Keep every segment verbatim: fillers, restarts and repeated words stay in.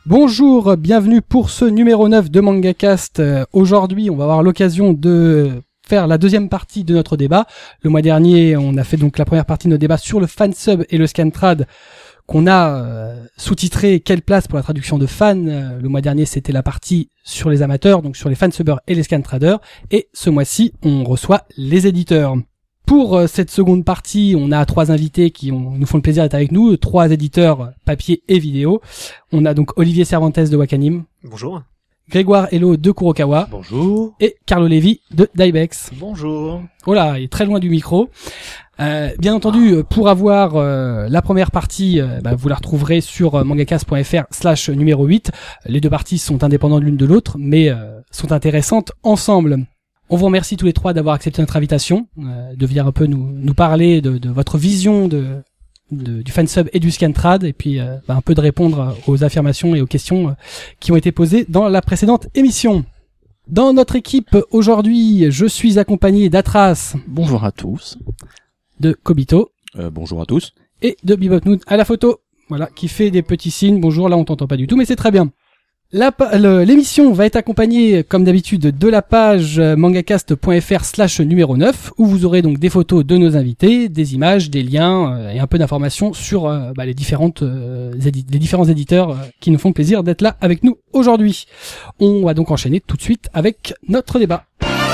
Bonjour, bienvenue pour ce numéro neuf de MangaCast. Euh, aujourd'hui, on va avoir l'occasion de faire la deuxième partie de notre débat. Le mois dernier, on a fait donc la première partie de notre débat sur le fansub et le scantrad qu'on a euh, sous-titré « Quelle place pour la traduction de fans ?» euh, Le mois dernier, c'était la partie sur les amateurs, donc sur les fansubbers et les scantraders. Et ce mois-ci, on reçoit les éditeurs. Pour euh, cette seconde partie, on a trois invités qui ont, nous font le plaisir d'être avec nous, trois éditeurs papier et vidéo. On a donc Olivier Cervantes de Wakanim. Bonjour. Grégoire Hello de Kurokawa. Bonjour. Et Carlo Lévy de Dybex. Bonjour. Oh là, il est très loin du micro. Euh, bien entendu, pour avoir euh, la première partie, euh, bah, vous la retrouverez sur mangacast.fr slash numéro huit. Les deux parties sont indépendantes l'une de l'autre, mais euh, sont intéressantes ensemble. On vous remercie tous les trois d'avoir accepté notre invitation, euh, de venir un peu nous, nous parler de, de votre vision de, de, du fansub et du scantrad, et puis euh, bah, un peu de répondre aux affirmations et aux questions euh, qui ont été posées dans la précédente émission. Dans notre équipe aujourd'hui, je suis accompagné d'Atras. Bonjour à tous. De Kobito. Euh, bonjour à tous. Et de Bibotnoot à la photo. Voilà, qui fait des petits signes. Bonjour, là on t'entend pas du tout, mais c'est très bien. La, le, l'émission va être accompagnée, comme d'habitude, de la page mangacast.fr slash numéro neuf, où vous aurez donc des photos de nos invités, des images, des liens euh, et un peu d'informations sur euh, bah, les différentes euh, édi- les différents éditeurs euh, qui nous font plaisir d'être là avec nous aujourd'hui. On va donc enchaîner tout de suite avec notre débat.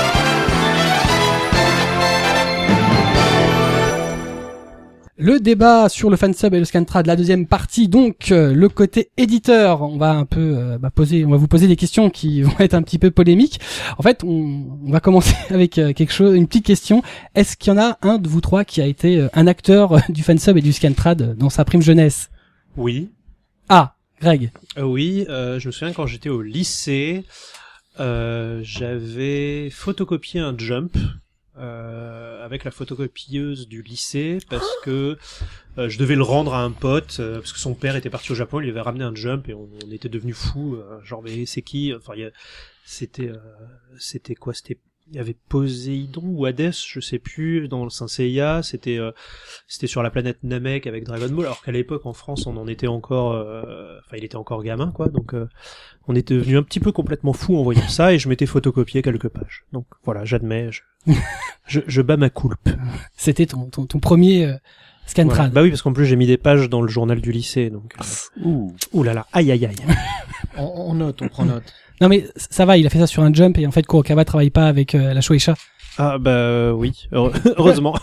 Le débat sur le fansub et le scantrad, la deuxième partie, donc euh, le côté éditeur. On va un peu euh, bah, poser, on va vous poser des questions qui vont être un petit peu polémiques. En fait, on, on va commencer avec euh, quelque chose, une petite question. Est-ce qu'il y en a un de vous trois qui a été euh, un acteur euh, du fansub et du scantrad dans sa prime jeunesse? Oui. Ah, Greg. Euh, oui, euh, je me souviens quand j'étais au lycée, euh, j'avais photocopié un Jump. Euh, avec la photocopieuse du lycée parce que euh, je devais le rendre à un pote euh, parce que son père était parti au Japon, il lui avait ramené un Jump et on, on était devenus fous, euh, genre mais c'est qui, enfin il y a, c'était euh, c'était quoi, c'était il y avait Poséidon ou Hadès, je sais plus, dans le Saint Seiya, c'était euh, c'était sur la planète Namek avec Dragon Ball, alors qu'à l'époque en France on en était encore, euh, enfin il était encore gamin quoi, donc euh, on était devenu un petit peu complètement fou en voyant ça et je m'étais photocopié quelques pages. Donc voilà, j'admets, je, je, je bats ma coulpe. C'était ton ton, ton premier euh, scantrad. Voilà. Bah oui, parce qu'en plus j'ai mis des pages dans le journal du lycée, donc. Euh... Ouh. Ouh là là, aïe aïe aïe. on, on note, on prend note. Non mais ça va, il a fait ça sur un Jump et en fait Kurokawa travaille pas avec euh, la Shueisha. Ah bah euh, oui, heureusement.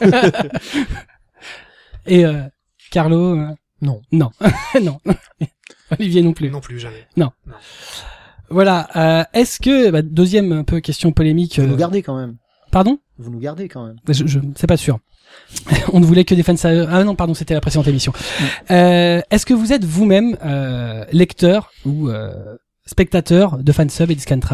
Et euh, Carlo euh... Non. Non. Non. Olivier non plus. Non plus, jamais. Non. non. Voilà. Euh, est-ce que bah, deuxième un peu question polémique. Vous euh... nous gardez quand même. Pardon ? Vous nous gardez quand même. Je, je c'est pas sûr. On ne voulait que des fans. Ah non, pardon, c'était la précédente émission. Mm. Euh, est-ce que vous êtes vous-même euh, lecteur ou euh, spectateur de fansub et de scantrad ?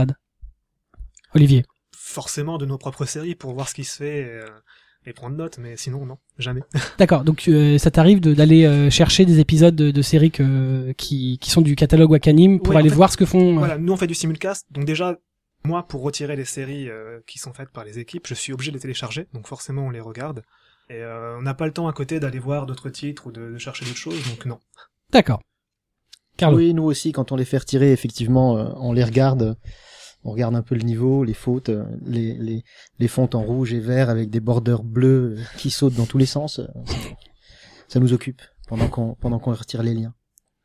Olivier. Forcément de nos propres séries pour voir ce qui se fait et, euh, et prendre note, mais sinon non, jamais. D'accord, donc euh, ça t'arrive de, d'aller euh, chercher des épisodes de, de séries que, qui, qui sont du catalogue Wakanim pour Ouais, aller en fait, voir ce que font... Euh... Voilà, nous on fait du simulcast, donc déjà, moi pour retirer les séries euh, qui sont faites par les équipes, je suis obligé de les télécharger, donc forcément on les regarde. Et euh, on n'a pas le temps à côté d'aller voir d'autres titres ou de, de chercher d'autres choses, donc non. D'accord. Carlo. Oui, nous aussi, quand on les fait retirer, effectivement, euh, on les regarde... On regarde un peu le niveau, les fautes, les, les, les fontes en rouge et vert avec des bordeurs bleus qui sautent dans tous les sens. Ça, ça nous occupe pendant qu'on, pendant qu'on retire les liens.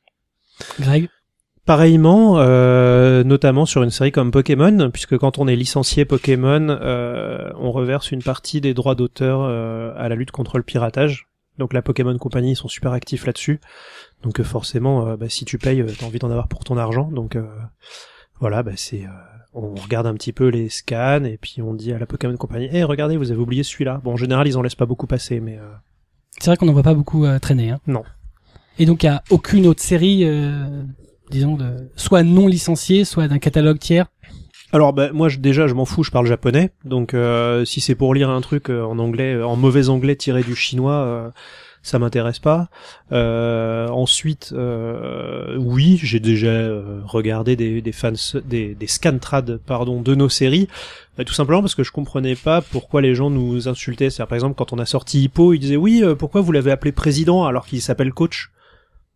Greg ? Pareillement, euh, notamment sur une série comme Pokémon, puisque quand on est licencié Pokémon, euh, on reverse une partie des droits d'auteur euh, à la lutte contre le piratage. Donc la Pokémon Company, ils sont super actifs là-dessus. Donc euh, forcément, euh, bah, si tu payes, t'as envie d'en avoir pour ton argent. Donc euh, voilà, bah, c'est... Euh, on regarde un petit peu les scans et puis on dit à la Pokémon Company, eh, hey, regardez, vous avez oublié celui-là. Bon, en général, ils en laissent pas beaucoup passer, mais... Euh... C'est vrai qu'on en voit pas beaucoup euh, traîner. Hein. Non. Et donc, il y a aucune autre série, euh, disons, de soit non licenciée, soit d'un catalogue tiers. Alors, bah, moi, je, déjà, je m'en fous, je parle japonais. Donc, euh, si c'est pour lire un truc euh, en anglais, en mauvais anglais tiré du chinois... Euh, ça m'intéresse pas. Euh, ensuite, euh, oui, j'ai déjà euh, regardé des, des fans, des, des scantrad, pardon, de nos séries, euh, tout simplement parce que je comprenais pas pourquoi les gens nous insultaient. C'est-à-dire, par exemple, quand on a sorti Hippo, ils disaient oui, euh, pourquoi vous l'avez appelé président alors qu'il s'appelle coach.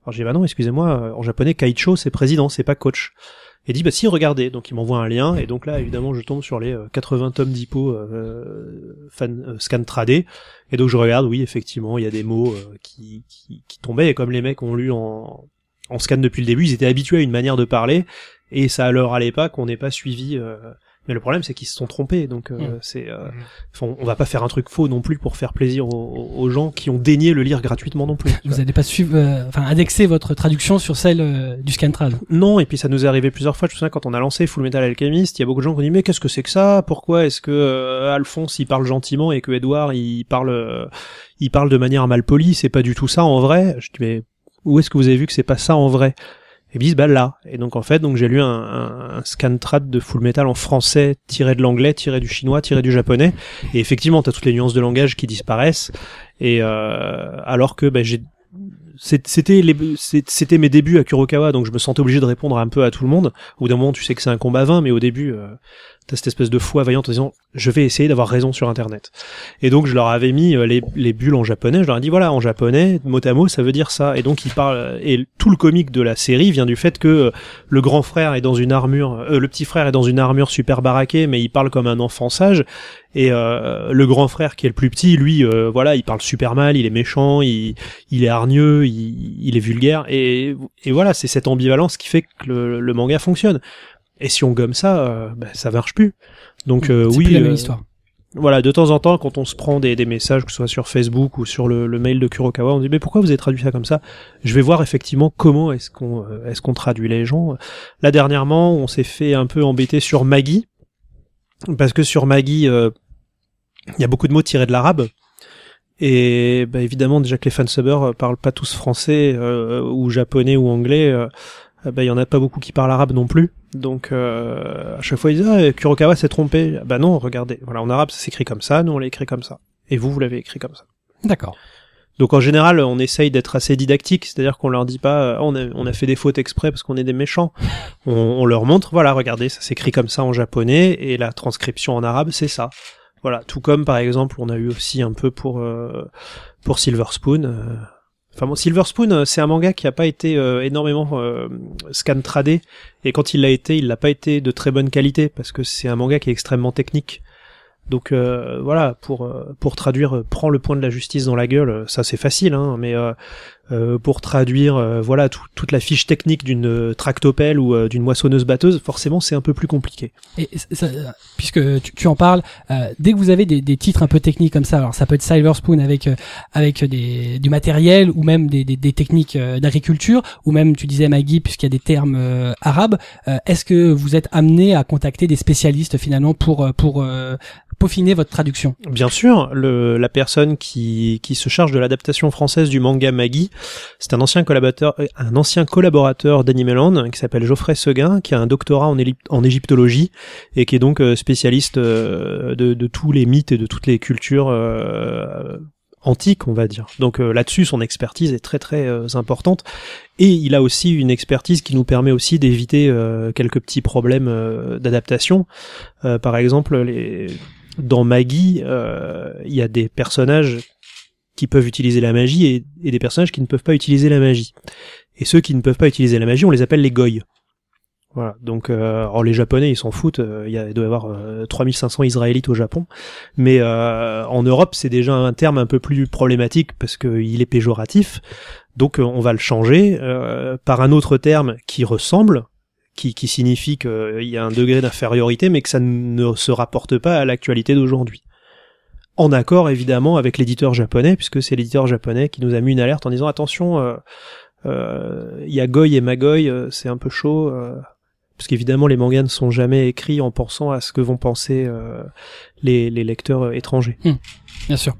Alors j'ai dit bah non, excusez-moi, en japonais Kaicho c'est président, c'est pas coach. Et dit bah si, regardez. Donc il m'envoie un lien et donc là évidemment je tombe sur les euh, quatre-vingts tomes d'Hippo euh, fan euh, scan tradé et donc je regarde, oui effectivement il y a des mots euh, qui, qui qui tombaient et comme les mecs ont lu en en scan depuis le début, ils étaient habitués à une manière de parler et ça leur allait pas qu'on n'ait pas suivi. Euh, mais le problème c'est qu'ils se sont trompés donc euh, mmh. c'est euh, on, on va pas faire un truc faux non plus pour faire plaisir aux, aux gens qui ont daigné le lire gratuitement non plus. Vous n'allez pas suivre, euh, enfin indexer votre traduction sur celle euh, du Scantrad. Non, et puis ça nous est arrivé plusieurs fois. Je me souviens quand on a lancé Full Metal Alchemist, il y a beaucoup de gens qui ont dit mais qu'est-ce que c'est que ça ? Pourquoi est-ce que euh, Alphonse il parle gentiment et que Edouard il parle euh, il parle de manière malpolie ? C'est pas du tout ça en vrai. Je dis mais où est-ce que vous avez vu que c'est pas ça en vrai ? Et ils disent bah là. Et donc en fait donc j'ai lu un, un, un Scantrad de Full Metal en français tiré de l'anglais, tiré du chinois, tiré du japonais. Et effectivement t'as toutes les nuances de langage qui disparaissent. Et euh, alors que bah, j'ai c'était les c'était mes débuts à Kurokawa donc je me sentais obligé de répondre un peu à tout le monde. Au bout d'un moment tu sais que c'est un combat vain mais au début euh, t'as cette espèce de foi vaillante en disant je vais essayer d'avoir raison sur internet. Et donc je leur avais mis les, les bulles en japonais, je leur ai dit voilà en japonais mot à mot ça veut dire ça et donc ils parlent et tout le comique de la série vient du fait que le grand frère est dans une armure euh, le petit frère est dans une armure super baraquée mais il parle comme un enfant sage et euh, le grand frère qui est le plus petit lui euh, voilà il parle super mal, il est méchant, il il est hargneux, il, il est vulgaire et et voilà c'est cette ambivalence qui fait que le, le manga fonctionne. Et si on gomme ça, euh, bah, ça marche plus. Donc euh, c'est oui, plus la même euh, histoire. Voilà, de temps en temps, quand on se prend des, des messages, que ce soit sur Facebook ou sur le, le mail de Kurokawa, on dit mais pourquoi vous avez traduit ça comme ça ? Je vais voir effectivement comment est-ce qu'on euh, est-ce qu'on traduit les gens. Là dernièrement, on s'est fait un peu embêter sur Maggie parce que sur Maggie, il euh, y a beaucoup de mots tirés de l'arabe. Et bah, évidemment, déjà que les fansubbers parlent pas tous français euh, ou japonais ou anglais. Euh, bah il y en a pas beaucoup qui parlent arabe non plus. Donc euh, à chaque fois ils disent ah, Kurokawa s'est trompé. Bah non, regardez. Voilà, en arabe ça s'écrit comme ça, nous on l'a écrit comme ça. Et vous vous l'avez écrit comme ça. D'accord. Donc en général, on essaye d'être assez didactique, c'est-à-dire qu'on leur dit pas oh, on a on a fait des fautes exprès parce qu'on est des méchants. On, on leur montre voilà, regardez, ça s'écrit comme ça en japonais et la transcription en arabe, c'est ça. Voilà, tout comme par exemple, on a eu aussi un peu pour euh, pour Silver Spoon euh, Enfin bon, Silver Spoon, c'est un manga qui a pas été euh, énormément euh, scan tradé, et quand il l'a été, il l'a pas été de très bonne qualité, parce que c'est un manga qui est extrêmement technique. Donc euh, voilà, pour euh, pour traduire euh, prends le point de la justice dans la gueule, ça c'est facile, hein, mais euh, euh, pour traduire euh, voilà tout, toute la fiche technique d'une euh, tractopelle ou euh, d'une moissonneuse batteuse, forcément c'est un peu plus compliqué. Et ça, puisque tu, tu en parles, euh, dès que vous avez des, des titres un peu techniques comme ça, alors ça peut être Silver Spoon avec euh, avec des du matériel ou même des des, des techniques euh, d'agriculture, ou même tu disais Maggie puisqu'il y a des termes euh, arabes, euh, est-ce que vous êtes amené à contacter des spécialistes finalement pour pour euh, peaufiner votre traduction? Bien sûr, le, la personne qui, qui se charge de l'adaptation française du manga Maggie, c'est un ancien collaborateur, un ancien collaborateur d'Animeland qui s'appelle Geoffrey Seguin, qui a un doctorat en, élip, en égyptologie et qui est donc spécialiste de, de tous les mythes et de toutes les cultures euh, antiques, on va dire. Donc euh, là-dessus, son expertise est très très euh, importante. Et il a aussi une expertise qui nous permet aussi d'éviter euh, quelques petits problèmes euh, d'adaptation. Euh, par exemple, les dans Maggie, il euh, y a des personnages qui peuvent utiliser la magie et, et des personnages qui ne peuvent pas utiliser la magie. Et ceux qui ne peuvent pas utiliser la magie, on les appelle les goy. Voilà. Donc, euh, alors les Japonais, ils s'en foutent. Il, y a, il doit y avoir euh, trois mille cinq cents Israélites au Japon, mais euh, en Europe, c'est déjà un terme un peu plus problématique parce qu'il est péjoratif. Donc, euh, on va le changer euh, par un autre terme qui ressemble. Qui, qui signifie qu'il y a un degré d'infériorité, mais que ça ne se rapporte pas à l'actualité d'aujourd'hui. En accord, évidemment, avec l'éditeur japonais, puisque c'est l'éditeur japonais qui nous a mis une alerte en disant « Attention, euh, euh, y a Goy et Magoy, euh, c'est un peu chaud. Euh, » Parce qu'évidemment, les mangas ne sont jamais écrits en pensant à ce que vont penser euh, les, les lecteurs étrangers. Mmh, bien sûr.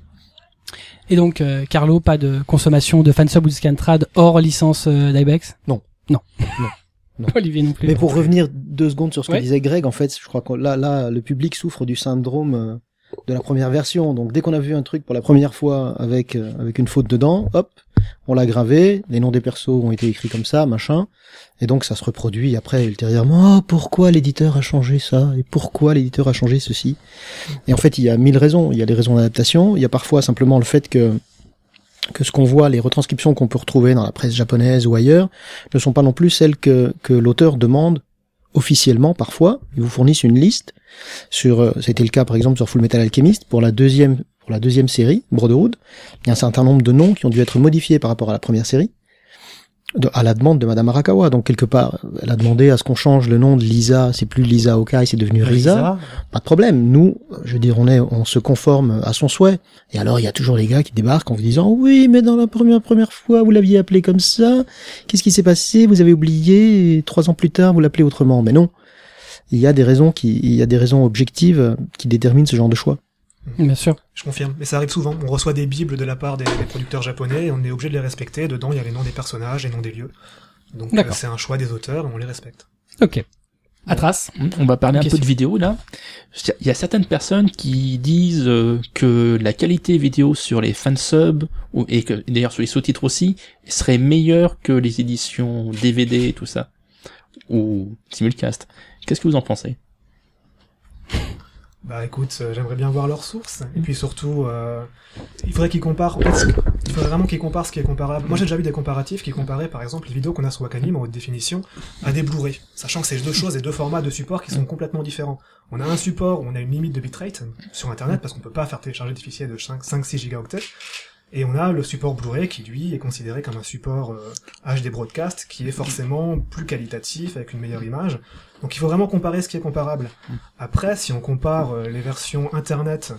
Et donc, euh, Carlo, pas de consommation de fansub ou de scantrad hors licence euh, d'Ibex ? Non. Non. Non. Non. Olivier non plus. Mais pour revenir deux secondes sur ce que ouais. disait Greg, en fait, je crois que là, là, le public souffre du syndrome euh, de la première version. Donc, dès qu'on a vu un truc pour la première fois avec euh, avec une faute dedans, hop, on l'a gravé, les noms des persos ont été écrits comme ça, machin, et donc ça se reproduit après ultérieurement. Oh, pourquoi l'éditeur a changé ça ? Et pourquoi l'éditeur a changé ceci ? Et en fait, il y a mille raisons. Il y a les raisons d'adaptation. Il y a parfois simplement le fait que que ce qu'on voit, les retranscriptions qu'on peut retrouver dans la presse japonaise ou ailleurs, ne sont pas non plus celles que, que l'auteur demande officiellement parfois. Ils vous fournissent une liste sur, euh, c'était le cas par exemple sur Full Metal Alchemist, pour la deuxième, pour la deuxième série, Brotherhood, il y a un certain nombre de noms qui ont dû être modifiés par rapport à la première série, de, à la demande de Madame Arakawa. Donc quelque part, elle a demandé à ce qu'on change le nom de Lisa, c'est plus Lisa Okai, c'est devenu Risa. Risa. Pas de problème. Nous, je veux dire, on est, on se conforme à son souhait. Et alors, il y a toujours les gars qui débarquent en vous disant, oui, mais dans la première, première fois, vous l'aviez appelé comme ça. Qu'est-ce qui s'est passé? Vous avez oublié. Et trois ans plus tard, vous l'appelez autrement. Mais non. Il y a des raisons qui, il y a des raisons objectives qui déterminent ce genre de choix. Bien sûr. Je confirme, mais ça arrive souvent. On reçoit des bibles de la part des, des producteurs japonais et on est obligé de les respecter. Dedans, il y a les noms des personnages et les noms des lieux. Donc euh, c'est un choix des auteurs et on les respecte. Ok. Atras. On va parler un Question. peu de vidéo là. Il y a certaines personnes qui disent euh, que la qualité vidéo sur les fansubs, ou, et que d'ailleurs sur les sous-titres aussi, serait meilleure que les éditions D V D et tout ça, ou simulcast. Qu'est-ce que vous en pensez? Bah écoute, euh, j'aimerais bien voir leurs sources. Et puis surtout, euh, il faudrait qu'ils comparent. En fait, ce que- il faudrait vraiment qu'ils comparent ce qui est comparable. Moi j'ai déjà vu des comparatifs qui comparaient par exemple les vidéos qu'on a sur Wakanim en haute définition à des Blu-ray. Sachant que c'est deux choses et deux formats de support qui sont complètement différents. On a un support où on a une limite de bitrate sur internet parce qu'on peut pas faire télécharger des fichiers de cinq six gigaoctets. Et on a le support Blu-ray qui lui est considéré comme un support euh, H D broadcast qui est forcément plus qualitatif avec une meilleure image. Donc il faut vraiment comparer ce qui est comparable. Après, si on compare euh, les versions internet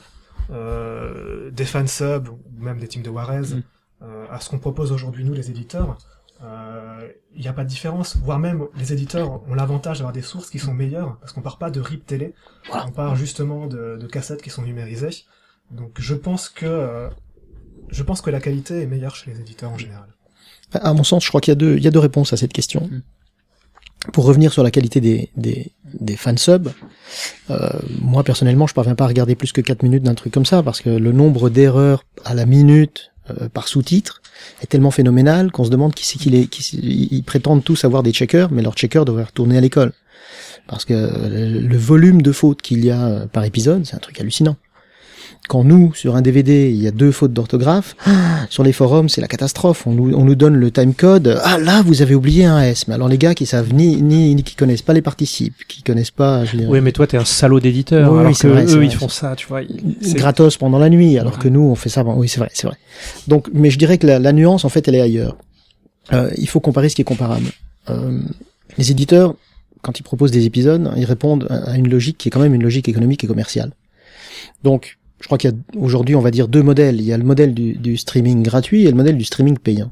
euh, des fansubs ou même des teams de Warez Mm. euh, à ce qu'on propose aujourd'hui nous les éditeurs, euh, il n'y a pas de différence. Voire même les éditeurs ont l'avantage d'avoir des sources qui sont meilleures parce qu'on part pas de R I P télé, on part justement de, de cassettes qui sont numérisées. Donc je pense que euh, je pense que la qualité est meilleure chez les éditeurs en général. À mon sens, je crois qu'il y a deux, il y a deux réponses à cette question. Mm. Pour revenir sur la qualité des, des, des fansubs, euh, moi personnellement, je parviens pas à regarder plus que quatre minutes d'un truc comme ça, parce que le nombre d'erreurs à la minute euh, par sous-titre est tellement phénoménal qu'on se demande qui c'est qu'il est, qui c'est- ils prétendent tous avoir des checkers, mais leurs checkers devraient retourner à l'école. Parce que le, le volume de fautes qu'il y a euh, par épisode, c'est un truc hallucinant. Quand nous, sur un D V D, il y a deux fautes d'orthographe, ah, sur les forums, c'est la catastrophe. On nous, on nous donne le timecode. Ah, là, vous avez oublié un S. Mais alors, les gars qui savent ni, ni, ni qui connaissent pas les participes, qui connaissent pas, je veux dire, Oui, mais toi, t'es un salaud d'éditeur, Oui, alors oui, c'est que vrai, c'est eux, vrai, ils font c'est- ça, tu vois. ils- c'est- gratos pendant la nuit, alors que nous, on fait ça. Bon, oui, c'est vrai, c'est vrai. Donc, mais je dirais que la, la nuance, en fait, elle est ailleurs. Euh, il faut comparer ce qui est comparable. Euh, les éditeurs, quand ils proposent des épisodes, ils répondent à à une logique qui est quand même une logique économique et commerciale. Donc, je crois qu'il y a aujourd'hui, on va dire, deux modèles. Il y a le modèle du, du streaming gratuit et le modèle du streaming payant.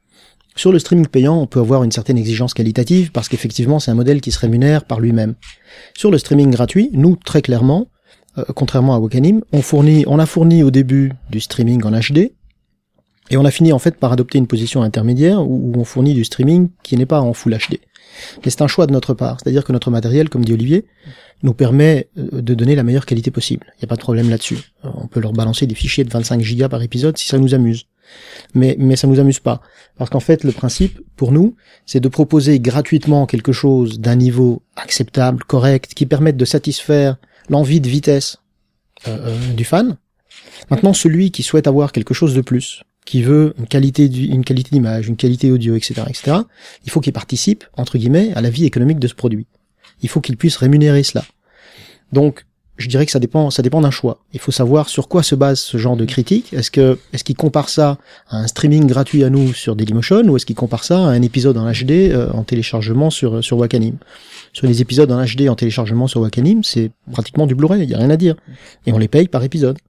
Sur le streaming payant, on peut avoir une certaine exigence qualitative parce qu'effectivement, c'est un modèle qui se rémunère par lui-même. Sur le streaming gratuit, nous, très clairement, euh, contrairement à Wakanim, on fournit, on a fourni au début du streaming en H D et on a fini en fait par adopter une position intermédiaire où, où on fournit du streaming qui n'est pas en full H D. Mais c'est un choix de notre part, c'est-à-dire que notre matériel, comme dit Olivier, nous permet euh, de donner la meilleure qualité possible. Il n'y a pas de problème là-dessus. Euh, On peut leur balancer des fichiers de vingt-cinq gigas par épisode si ça nous amuse. Mais, mais ça nous amuse pas. Parce qu'en fait, le principe, pour nous, c'est de proposer gratuitement quelque chose d'un niveau acceptable, correct, qui permette de satisfaire l'envie de vitesse euh, euh, du fan. Maintenant, celui qui souhaite avoir quelque chose de plus, qui veut une qualité, du- une qualité d'image, une qualité audio, et cetera, et cetera, il faut qu'il participe, entre guillemets, à la vie économique de ce produit. Il faut qu'il puisse rémunérer cela. Donc, je dirais que ça dépend, ça dépend d'un choix. Il faut savoir sur quoi se base ce genre de critique. Est-ce que, est-ce qu'il compare ça à un streaming gratuit à nous sur Dailymotion, ou est-ce qu'il compare ça à un épisode en H D euh, en téléchargement sur sur Wakanim? Sur les épisodes en H D en téléchargement sur Wakanim, c'est pratiquement du Blu-ray, il y a rien à dire. Et on les paye par épisode.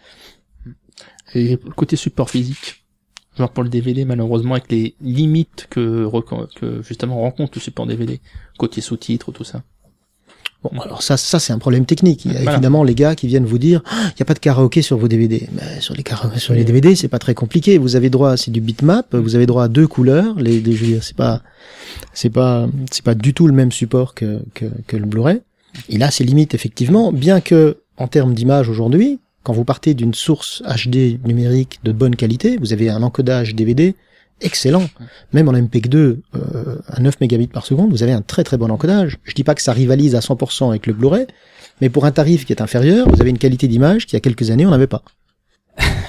Et le côté support physique, genre pour le D V D, malheureusement, avec les limites que, reco- que justement rencontre le support D V D, côté sous-titres, tout ça. Bon, alors ça, ça c'est un problème technique. Il y a Voilà. évidemment les gars qui viennent vous dire, ah, il n'y a pas de karaoké sur vos D V D. Mais sur les kara- sur les D V D, c'est pas très compliqué. Vous avez droit, c'est du bitmap. Vous avez droit à deux couleurs. Les, les je veux dire, c'est pas, c'est pas, c'est pas du tout le même support que que, que le Blu-ray. Il a ses limites effectivement, bien que en termes d'image aujourd'hui, quand vous partez d'une source H D numérique de bonne qualité, vous avez un encodage D V D excellent. Même en M P E G deux, euh, à neuf mégabits par seconde, vous avez un très très bon encodage. Je dis pas que ça rivalise à cent pour cent avec le Blu-ray, mais pour un tarif qui est inférieur, vous avez une qualité d'image qu'il y a quelques années on n'avait pas.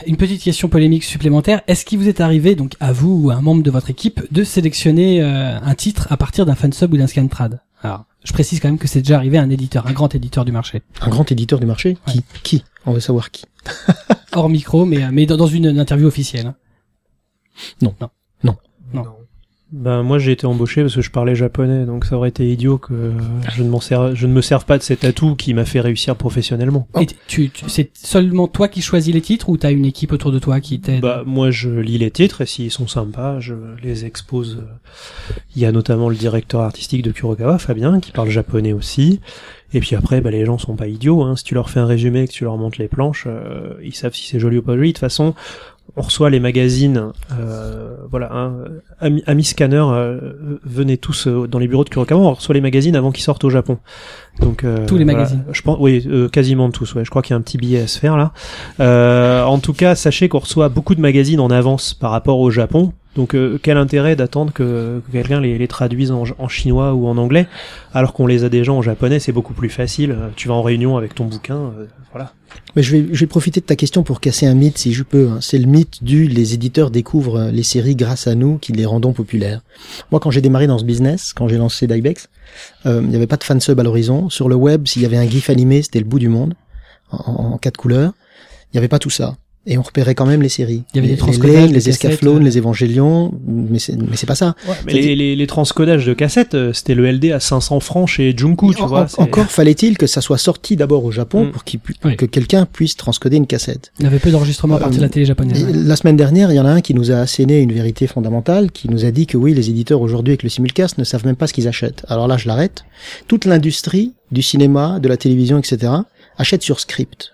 une petite question polémique supplémentaire. Est-ce qu'il vous est arrivé, donc à vous ou à un membre de votre équipe, de sélectionner euh, un titre à partir d'un fansub ou d'un scantrad? Alors, je précise quand même que c'est déjà arrivé à un éditeur, un grand éditeur du marché. Un grand éditeur du marché? Ouais. Qui? Qui? On veut savoir qui. Hors micro, mais, mais dans, dans une, une interview officielle. Hein. Non. Non. Non. Non. Ben moi j'ai été embauché parce que je parlais japonais, donc ça aurait été idiot que euh, je ne m'en serve, je ne me serve pas de cet atout qui m'a fait réussir professionnellement. Et tu, tu, c'est seulement toi qui choisis les titres ou t'as une équipe autour de toi qui t'aide? Bah moi je lis les titres et s'ils sont sympas, je les expose. Il y a notamment le directeur artistique de Kurokawa, Fabien, qui parle japonais aussi. Et puis après, bah les gens sont pas idiots. Hein. Si tu leur fais un résumé, que tu leur montres les planches, euh, ils savent si c'est joli ou pas joli. De toute façon, on reçoit les magazines, euh, voilà, hein, Ami, Ami Scanner, euh, venez tous euh, dans les bureaux de Kurokawa, on reçoit les magazines avant qu'ils sortent au Japon. Donc euh, tous les voilà, magazines. Je pense, oui, euh, quasiment tous. Ouais, je crois qu'il y a un petit billet à se faire là. Euh, en tout cas, sachez qu'on reçoit beaucoup de magazines en avance par rapport au Japon. Donc euh, quel intérêt d'attendre que, que quelqu'un les, les traduise en, en chinois ou en anglais, alors qu'on les a déjà en japonais, c'est beaucoup plus facile. Tu vas en réunion avec ton bouquin, euh, voilà. Mais je vais, je vais profiter de ta question pour casser un mythe si je peux. C'est le mythe du les éditeurs découvrent les séries grâce à nous qui les rendons populaires. Moi, quand j'ai démarré dans ce business, quand j'ai lancé Dybex, euh, il n'y avait pas de fansub à l'horizon. Sur le web, s'il y avait un gif animé, c'était le bout du monde, en, en quatre couleurs. Il n'y avait pas tout ça. Et on repérait quand même les séries. Il y avait les, des transcodages, les, des les cassettes, Escaflowne, euh... les Évangélions, mais c'est, mais c'est pas ça. Ouais, mais les, les, les transcodages de cassettes, c'était le L D à cinq cents francs chez Junku, tu en, vois. En, encore fallait-il que ça soit sorti d'abord au Japon mm. pour qu'il pu, oui. que quelqu'un puisse transcoder une cassette. Il y avait peu d'enregistrements à partir Euh, de la télé japonaise. Et la semaine dernière, il y en a un qui nous a asséné une vérité fondamentale, qui nous a dit que oui, les éditeurs aujourd'hui avec le simulcast ne savent même pas ce qu'ils achètent. Alors là, je l'arrête. Toute l'industrie du cinéma, de la télévision, et cetera achète sur script.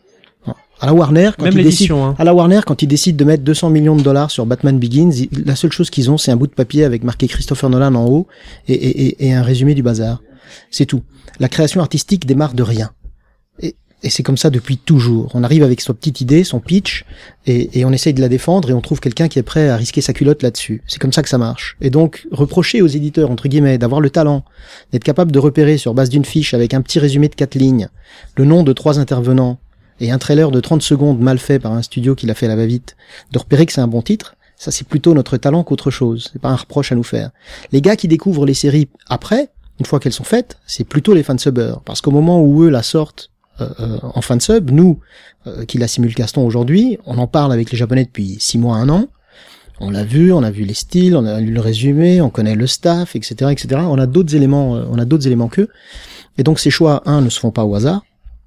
À la Warner, quand Même ils l'édition, décident, hein. à la Warner, quand ils décident de mettre deux cents millions de dollars sur Batman Begins, la seule chose qu'ils ont, c'est un bout de papier avec marqué Christopher Nolan en haut et, et, et, et un résumé du bazar. C'est tout. La création artistique démarre de rien. Et, et c'est comme ça depuis toujours. On arrive avec sa petite idée, son pitch, et, et on essaye de la défendre et on trouve quelqu'un qui est prêt à risquer sa culotte là-dessus. C'est comme ça que ça marche. Et donc, reprocher aux éditeurs, entre guillemets, d'avoir le talent, d'être capable de repérer sur base d'une fiche avec un petit résumé de quatre lignes, le nom de trois intervenants, et un trailer de trente secondes mal fait par un studio qui l'a fait à la va-vite, de repérer que c'est un bon titre, ça c'est plutôt notre talent qu'autre chose. C'est pas un reproche à nous faire. Les gars qui découvrent les séries après, une fois qu'elles sont faites, c'est plutôt les fansubbers. Parce qu'au moment où eux la sortent euh, euh, en fansub, nous, euh, qui la simulcastons aujourd'hui, on en parle avec les Japonais depuis six mois, un an. On l'a vu, on a vu les styles, on a lu le résumé, on connaît le staff, et cetera, et cetera. On a d'autres éléments, euh, on a d'autres éléments qu'eux. Et donc ces choix, un, ne se font pas au hasard.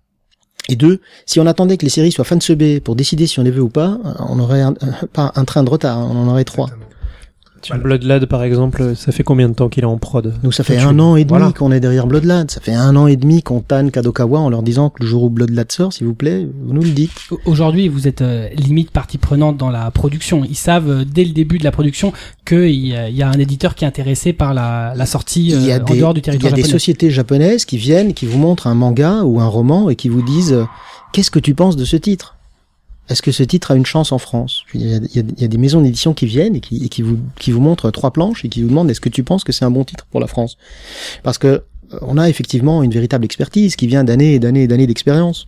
Et deux, si on attendait que les séries soient fansubées pour décider si on les veut ou pas, on aurait un, pas un train de retard, on en aurait trois. Exactement. Sur Blood Lad, par exemple, ça fait combien de temps qu'il est en prod? Nous, ça fait Toi, un tu- an et demi voilà. qu'on est derrière Blood Lad. Ça fait un an et demi qu'on tanne Kadokawa en leur disant que le jour où Blood Lad sort, s'il vous plaît, vous nous le dites. Aujourd'hui, vous êtes euh, limite partie prenante dans la production. Ils savent euh, dès le début de la production qu'il y, a- il y a un éditeur qui est intéressé par la, la sortie euh, Il y a en des, dehors du il y territoire a des japonais. sociétés japonaises qui viennent, qui vous montrent un manga ou un roman et qui vous disent euh, qu'est-ce que tu penses de ce titre? Est-ce que ce titre a une chance en France? Il y a, il y a- il y a des maisons d'édition qui viennent et qui, et qui vous, qui vous montrent trois planches et qui vous demandent est-ce que tu penses que c'est un bon titre pour la France? Parce que euh, on a effectivement une véritable expertise qui vient d'années et d'années et d'années d'expérience.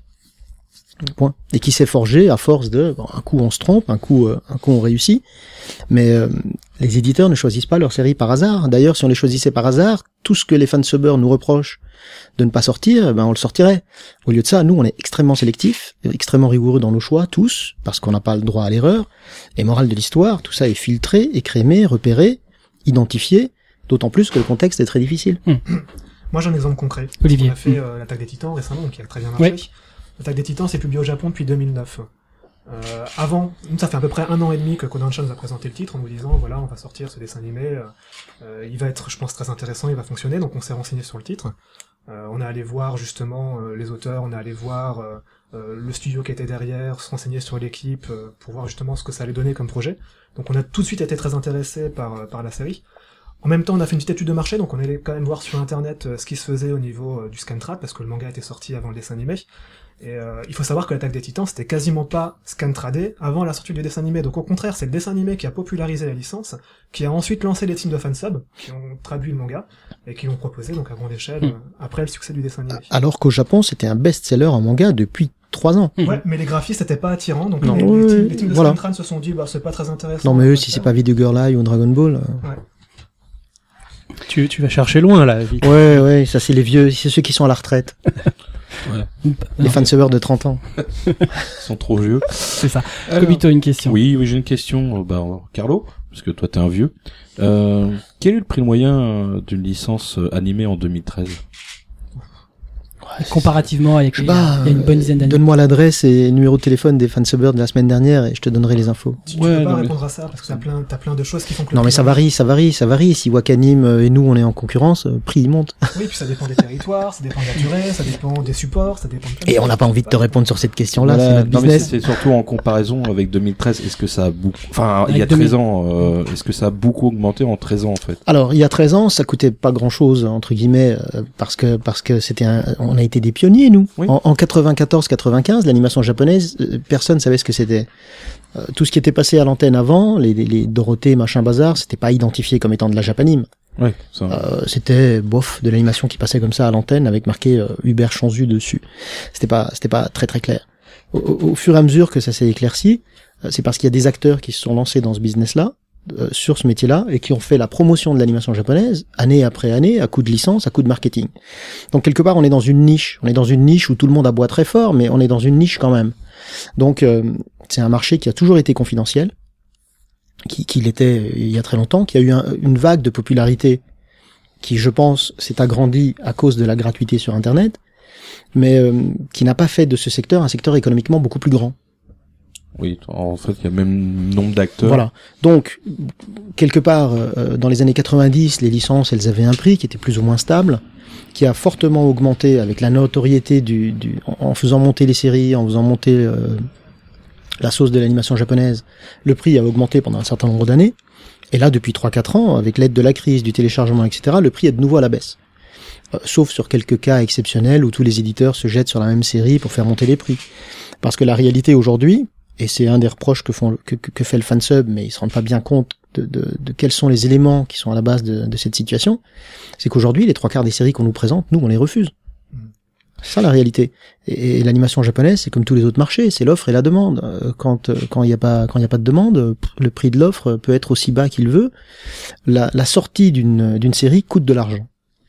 Point. Et qui s'est forgée à force de, bon, un coup on se trompe, un coup, euh, un coup on réussit. Mais euh, les éditeurs ne choisissent pas leur série par hasard. D'ailleurs, si on les choisissait par hasard, tout ce que les fansubbers nous reprochent de ne pas sortir, ben on le sortirait. Au lieu de ça, nous, on est extrêmement sélectifs, extrêmement rigoureux dans nos choix, tous, parce qu'on n'a pas le droit à l'erreur. Et morale de l'histoire, tout ça est filtré, écrémé, repéré, identifié, d'autant plus que le contexte est très difficile. Moi, j'ai un exemple concret. Olivier. On a fait euh, l'attaque des Titans récemment, qui a très bien marché. Ouais. L'attaque des Titans, c'est publié au Japon depuis deux mille neuf. Euh, avant, ça fait à peu près un an et demi que Kodansha nous a présenté le titre en nous disant, voilà, on va sortir ce dessin animé, euh, euh, il va être, je pense, très intéressant, il va fonctionner, donc on s'est renseigné sur le titre. Euh, on est allé voir justement euh, les auteurs, on est allé voir euh, euh, le studio qui était derrière, se renseigner sur l'équipe euh, pour voir justement ce que ça allait donner comme projet. Donc on a tout de suite été très intéressé par euh, par la série. En même temps, on a fait une petite étude de marché, donc on est allé quand même voir sur internet euh, ce qui se faisait au niveau euh, du Scantrad, parce que le manga était sorti avant le dessin animé. Et euh, il faut savoir que l'attaque des Titans, c'était quasiment pas scantradé avant la sortie du dessin animé. Donc au contraire, c'est le dessin animé qui a popularisé la licence, qui a ensuite lancé les teams de fansub, qui ont traduit le manga, et qui l'ont proposé donc à grande échelle, Mm. euh, après le succès du dessin animé. Alors qu'au Japon, c'était un best-seller en manga depuis trois ans. Mhm. Ouais, mais les graphistes n'étaient pas attirants, donc Non. les, Oui, les, teams, oui, les teams de voilà. Skyrim se sont dit, bah, c'est pas très intéressant. Non mais on eux, va si le c'est faire. pas Video Girl Eye ou Dragon Ball. Tu, tu vas chercher loin, là, vite. Ouais, ouais, ça c'est les vieux, c'est ceux qui sont à la retraite. Les fansubbers de trente ans. Ils sont trop vieux. C'est ça. Alors- Kobito, une question. Oui, oui, j'ai une question. euh, Bah, euh, Carlo, parce que toi t'es un vieux. Euh, quel est le prix moyen euh, d'une licence euh, animée en deux mille treize? Comparativement avec Je il sais y a- pas, il y a une bonne dizaine d'années. Donne-moi l'adresse et le numéro de téléphone des fansubbers de la semaine dernière et je te donnerai les infos. Tu, tu Ouais, peux pas non, mais- répondre à ça parce que t'as plein, t'as plein de choses qui font que le Non mais prix ça varie, ça varie, ça varie. Si Wakanim euh, et nous on est en concurrence, euh, prix il monte. Oui, puis ça dépend des territoires, ça dépend de la durée, ça dépend des supports, ça dépend de plein de Et on choses. n'a pas envie de te répondre sur cette question-là, Voilà. c'est notre Non, mais business. c'est c'est surtout en comparaison avec deux mille treize. Est-ce que ça a beaucoup, enfin, il y a Avec deux mille. treize ans, euh, est-ce que ça a beaucoup augmenté en treize ans, en fait? Alors, il y a treize ans, ça coûtait pas grand-chose entre guillemets euh, parce que parce que c'était un, on a été des pionniers nous. Oui. En, en quatre-vingt-quatorze quatre-vingt-quinze, l'animation japonaise, euh, personne savait ce que c'était. Euh, tout ce qui était passé à l'antenne avant, les, les, les Dorothée, machin bazar, c'était pas identifié comme étant de la japanime. Ouais, ça. Euh, c'était bof de l'animation qui passait comme ça à l'antenne avec marqué euh, Hubert Chanzu dessus. C'était pas c'était pas très très clair. Au, au, au fur et à mesure que ça s'est éclairci, euh, c'est parce qu'il y a des acteurs qui se sont lancés dans ce business-là, euh, sur ce métier-là, et qui ont fait la promotion de l'animation japonaise année après année, à coup de licence, à coup de marketing. Donc quelque part, on est dans une niche. On est dans une niche où tout le monde aboie très fort, mais on est dans une niche quand même. Donc euh, c'est un marché qui a toujours été confidentiel, qui, qui l'était il y a très longtemps, qui a eu un- une vague de popularité qui, je pense, s'est agrandie à cause de la gratuité sur Internet, mais euh, qui n'a pas fait de ce secteur un secteur économiquement beaucoup plus grand. Oui, en fait, il y a même nombre d'acteurs. Voilà. Donc, quelque part, euh, dans les années quatre-vingt-dix, les licences, elles avaient un prix qui était plus ou moins stable, qui a fortement augmenté avec la notoriété du, du en, en faisant monter les séries, en faisant monter euh, la sauce de l'animation japonaise. Le prix a augmenté pendant un certain nombre d'années. Et là, depuis trois quatre ans, avec l'aide de la crise, du téléchargement, et cetera, le prix est de nouveau à la baisse. Euh, sauf sur quelques cas exceptionnels où tous les éditeurs se jettent sur la même série pour faire monter les prix. Parce que la réalité aujourd'hui, et c'est un des reproches que, font, que, que, que fait le fansub, mais ils se rendent pas bien compte de, de, de quels sont les éléments qui sont à la base de, de cette situation, c'est qu'aujourd'hui, les trois quarts des séries qu'on nous présente, nous, on les refuse. C'est ça la réalité. Et, et l'animation japonaise, c'est comme tous les autres marchés, c'est l'offre et la demande. Euh, Quand euh, quand il y a pas quand il y a pas de demande, euh, le prix de l'offre peut être aussi bas qu'il veut. La, la sortie d'une d'une série coûte de l'argent.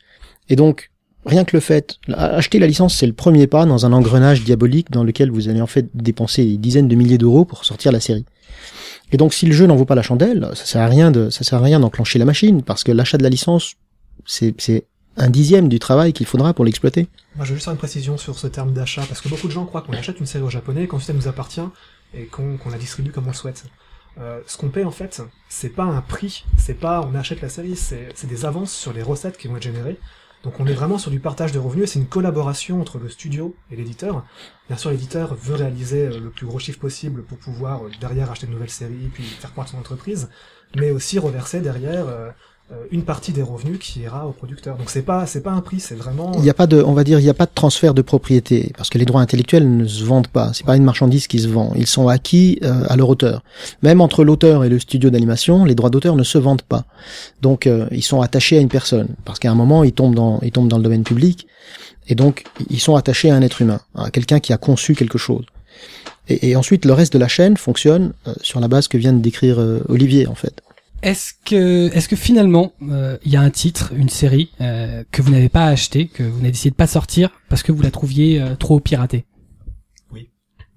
Et donc rien que le fait, acheter la licence, c'est le premier pas dans un engrenage diabolique dans lequel vous allez en fait dépenser des dizaines de milliers d'euros pour sortir la série. Et donc si le jeu n'en vaut pas la chandelle, ça sert à rien de ça sert à rien d'enclencher la machine parce que l'achat de la licence, c'est c'est un dixième du travail qu'il faudra pour l'exploiter. Moi, je veux juste faire une précision sur ce terme d'achat, parce que beaucoup de gens croient qu'on achète une série au japonais, qu'ensuite elle nous appartient, et qu'on qu'on la distribue comme on le souhaite. Euh, ce qu'on paie, en fait, c'est pas un prix, c'est pas on achète la série, c'est c'est des avances sur les recettes qui vont être générées. Donc on est vraiment sur du partage de revenus, et c'est une collaboration entre le studio et l'éditeur. Bien sûr, l'éditeur veut réaliser le plus gros chiffre possible pour pouvoir, euh, derrière, acheter de nouvelles séries, puis faire croître son entreprise, mais aussi reverser derrière... Euh, une partie des revenus qui ira au producteur. Donc c'est pas c'est pas un prix, c'est vraiment Il n'y a pas de, on va dire, il n'y a pas de transfert de propriété parce que les droits intellectuels ne se vendent pas. C'est pas une marchandise qui se vend. Ils sont acquis euh, à leur auteur. Même entre l'auteur et le studio d'animation, les droits d'auteur ne se vendent pas. Donc euh, ils sont attachés à une personne parce qu'à un moment ils tombent dans ils tombent dans le domaine public et donc ils sont attachés à un être humain, à quelqu'un qui a conçu quelque chose. Et, et ensuite le reste de la chaîne fonctionne euh, sur la base que vient de décrire euh, Olivier en fait. Est-ce que, est-ce que finalement, euh, il y a un titre, une série euh, que vous n'avez pas acheté, que vous n'avez décidé de pas sortir parce que vous la trouviez euh, trop piratée? oui.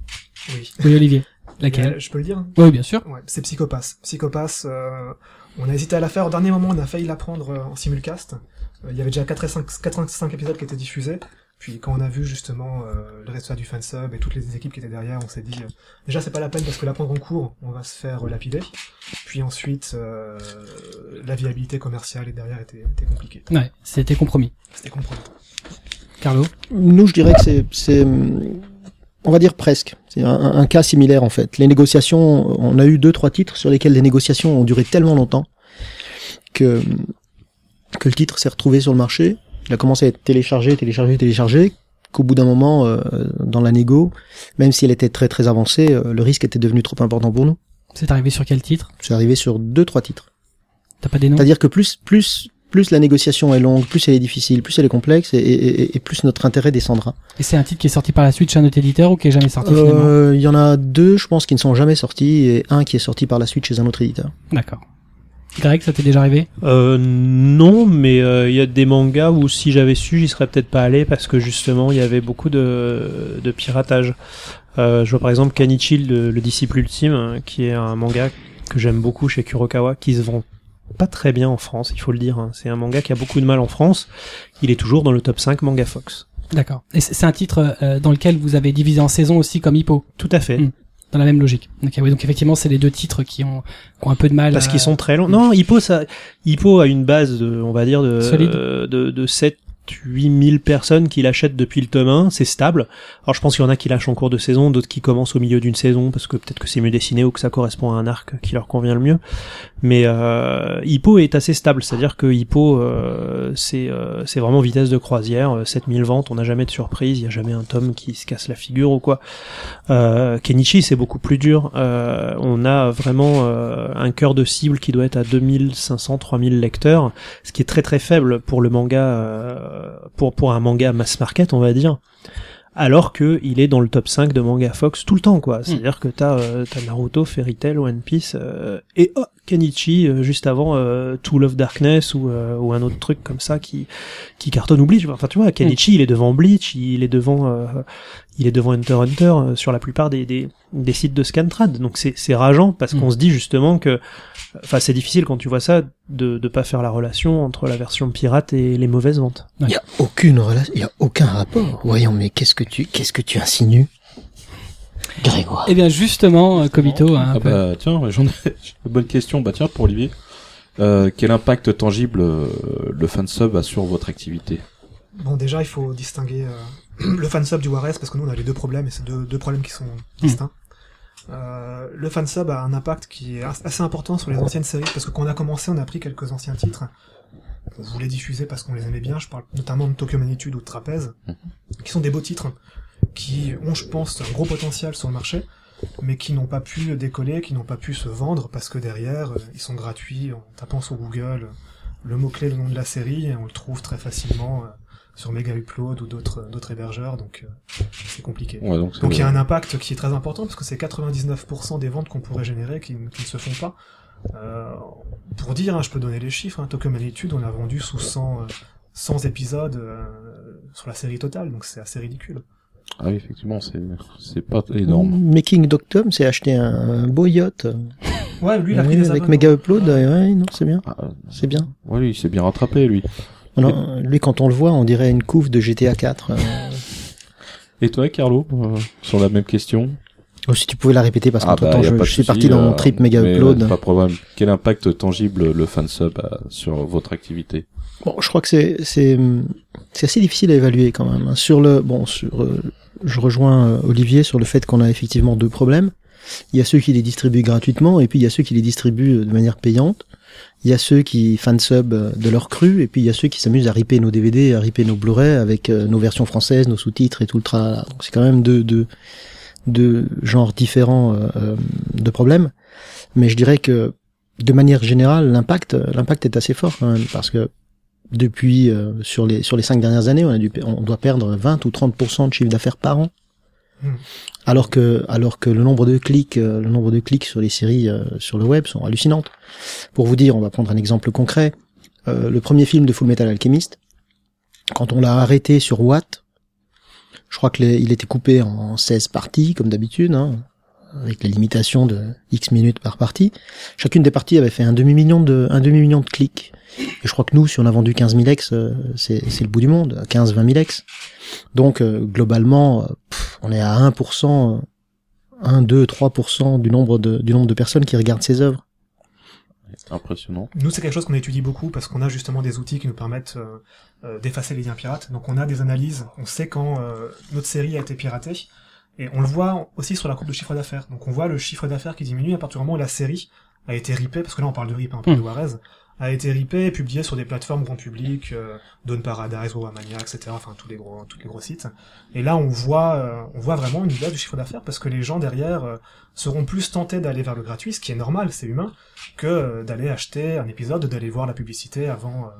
Oui, Olivier. Laquelle? Euh, je peux le dire. Oui, bien sûr. Ouais, c'est Psychopass. Psychopass, euh, on a hésité à la faire au dernier moment, on a failli la prendre euh, en simulcast. Euh, il y avait déjà quatre et cinq, quatre et cinq épisodes qui étaient diffusés. Puis quand on a vu justement euh, le résultat du fansub et toutes les équipes qui étaient derrière, on s'est dit euh, déjà c'est pas la peine parce que la prendre en cours, on va se faire euh, lapider. Puis ensuite euh, la viabilité commerciale et derrière était, était compliquée. Ouais, c'était compromis. C'était compromis. Carlo? Nous, je dirais que c'est, c'est, on va dire presque. C'est un, un cas similaire en fait. Les négociations, on a eu deux, trois titres sur lesquels les négociations ont duré tellement longtemps que que le titre s'est retrouvé sur le marché. Il a commencé à être téléchargé, téléchargé, téléchargé, qu'au bout d'un moment, euh, dans la négo, même si elle était très très avancée, euh, le risque était devenu trop important pour nous. C'est arrivé sur quel titre? C'est arrivé sur deux, trois titres. T'as pas des noms? C'est-à-dire que plus plus plus la négociation est longue, plus elle est difficile, plus elle est complexe, et, et, et plus notre intérêt descendra. Et c'est un titre qui est sorti par la suite chez un autre éditeur ou qui est jamais sorti finalement? Euh, il y en a deux, je pense, qui ne sont jamais sortis, et un qui est sorti par la suite chez un autre éditeur. D'accord. Greg, ça t'est déjà arrivé? Euh, non, mais il euh, y a des mangas où si j'avais su, j'y serais peut-être pas allé parce que justement, il y avait beaucoup de, de piratage. Euh, je vois par exemple Kanichi, le, le disciple ultime, hein, qui est un manga que j'aime beaucoup chez Kurokawa, qui se vend pas très bien en France, il faut le dire. Hein. C'est un manga qui a beaucoup de mal en France. Il est toujours dans le top cinq Manga Fox. D'accord. Et c'est un titre euh, dans lequel vous avez divisé en saisons aussi comme Hippo. Tout à fait. Mmh. Dans la même logique. Okay, oui, donc effectivement, c'est les deux titres qui ont, qui ont un peu de mal. Parce à... qu'ils sont très longs. Non, Hippo, ça, Hippo a une base de, on va dire, de, solide. Euh, de, de sept, huit mille personnes qui l'achètent depuis le tome un, c'est stable. Alors je pense qu'il y en a qui lâchent en cours de saison, d'autres qui commencent au milieu d'une saison parce que peut-être que c'est mieux dessiné ou que ça correspond à un arc qui leur convient le mieux. Mais euh, Hippo est assez stable, c'est-à-dire que Hippo euh, c'est euh, c'est vraiment vitesse de croisière, sept mille ventes, on n'a jamais de surprise, il y a jamais un tome qui se casse la figure ou quoi. Euh, Kenichi c'est beaucoup plus dur, euh, on a vraiment euh, un cœur de cible qui doit être à deux mille cinq cents trois mille lecteurs, ce qui est très très faible pour le manga euh, pour pour un manga mass market, on va dire. Alors que il est dans le top cinq de Manga Fox tout le temps, quoi. C'est-à-dire que t'as, euh, t'as Naruto, Fairy Tail, One Piece, euh, et oh, Kenichi, euh, juste avant, euh, Tool of Darkness, ou, euh, ou un autre truc comme ça qui, qui cartonne ou Bleach. Enfin, tu vois, Kenichi, mm. il est devant Bleach, il est devant, euh, il est devant Hunter x Hunter, euh, sur la plupart des, des, des sites de Scantrad. Donc c'est, c'est rageant, parce mm. qu'on se dit justement que, enfin, c'est difficile quand tu vois ça, de, de pas faire la relation entre la version pirate et les mauvaises ventes. Il y a aucune relation, il y a aucun rapport. Voyons, mais qu'est-ce que tu, qu'est-ce que tu insinues, Grégoire? Eh bien, justement, euh, Kobito, hein, un ah peu. bah, tiens, j'en ai une bonne question. Bah, tiens, pour Olivier. Euh, quel impact tangible euh, le fansub a sur votre activité? Bon, déjà, il faut distinguer euh, le fansub du Warez, parce que nous, on a les deux problèmes, et c'est deux, deux problèmes qui sont distincts. Mmh. Euh, le fansub a un impact qui est assez important sur les anciennes séries, parce que quand on a commencé, on a pris quelques anciens titres. On voulait diffuser parce qu'on les aimait bien, je parle notamment de Tokyo Magnitude ou de Trapèze, qui sont des beaux titres, qui ont, je pense, un gros potentiel sur le marché, mais qui n'ont pas pu décoller, qui n'ont pas pu se vendre, parce que derrière, ils sont gratuits, en tapant sur Google le mot-clé, le nom de la série, et on le trouve très facilement sur Mega Upload ou d'autres d'autres hébergeurs, donc euh, c'est compliqué. Ouais, donc donc il y a un impact qui est très important, parce que c'est quatre-vingt-dix-neuf pour cent des ventes qu'on pourrait générer qui, qui ne se font pas. Euh, pour dire, hein, je peux donner les chiffres, hein, Tokyo Magnitude, on a vendu sous cent, euh, cent épisodes euh, sur la série totale, donc c'est assez ridicule. Ah oui, effectivement, c'est c'est pas énorme. Making Doctom s'est acheté un, un beau yacht. Ouais, lui il a oui, pris des avec Mega Upload, ouais, ouais non, c'est bien. Ah, c'est bien. Ouais, lui, il s'est bien rattrapé, lui. Non, lui, quand on le voit, on dirait une couve de G T A quatre. Euh... Et toi, Carlo, euh, sur la même question? Oh, si tu pouvais la répéter, parce ah qu'entre bah, temps, je, je suis parti dans mon trip Mega mais, Upload. Euh, pas de problème. Quel impact tangible le fansub a sur votre activité? Bon, je crois que c'est c'est c'est assez difficile à évaluer quand même. Sur le bon, sur euh, je rejoins euh, Olivier sur le fait qu'on a effectivement deux problèmes. Il y a ceux qui les distribuent gratuitement, et puis il y a ceux qui les distribuent de manière payante. Il y a ceux qui fansub de leur cru, et puis il y a ceux qui s'amusent à ripper nos D V D, à ripper nos Blu-ray avec euh, nos versions françaises, nos sous-titres et tout le tralala. Donc c'est quand même deux deux deux genres différents euh, de problèmes. Mais je dirais que de manière générale, l'impact l'impact est assez fort quand même, parce que depuis euh, sur les sur les cinq dernières années, on a dû on doit perdre vingt ou trente pour cent de chiffre d'affaires par an. Mmh. Alors que alors que le nombre de clics euh, le nombre de clics sur les séries euh, sur le web sont hallucinantes. Pour vous dire, on va prendre un exemple concret. Euh, le premier film de Full Metal Alchemist, quand on l'a arrêté sur Watt, je crois que les, il était coupé en seize parties comme d'habitude, hein, avec la limitation de X minutes par partie. Chacune des parties avait fait un demi-million de un demi-million de clics. Et je crois que nous, si on a vendu quinze mille ex, euh, c'est c'est le bout du monde, quinze vingt mille ex. Donc euh, globalement, pff, on est à un pour cent, un, deux, trois pour cent du nombre de du nombre de personnes qui regardent ces œuvres. Impressionnant. Nous, c'est quelque chose qu'on étudie beaucoup, parce qu'on a justement des outils qui nous permettent euh, euh, d'effacer les liens pirates. Donc on a des analyses, on sait quand euh, notre série a été piratée, et on le voit aussi sur la courbe de chiffre d'affaires. Donc on voit le chiffre d'affaires qui diminue à partir du moment où la série a été ripée, parce que là on parle de rip, hein, on parle mmh. de Warez, a été ripé et publié sur des plateformes grand public, euh, Dawn Paradise, Wowamania, et cetera. Enfin, tous les gros, tous les gros sites. Et là, on voit, euh, on voit vraiment une baisse du chiffre d'affaires, parce que les gens derrière euh, seront plus tentés d'aller vers le gratuit, ce qui est normal, c'est humain, que euh, d'aller acheter un épisode, d'aller voir la publicité avant, euh,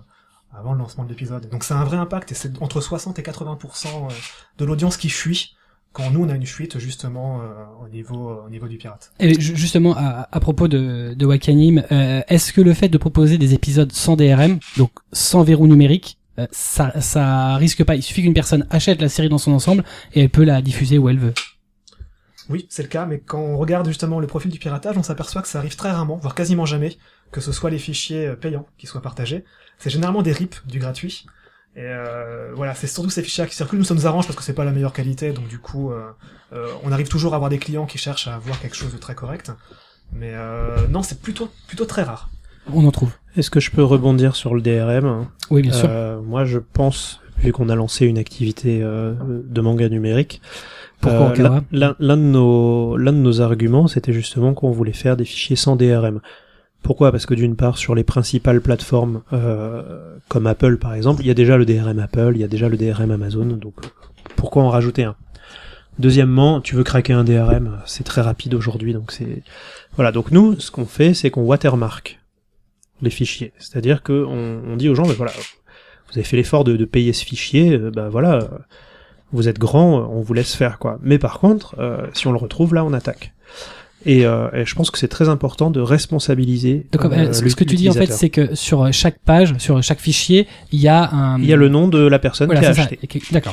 avant le lancement de l'épisode. Donc c'est un vrai impact, et c'est entre soixante et quatre-vingts pour cent de l'audience qui fuit, quand nous on a une fuite justement euh, au niveau au niveau du pirate. Et ju- justement à, à propos de, de Wakanim, euh, est-ce que le fait de proposer des épisodes sans D R M, donc sans verrou numérique, euh, ça ça risque pas, il suffit qu'une personne achète la série dans son ensemble et elle peut la diffuser où elle veut? Oui, c'est le cas, mais quand on regarde justement le profil du piratage, on s'aperçoit que ça arrive très rarement, voire quasiment jamais, que ce soit les fichiers payants qui soient partagés. C'est généralement des R I P, du gratuit. Et euh, voilà, c'est surtout ces fichiers qui circulent. Nous, ça nous arrange parce que c'est pas la meilleure qualité, donc du coup, euh, euh, on arrive toujours à avoir des clients qui cherchent à avoir quelque chose de très correct. Mais euh, non, c'est plutôt plutôt très rare. On en trouve. Est-ce que je peux rebondir sur le D R M? Oui, bien sûr. Euh, moi, je pense, vu qu'on a lancé une activité euh, de manga numérique, Pourquoi euh, Okawa l'un, l'un de nos l'un de nos arguments, c'était justement qu'on voulait faire des fichiers sans D R M. Pourquoi? Parce que d'une part, sur les principales plateformes euh, comme Apple par exemple, il y a déjà le D R M Apple, il y a déjà le D R M Amazon, donc pourquoi en rajouter un? Deuxièmement, tu veux craquer un D R M, c'est très rapide aujourd'hui, donc c'est voilà. Donc nous, ce qu'on fait, c'est qu'on watermark les fichiers, c'est-à-dire que on, on dit aux gens, ben voilà, vous avez fait l'effort de, de payer ce fichier, euh, ben voilà, euh, vous êtes grand, on vous laisse faire quoi. Mais par contre, euh, si on le retrouve là, on attaque. Et, euh, et je pense que c'est très important de responsabiliser. Donc, euh, ce que tu dis en fait, c'est que sur chaque page, sur chaque fichier, il y a un. Il y a le nom de la personne voilà, qui a c'est acheté. Ça. D'accord.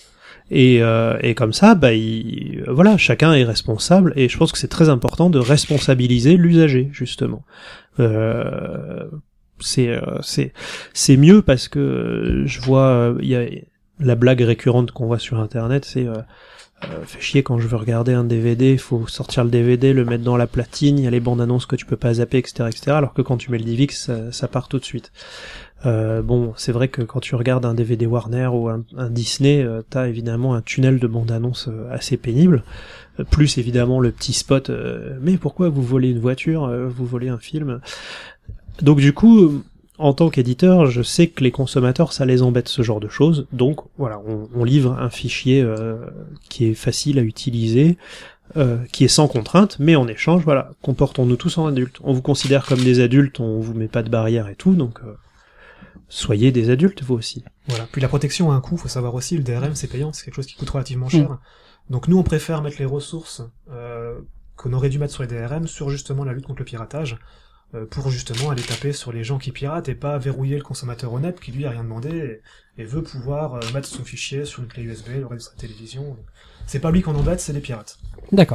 Et, euh, et comme ça, bah, il, voilà, chacun est responsable. Et je pense que c'est très important de responsabiliser l'usager, justement. Euh, c'est, euh, c'est, c'est mieux parce que je vois, il y a la blague récurrente qu'on voit sur Internet, c'est euh, Euh, fait chier quand je veux regarder un D V D, il faut sortir le D V D, le mettre dans la platine, il y a les bandes annonces que tu peux pas zapper, et cetera, et cetera. Alors que quand tu mets le D V X, ça, ça part tout de suite. Euh, bon, c'est vrai que quand tu regardes un D V D Warner ou un, un Disney, euh, t'as évidemment un tunnel de bandes annonces euh, assez pénible. Euh, plus évidemment le petit spot. Euh, mais pourquoi vous volez une voiture, euh, vous volez un film. Donc du coup. En tant qu'éditeur, je sais que les consommateurs, ça les embête ce genre de choses. Donc voilà, on, on livre un fichier euh, qui est facile à utiliser, euh, qui est sans contrainte, mais en échange, voilà, comportons-nous tous en adultes. On vous considère comme des adultes, on vous met pas de barrière et tout, donc euh, soyez des adultes vous aussi. Voilà. Puis la protection a un coût, faut savoir aussi, le D R M c'est payant, c'est quelque chose qui coûte relativement cher. Mmh. Donc nous on préfère mettre les ressources euh, qu'on aurait dû mettre sur les D R M sur justement la lutte contre le piratage, pour justement aller taper sur les gens qui piratent et pas verrouiller le consommateur honnête qui lui a rien demandé et, et veut pouvoir euh, mettre son fichier sur une clé U S B, le reste de sa télévision. Donc, c'est pas lui qu'on embête, c'est les pirates. D'accord.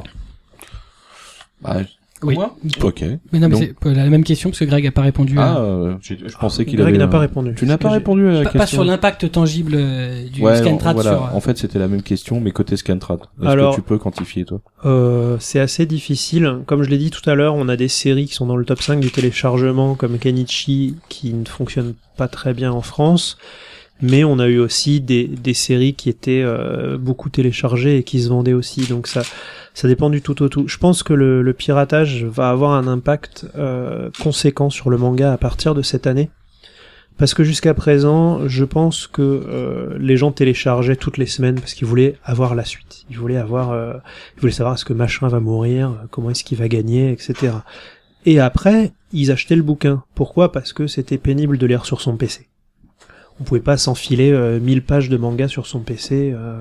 Bah, oui. Moi ok. Mais non, mais Donc... c'est la même question parce que Greg a pas répondu. Ah, à... euh, je pensais ah, qu'il Greg avait. n'a un... pas répondu. Tu n'as pas j'ai... répondu à la pas, question. Pas sur l'impact tangible euh, du ouais, Scantrad voilà. sur. En fait, c'était la même question, mais côté Scantrad. Est-ce Alors, que tu peux quantifier, toi? Euh, c'est assez difficile. Comme je l'ai dit tout à l'heure, on a des séries qui sont dans le top cinq du téléchargement, comme Kenichi, qui ne fonctionnent pas très bien en France. Mais on a eu aussi des, des séries qui étaient euh, beaucoup téléchargées et qui se vendaient aussi. Donc ça, ça dépend du tout au tout. Je pense que le, le piratage va avoir un impact euh, conséquent sur le manga à partir de cette année. Parce que jusqu'à présent, je pense que euh, les gens téléchargeaient toutes les semaines parce qu'ils voulaient avoir la suite. Ils voulaient avoir, euh, ils voulaient savoir est-ce que machin va mourir, comment est-ce qu'il va gagner, et cetera. Et après, ils achetaient le bouquin. Pourquoi ? Parce que c'était pénible de lire sur son P C. On pouvait pas s'enfiler euh, mille pages de manga sur son P C, euh,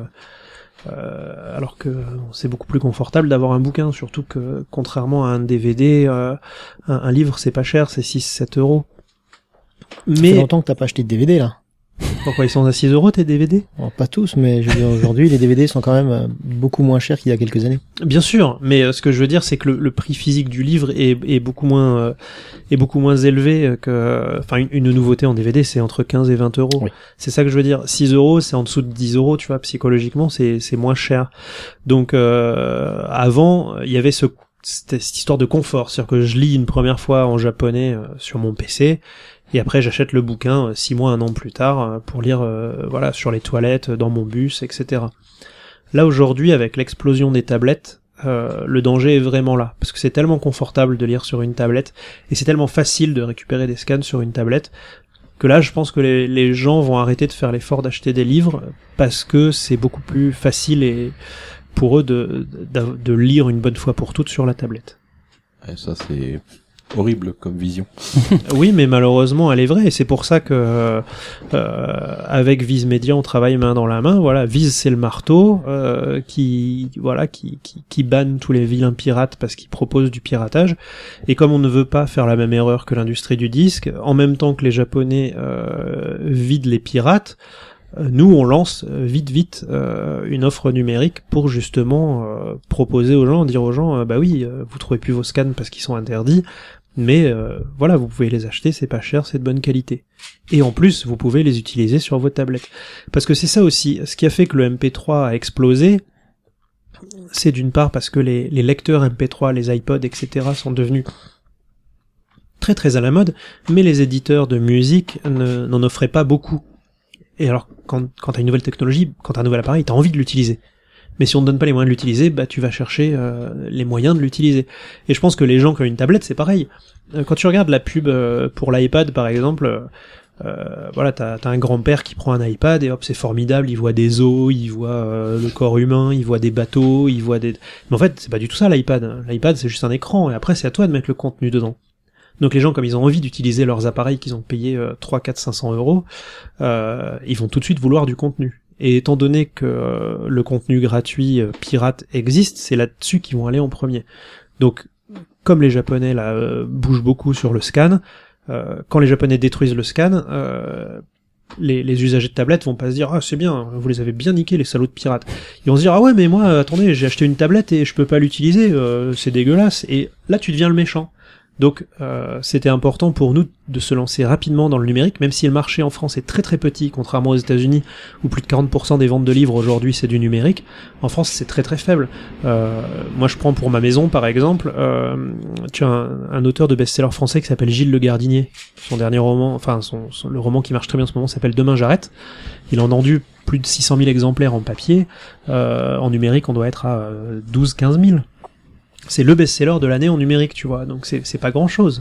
euh, alors que c'est beaucoup plus confortable d'avoir un bouquin, surtout que contrairement à un D V D, euh, un, un livre c'est pas cher, c'est six sept euros. Mais... Ça fait longtemps que t'as pas acheté de D V D là. Pourquoi ils sont à six euros tes D V D ? Bon, pas tous, mais je veux dire aujourd'hui les D V D sont quand même beaucoup moins chers qu'il y a quelques années. Bien sûr, mais euh, ce que je veux dire c'est que le, le prix physique du livre est, est beaucoup moins euh, est beaucoup moins élevé que, enfin une, une nouveauté en D V D c'est entre quinze et vingt euros. Oui. C'est ça que je veux dire. six euros c'est en dessous de dix euros, tu vois, psychologiquement c'est c'est moins cher. Donc euh, avant il y avait ce cette, cette histoire de confort, c'est-à-dire que je lis une première fois en japonais euh, sur mon P C. Et après, j'achète le bouquin euh, six mois, un an plus tard euh, pour lire, euh, voilà, sur les toilettes, dans mon bus, et cetera. Là aujourd'hui, avec l'explosion des tablettes, euh, le danger est vraiment là, parce que c'est tellement confortable de lire sur une tablette, et c'est tellement facile de récupérer des scans sur une tablette, que là, je pense que les, les gens vont arrêter de faire l'effort d'acheter des livres, parce que c'est beaucoup plus facile et pour eux de, de, de lire une bonne fois pour toutes sur la tablette. Et ça, c'est... horrible comme vision. Oui, mais malheureusement, elle est vraie. Et c'est pour ça que euh, euh, avec Viz Media, on travaille main dans la main. Voilà, Viz, c'est le marteau euh, qui, voilà, qui, qui, qui banne tous les vilains pirates parce qu'ils proposent du piratage. Et comme on ne veut pas faire la même erreur que l'industrie du disque, en même temps que les Japonais euh, vident les pirates, nous, on lance euh, vite, vite euh, une offre numérique pour justement euh, proposer aux gens, dire aux gens, euh, bah oui, euh, vous trouvez plus vos scans parce qu'ils sont interdits, mais euh, voilà, vous pouvez les acheter, c'est pas cher, c'est de bonne qualité. Et en plus, vous pouvez les utiliser sur vos tablettes. Parce que c'est ça aussi, ce qui a fait que le M P trois a explosé, c'est d'une part parce que les, les lecteurs M P trois, les iPods, et cetera sont devenus très très à la mode, mais les éditeurs de musique ne, n'en offraient pas beaucoup. Et alors, quand, quand t'as une nouvelle technologie, quand t'as un nouvel appareil, t'as envie de l'utiliser. Mais si on te donne pas les moyens de l'utiliser, bah tu vas chercher euh, les moyens de l'utiliser. Et je pense que les gens qui ont une tablette, c'est pareil. Euh, quand tu regardes la pub euh, pour l'iPad, par exemple, euh, voilà, t'as, t'as un grand-père qui prend un iPad et hop, c'est formidable, il voit des os, il voit euh, le corps humain, il voit des bateaux, il voit des... Mais en fait, c'est pas du tout ça l'iPad. L'iPad, c'est juste un écran, et après, c'est à toi de mettre le contenu dedans. Donc les gens, comme ils ont envie d'utiliser leurs appareils qu'ils ont payé euh, trois, quatre, cinq cents euros, euh, ils vont tout de suite vouloir du contenu. Et étant donné que euh, le contenu gratuit euh, pirate existe, c'est là-dessus qu'ils vont aller en premier. Donc, comme les Japonais là euh, bougent beaucoup sur le scan, euh, quand les Japonais détruisent le scan, euh, les, les usagers de tablettes vont pas se dire ah c'est bien, vous les avez bien niqués les salauds de pirates. Ils vont se dire ah ouais mais moi euh, attendez j'ai acheté une tablette et je peux pas l'utiliser, euh, c'est dégueulasse. Et là tu deviens le méchant. Donc euh, c'était important pour nous de se lancer rapidement dans le numérique, même si le marché en France est très très petit, contrairement aux États-Unis où plus de quarante pour cent des ventes de livres aujourd'hui c'est du numérique. En France c'est très très faible. Euh, moi je prends pour ma maison par exemple, euh, tu as un, un auteur de best-seller français qui s'appelle Gilles Le Gardinier. Son dernier roman, enfin son, son, le roman qui marche très bien en ce moment s'appelle Demain j'arrête. Il en a vendu plus de six cent mille exemplaires en papier. Euh, en numérique on doit être à euh, douze à quinze mille. C'est le best-seller de l'année en numérique, tu vois, donc c'est, c'est pas grand-chose.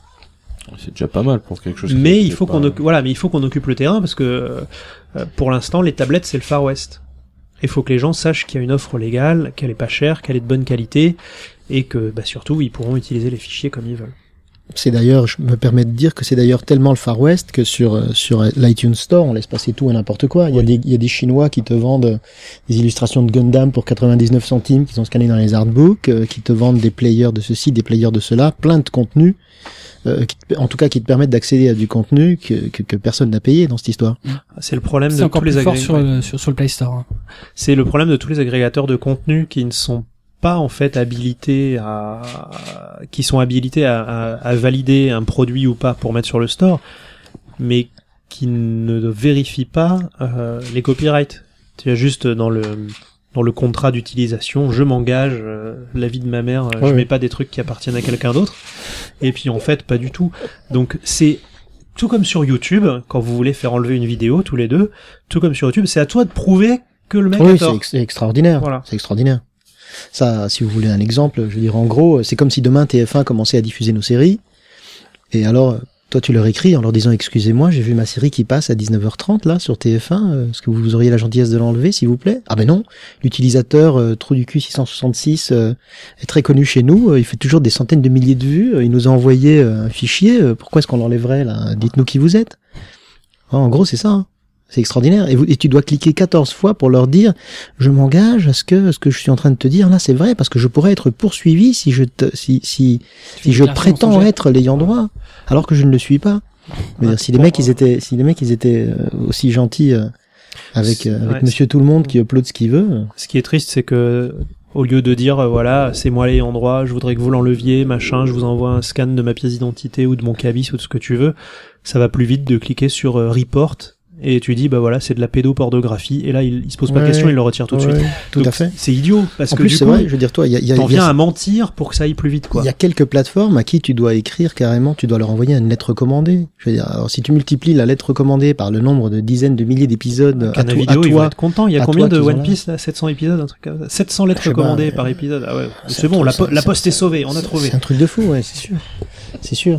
C'est déjà pas mal pour quelque chose. Mais il faut pas... qu'on occupe, voilà, mais il faut qu'on occupe le terrain parce que euh, pour l'instant, les tablettes c'est le Far West. Il faut que les gens sachent qu'il y a une offre légale, qu'elle est pas chère, qu'elle est de bonne qualité, et que bah, surtout ils pourront utiliser les fichiers comme ils veulent. C'est d'ailleurs, je me permets de dire que c'est d'ailleurs tellement le Far West que sur sur l'iTunes Store, on laisse passer tout et n'importe quoi. Il y a des il y a des Chinois qui te vendent des illustrations de Gundam pour quatre-vingt-dix-neuf centimes qu'ils ont scanné dans les artbooks, euh, qui te vendent des players de ceci, des players de cela, plein de contenus, euh, qui te, en tout cas qui te permettent d'accéder à du contenu que que, que personne n'a payé dans cette histoire. C'est le problème c'est de encore tous les plus fort agrégateurs. sur, le, sur sur le Play Store. Hein. C'est le problème de tous les agrégateurs de contenu qui ne sont pas en fait habilités à, qui sont habilités à, à, à valider un produit ou pas pour mettre sur le store, mais qui ne vérifient pas euh, les copyrights. Tu as juste dans le dans le contrat d'utilisation, je m'engage, euh, la vie de ma mère, euh, ouais, je mets ouais. pas des trucs qui appartiennent à quelqu'un d'autre. Et puis en fait, pas du tout. Donc c'est tout comme sur YouTube, quand vous voulez faire enlever une vidéo tous les deux, tout comme sur YouTube, c'est à toi de prouver que le mec a Oui, tort. c'est, ex- c'est extraordinaire. Voilà. C'est extraordinaire. Ça, si vous voulez un exemple, je veux dire, en gros, c'est comme si demain T F un commençait à diffuser nos séries, et alors, toi tu leur écris en leur disant, excusez-moi, j'ai vu ma série qui passe à dix-neuf heures trente, là, sur T F un, euh, est-ce que vous auriez la gentillesse de l'enlever, s'il vous plaît? Ah ben non, l'utilisateur, euh, trou du cul six cent soixante-six, euh, est très connu chez nous, euh, il fait toujours des centaines de milliers de vues, euh, il nous a envoyé euh, un fichier, euh, pourquoi est-ce qu'on l'enlèverait, là? Dites-nous qui vous êtes. Ah, en gros, c'est ça, hein. C'est extraordinaire. Et, vous, et tu dois cliquer quatorze fois pour leur dire, je m'engage à ce que ce que je suis en train de te dire là, c'est vrai, parce que je pourrais être poursuivi si je te, si si si je prétends être l'ayant droit, alors que je ne le suis pas. Je veux dire, si les mecs ils étaient, si les mecs ils étaient euh, aussi gentils euh, avec euh, avec Ouais, Monsieur Tout le Monde qui upload ce qu'il veut. euh, Ce qui est triste, c'est que au lieu de dire euh, voilà, c'est moi l'ayant droit, je voudrais que vous l'enleviez, machin, je vous envoie un scan de ma pièce d'identité ou de mon cabis ou de ce que tu veux, ça va plus vite de cliquer sur euh, report et tu dis bah voilà, c'est de la pédopornographie et là il, il se pose pas de Ouais, question, il le retire tout de ouais, suite. tout Donc, à fait. C'est idiot parce En que plus, du c'est coup, vrai. Je veux dire, toi, il y a, il y a, t'en il y a- viens à mentir pour que ça aille plus vite, quoi. Il y a quelques plateformes à qui tu dois écrire carrément, tu dois leur envoyer une lettre recommandée. Je veux dire, alors si tu multiplies la lettre recommandée par le nombre de dizaines de milliers d'épisodes à, Canal to- Vidéo, à ils vont toi, être contents. Il y a à combien toi de qu'ils ont One là. Piece là, sept cents épisodes, un truc comme ça. sept cents lettres Je sais pas, recommandées mais- par épisode. Ah ouais, c'est c'est un bon, truc- la, po- c'est- la c'est- poste est sauvée, on a trouvé. c'est un truc de fou, ouais, c'est sûr. C'est sûr.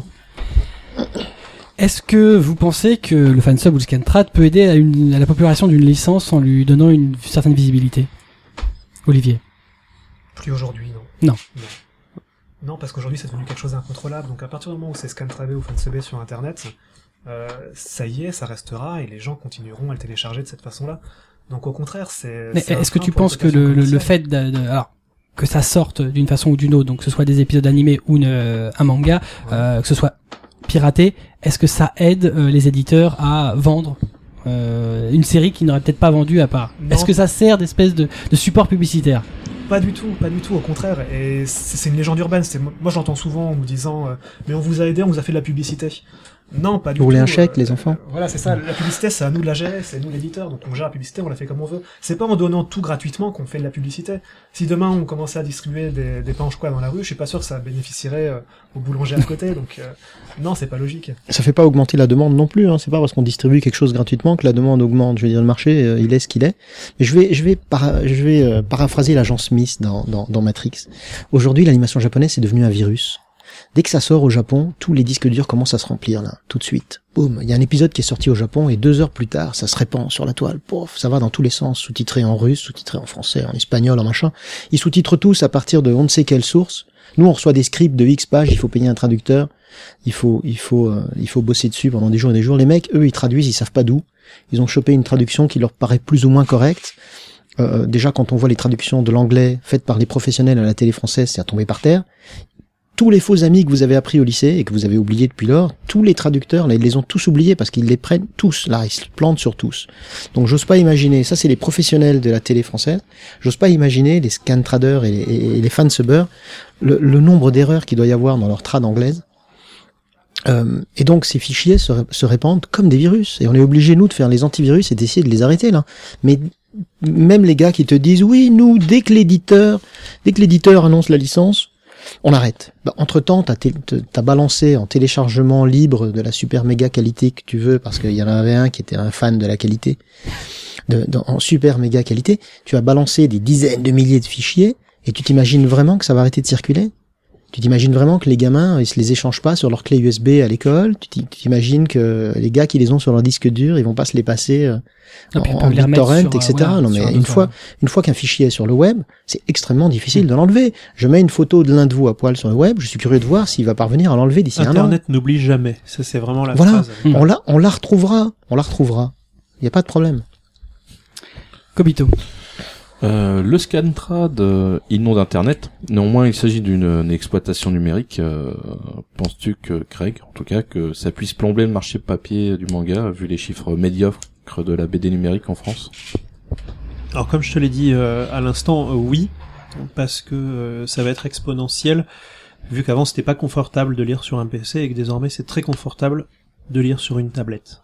Est-ce que vous pensez que le fansub ou le scantrad peut aider à, une, à la popularisation d'une licence en lui donnant une certaine visibilité? Olivier? Plus aujourd'hui, non. Non. Non, parce qu'aujourd'hui c'est devenu quelque chose d'incontrôlable. Donc à partir du moment où c'est scantrabé ou fansubé sur Internet, euh, ça y est, ça restera et les gens continueront à le télécharger de cette façon-là. Donc au contraire, c'est. Mais c'est est-ce que tu penses que le, le, le fait de, de alors que ça sorte d'une façon ou d'une autre, donc que ce soit des épisodes animés ou une, euh, un manga, ouais. euh, que ce soit piraté, est-ce que ça aide euh, les éditeurs à vendre euh, une série qui n'aurait peut-être pas vendu à part? Non. Est-ce que ça sert d'espèce de, de support publicitaire? Pas du tout, pas du tout, au contraire. Et c'est, c'est une légende urbaine. C'est, moi, j'entends souvent en nous disant euh, « Mais on vous a aidé, on vous a fait de la publicité ». Non, pas du vous tout. voulez un chèque, euh, les enfants? euh, Voilà, c'est ça. La publicité, c'est à nous de la gérer, c'est nous l'éditeur. Donc on gère la publicité, on la fait comme on veut. C'est pas en donnant tout gratuitement qu'on fait de la publicité. Si demain on commençait à distribuer des, des pains au chocolat dans la rue, je suis pas sûr que ça bénéficierait euh, au boulanger à côté. Donc euh, non, c'est pas logique. Ça fait pas augmenter la demande non plus. Hein. C'est pas parce qu'on distribue quelque chose gratuitement que la demande augmente. Je veux dire, le marché, euh, il est ce qu'il est. Mais je vais, je vais, para, je vais euh, paraphraser l'agent Smith dans, dans, dans Matrix. Aujourd'hui, l'animation japonaise c'est devenu un virus. Dès que ça sort au Japon, tous les disques durs commencent à se remplir, là, tout de suite. Boum, il y a un épisode qui est sorti au Japon et deux heures plus tard, ça se répand sur la toile. Pouf, ça va dans tous les sens, sous-titré en russe, sous-titré en français, en espagnol, en machin. Ils sous-titrent tous à partir de on ne sait quelle source. Nous, on reçoit des scripts de X pages, il faut payer un traducteur, il faut, il faut, euh, il faut bosser dessus pendant des jours et des jours. Les mecs, eux, ils traduisent, ils savent pas d'où. Ils ont chopé une traduction qui leur paraît plus ou moins correcte. Euh, déjà, quand on voit les traductions de l'anglais faites par les professionnels à la télé française, c'est à tomber par terre. Tous les faux amis que vous avez appris au lycée et que vous avez oubliés depuis lors, tous les traducteurs, là, ils les ont tous oubliés parce qu'ils les prennent tous, là, ils se plantent sur tous. Donc j'ose pas imaginer, ça c'est les professionnels de la télé française, j'ose pas imaginer les scan traders et les, et les fansubbers, le, le nombre d'erreurs qu'il doit y avoir dans leur trad anglaise. Euh, et donc ces fichiers se, se répandent comme des virus, et on est obligé nous de faire les antivirus et d'essayer de les arrêter là. Mais même les gars qui te disent oui, nous, dès que l'éditeur, dès que l'éditeur annonce la licence, on arrête. Bah, entre-temps, t'as, t- t'as balancé en téléchargement libre de la super méga qualité que tu veux, parce qu'il y en avait un qui était un fan de la qualité, de, de, en super méga qualité, tu as balancé des dizaines de milliers de fichiers, et tu t'imagines vraiment que ça va arrêter de circuler? Tu t'imagines vraiment que les gamins, ils se les échangent pas sur leur clé U S B à l'école? Tu t'imagines que les gars qui les ont sur leur disque dur, ils vont pas se les passer euh, en, en BitTorrent, et cetera. Euh, ouais, non, mais une fois, une fois qu'un fichier est sur le web, c'est extrêmement difficile mmh. de l'enlever. Je mets une photo de l'un de vous à poil sur le web, je suis curieux de voir s'il va parvenir à l'enlever d'ici Internet un an. Internet n'oublie jamais. Ça, c'est vraiment la voilà. phrase. Voilà. On la, on la retrouvera. On la retrouvera. Il y a pas de problème. Kobito. Euh, le scantrad euh, inonde Internet. Néanmoins, il s'agit d'une une exploitation numérique. Euh, penses-tu que, Craig, en tout cas, que ça puisse plomber le marché papier du manga, vu les chiffres médiocres de la B D numérique en France? Alors, comme je te l'ai dit euh, à l'instant, euh, oui, parce que euh, ça va être exponentiel, vu qu'avant c'était pas confortable de lire sur un P C et que désormais c'est très confortable de lire sur une tablette.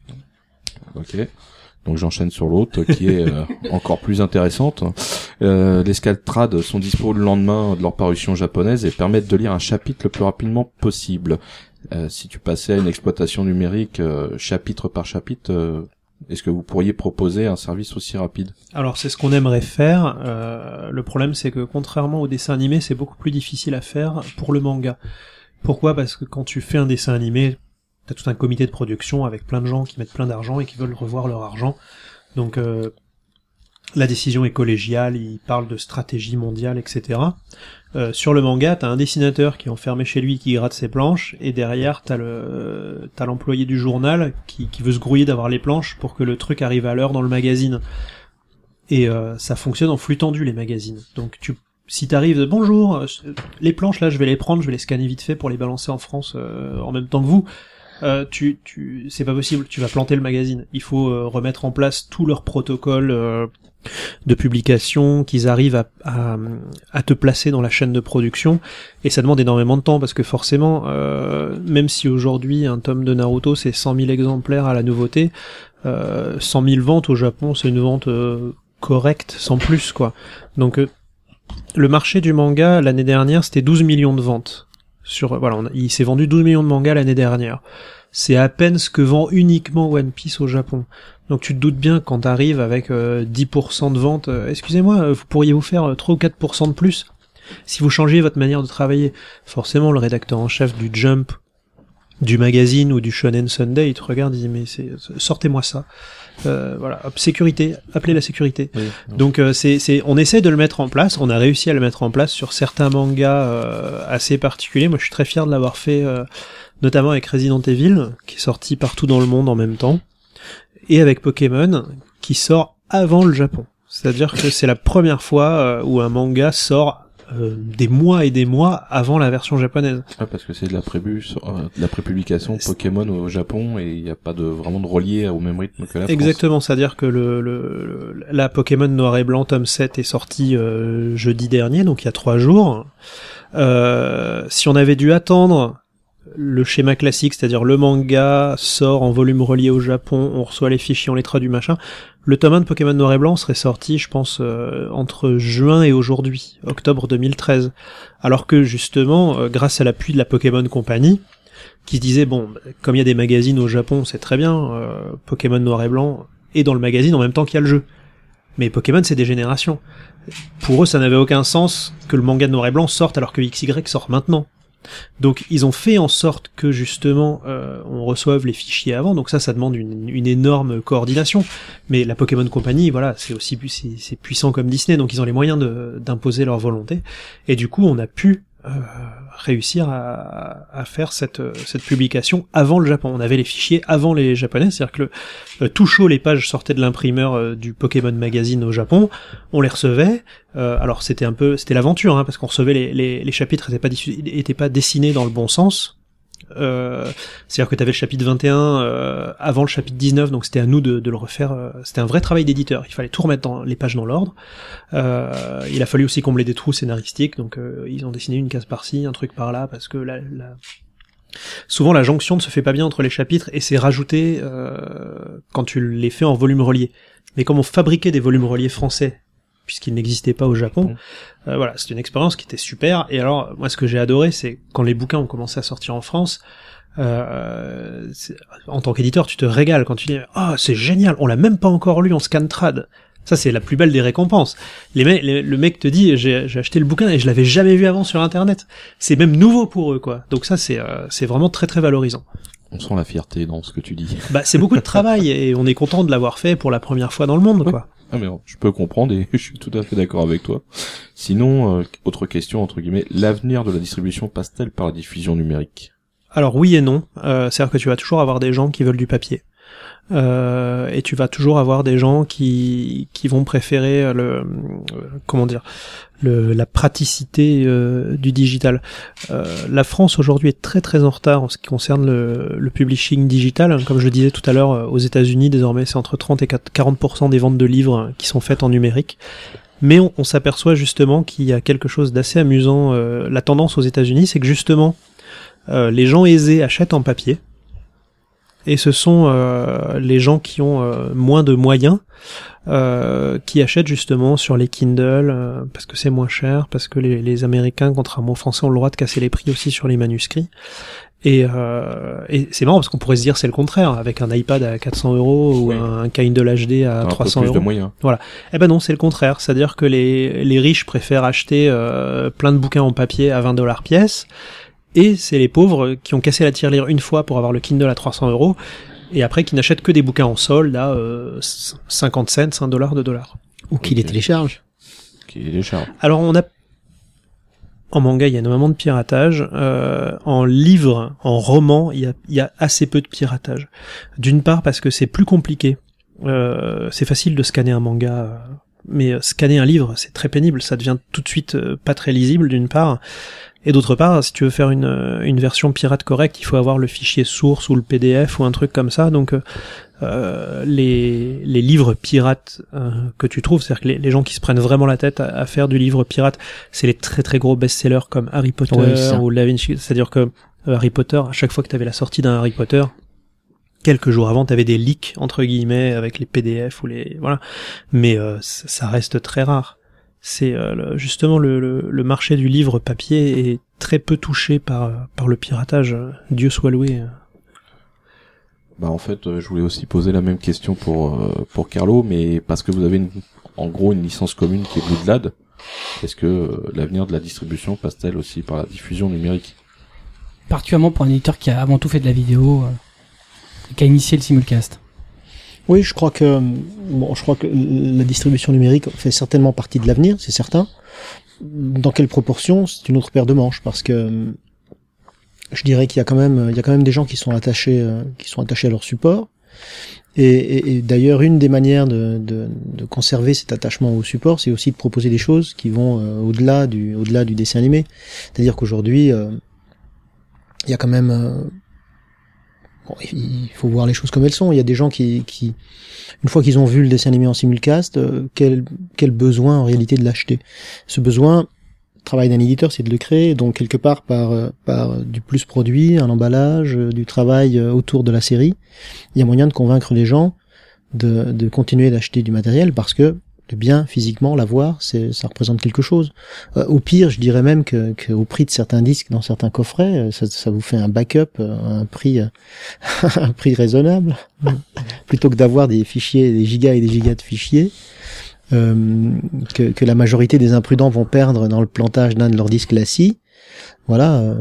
Ok. Donc j'enchaîne sur l'autre qui est euh, encore plus intéressante. Euh, les scantrad sont dispo le lendemain de leur parution japonaise et permettent de lire un chapitre le plus rapidement possible. Euh, si tu passais à une exploitation numérique euh, chapitre par chapitre, euh, est-ce que vous pourriez proposer un service aussi rapide? Alors c'est ce qu'on aimerait faire. Euh, le problème c'est que contrairement au dessin animé, c'est beaucoup plus difficile à faire pour le manga. Pourquoi? Parce que quand tu fais un dessin animé, t'as tout un comité de production avec plein de gens qui mettent plein d'argent et qui veulent revoir leur argent. Donc euh, la décision est collégiale, ils parlent de stratégie mondiale, et cetera. Euh, sur le manga, t'as un dessinateur qui est enfermé chez lui, qui gratte ses planches, et derrière t'as le t'as l'employé du journal qui, qui veut se grouiller d'avoir les planches pour que le truc arrive à l'heure dans le magazine. Et euh, ça fonctionne en flux tendu, les magazines. Donc tu si t'arrives de bonjour, les planches là je vais les prendre, je vais les scanner vite fait pour les balancer en France euh, en même temps que vous. Euh, tu, tu, c'est pas possible, tu vas planter le magazine. Il faut euh, remettre en place tout leur protocole euh, de publication, qu'ils arrivent à, à, à te placer dans la chaîne de production, et ça demande énormément de temps, parce que forcément, euh, même si aujourd'hui un tome de Naruto c'est cent mille exemplaires à la nouveauté, euh, cent mille ventes au Japon c'est une vente euh, correcte, sans plus, quoi. Donc euh, le marché du manga l'année dernière c'était douze millions de ventes. Sur, voilà, on a, il s'est vendu douze millions de mangas l'année dernière. C'est à peine ce que vend uniquement One Piece au Japon. Donc tu te doutes bien quand t'arrives avec euh, dix pour cent de vente, euh, excusez-moi, vous pourriez vous faire euh, trois ou quatre pour cent de plus si vous changiez votre manière de travailler. Forcément, le rédacteur en chef du Jump du magazine ou du Shonen Sunday, ils te regardent, ils disent mais c'est sortez-moi ça. Euh, voilà, hop, sécurité, appelez la sécurité. Oui, Donc euh, c'est c'est on essaie de le mettre en place, on a réussi à le mettre en place sur certains mangas euh, assez particuliers. Moi je suis très fier de l'avoir fait euh, notamment avec Resident Evil qui est sorti partout dans le monde en même temps et avec Pokémon qui sort avant le Japon. C'est-à-dire que c'est la première fois euh, où un manga sort Euh, des mois et des mois avant la version japonaise. Ah, parce que c'est de la prébu, euh, de la prépublication Pokémon au Japon et il n'y a pas de vraiment de relié au même rythme que la France. Exactement, c'est-à-dire que le, le, le la Pokémon Noir et Blanc tome sept est sorti euh, jeudi dernier, donc il y a trois jours. Euh, si on avait dû attendre le schéma classique, c'est-à-dire le manga sort en volume relié au Japon, on reçoit les fichiers, on les traduit, machin. Le tome un de Pokémon Noir et Blanc serait sorti, je pense, euh, entre juin et aujourd'hui, octobre deux mille treize. Alors que, justement, euh, grâce à l'appui de la Pokémon Company, qui se disait, bon, comme il y a des magazines au Japon, c'est très bien, euh, Pokémon Noir et Blanc est dans le magazine en même temps qu'il y a le jeu. Mais Pokémon, c'est des générations. Pour eux, ça n'avait aucun sens que le manga de Noir et Blanc sorte alors que X Y sort maintenant. Donc ils ont fait en sorte que justement euh, on reçoive les fichiers avant, donc ça ça demande une, une énorme coordination, mais la Pokémon Company voilà c'est aussi c'est, c'est puissant comme Disney, donc ils ont les moyens de, d'imposer leur volonté, et du coup on a pu euh, réussir à, à faire cette, cette publication avant le Japon. On avait les fichiers avant les Japonais, c'est-à-dire que le, euh, tout chaud les pages sortaient de l'imprimeur euh, du Pokémon Magazine au Japon, on les recevait. Euh, alors c'était un peu, c'était l'aventure, hein, parce qu'on recevait les, les, les chapitres étaient pas, étaient pas dessinés dans le bon sens. Euh, c'est-à-dire que tu avais le chapitre vingt et un euh, avant le chapitre dix-neuf, donc c'était à nous de, de le refaire. Euh, c'était un vrai travail d'éditeur. Il fallait tout remettre dans les pages dans l'ordre. Euh, il a fallu aussi combler des trous scénaristiques, donc euh, ils ont dessiné une case par-ci, un truc par-là, parce que la, la... souvent la jonction ne se fait pas bien entre les chapitres et c'est rajouté euh, quand tu les fais en volume relié. Mais comme on fabriquait des volumes reliés français, puisqu'il n'existait pas au Japon, euh, voilà, c'est une expérience qui était super. Et alors, moi, ce que j'ai adoré, c'est quand les bouquins ont commencé à sortir en France, euh, en tant qu'éditeur, tu te régales quand tu dis « Ah, oh, c'est génial, on l'a même pas encore lu en scan-trad ». Ça, c'est la plus belle des récompenses. Les me- les, le mec te dit j'ai, j'ai acheté le bouquin et je l'avais jamais vu avant sur Internet. C'est même nouveau pour eux, quoi. Donc ça, c'est, euh, c'est vraiment très très valorisant. On sent la fierté dans ce que tu dis. Bah, c'est beaucoup de travail et on est content de l'avoir fait pour la première fois dans le monde, quoi. Ah mais je peux comprendre et je suis tout à fait d'accord avec toi. Sinon, euh, autre question entre guillemets, l'avenir de la distribution passe-t-elle par la diffusion numérique ? Alors oui et non. Euh, c'est-à-dire que tu vas toujours avoir des gens qui veulent du papier. Euh, et tu vas toujours avoir des gens qui qui vont préférer le euh, comment dire le la praticité euh, du digital. Euh, la France aujourd'hui est très très en retard en ce qui concerne le, le publishing digital. Comme je le disais tout à l'heure, aux États-Unis désormais c'est entre trente et quarante pour cent des ventes de livres qui sont faites en numérique. Mais on, on s'aperçoit justement qu'il y a quelque chose d'assez amusant. Euh, la tendance aux États-Unis, c'est que justement euh, les gens aisés achètent en papier. Et ce sont euh, les gens qui ont euh, moins de moyens euh, qui achètent justement sur les Kindle euh, parce que c'est moins cher, parce que les, les Américains, contrairement aux Français, ont le droit de casser les prix aussi sur les manuscrits. Et, euh, et c'est marrant parce qu'on pourrait se dire c'est le contraire, avec un iPad à quatre cents euros ou oui. un Kindle H D à un trois cents peu plus euros. de moyens. Voilà. Eh ben non, c'est le contraire. C'est-à-dire que les, les riches préfèrent acheter euh, plein de bouquins en papier à vingt dollars pièce. Et c'est les pauvres qui ont cassé la tirelire une fois pour avoir le Kindle à trois cents euros, et après qui n'achètent que des bouquins en solde à euh, cinquante cents, un dollar, deux dollars. Ou qui les téléchargent. Qui les charge. Alors on a... En manga, il y a énormément de piratage. Euh, en livre, en roman, il y a, il y a assez peu de piratage. D'une part parce que c'est plus compliqué. Euh, c'est facile de scanner un manga... Euh... mais scanner un livre, c'est très pénible, ça devient tout de suite euh, pas très lisible d'une part, et d'autre part, si tu veux faire une, une version pirate correcte, il faut avoir le fichier source ou le P D F ou un truc comme ça, donc euh, les, les livres pirates euh, que tu trouves, c'est-à-dire que les, les gens qui se prennent vraiment la tête à, à faire du livre pirate, c'est les très très gros best-sellers comme Harry Potter oui, ou Da Vinci, c'est-à-dire que euh, Harry Potter, à chaque fois que tu avais la sortie d'un Harry Potter, quelques jours avant, t'avais des leaks entre guillemets avec les P D F ou les voilà, mais euh, ça, ça reste très rare. C'est euh, le, justement le, le, le marché du livre papier est très peu touché par par le piratage. Dieu soit loué. Bah en fait, euh, je voulais aussi poser la même question pour euh, pour Carlo, mais parce que vous avez une, en gros une licence commune qui est Bloodlad. Est-ce que euh, l'avenir de la distribution passe-t-elle aussi par la diffusion numérique ? particulièrement pour un éditeur qui a avant tout fait de la vidéo, euh, qui a initié le simulcast. Oui, je crois que bon, je crois que la distribution numérique fait certainement partie de l'avenir, c'est certain. Dans quelle proportion, c'est une autre paire de manches, parce que je dirais qu'il y a quand même, il y a quand même des gens qui sont attachés, euh, qui sont attachés à leur support. Et, et, et d'ailleurs, une des manières de, de, de conserver cet attachement au support, c'est aussi de proposer des choses qui vont euh, au-delà du, au-delà du dessin animé. C'est-à-dire qu'aujourd'hui, euh, il y a quand même euh, bon, il faut voir les choses comme elles sont. Il y a des gens qui, qui une fois qu'ils ont vu le dessin animé en simulcast, euh, quel, quel besoin en réalité de l'acheter. Ce besoin, le travail d'un éditeur, c'est de le créer. Donc quelque part par, euh, par du plus produit, un emballage, euh, du travail euh, autour de la série, il y a moyen de convaincre les gens de, de continuer d'acheter du matériel parce que de bien physiquement l'avoir, c'est, ça représente quelque chose. Euh, au pire, je dirais même que, que au prix de certains disques dans certains coffrets, ça, ça vous fait un backup à un prix, un prix raisonnable, plutôt que d'avoir des fichiers, des gigas et des gigas de fichiers euh, que, que la majorité des imprudents vont perdre dans le plantage d'un de leurs disques lassis. Voilà. Euh.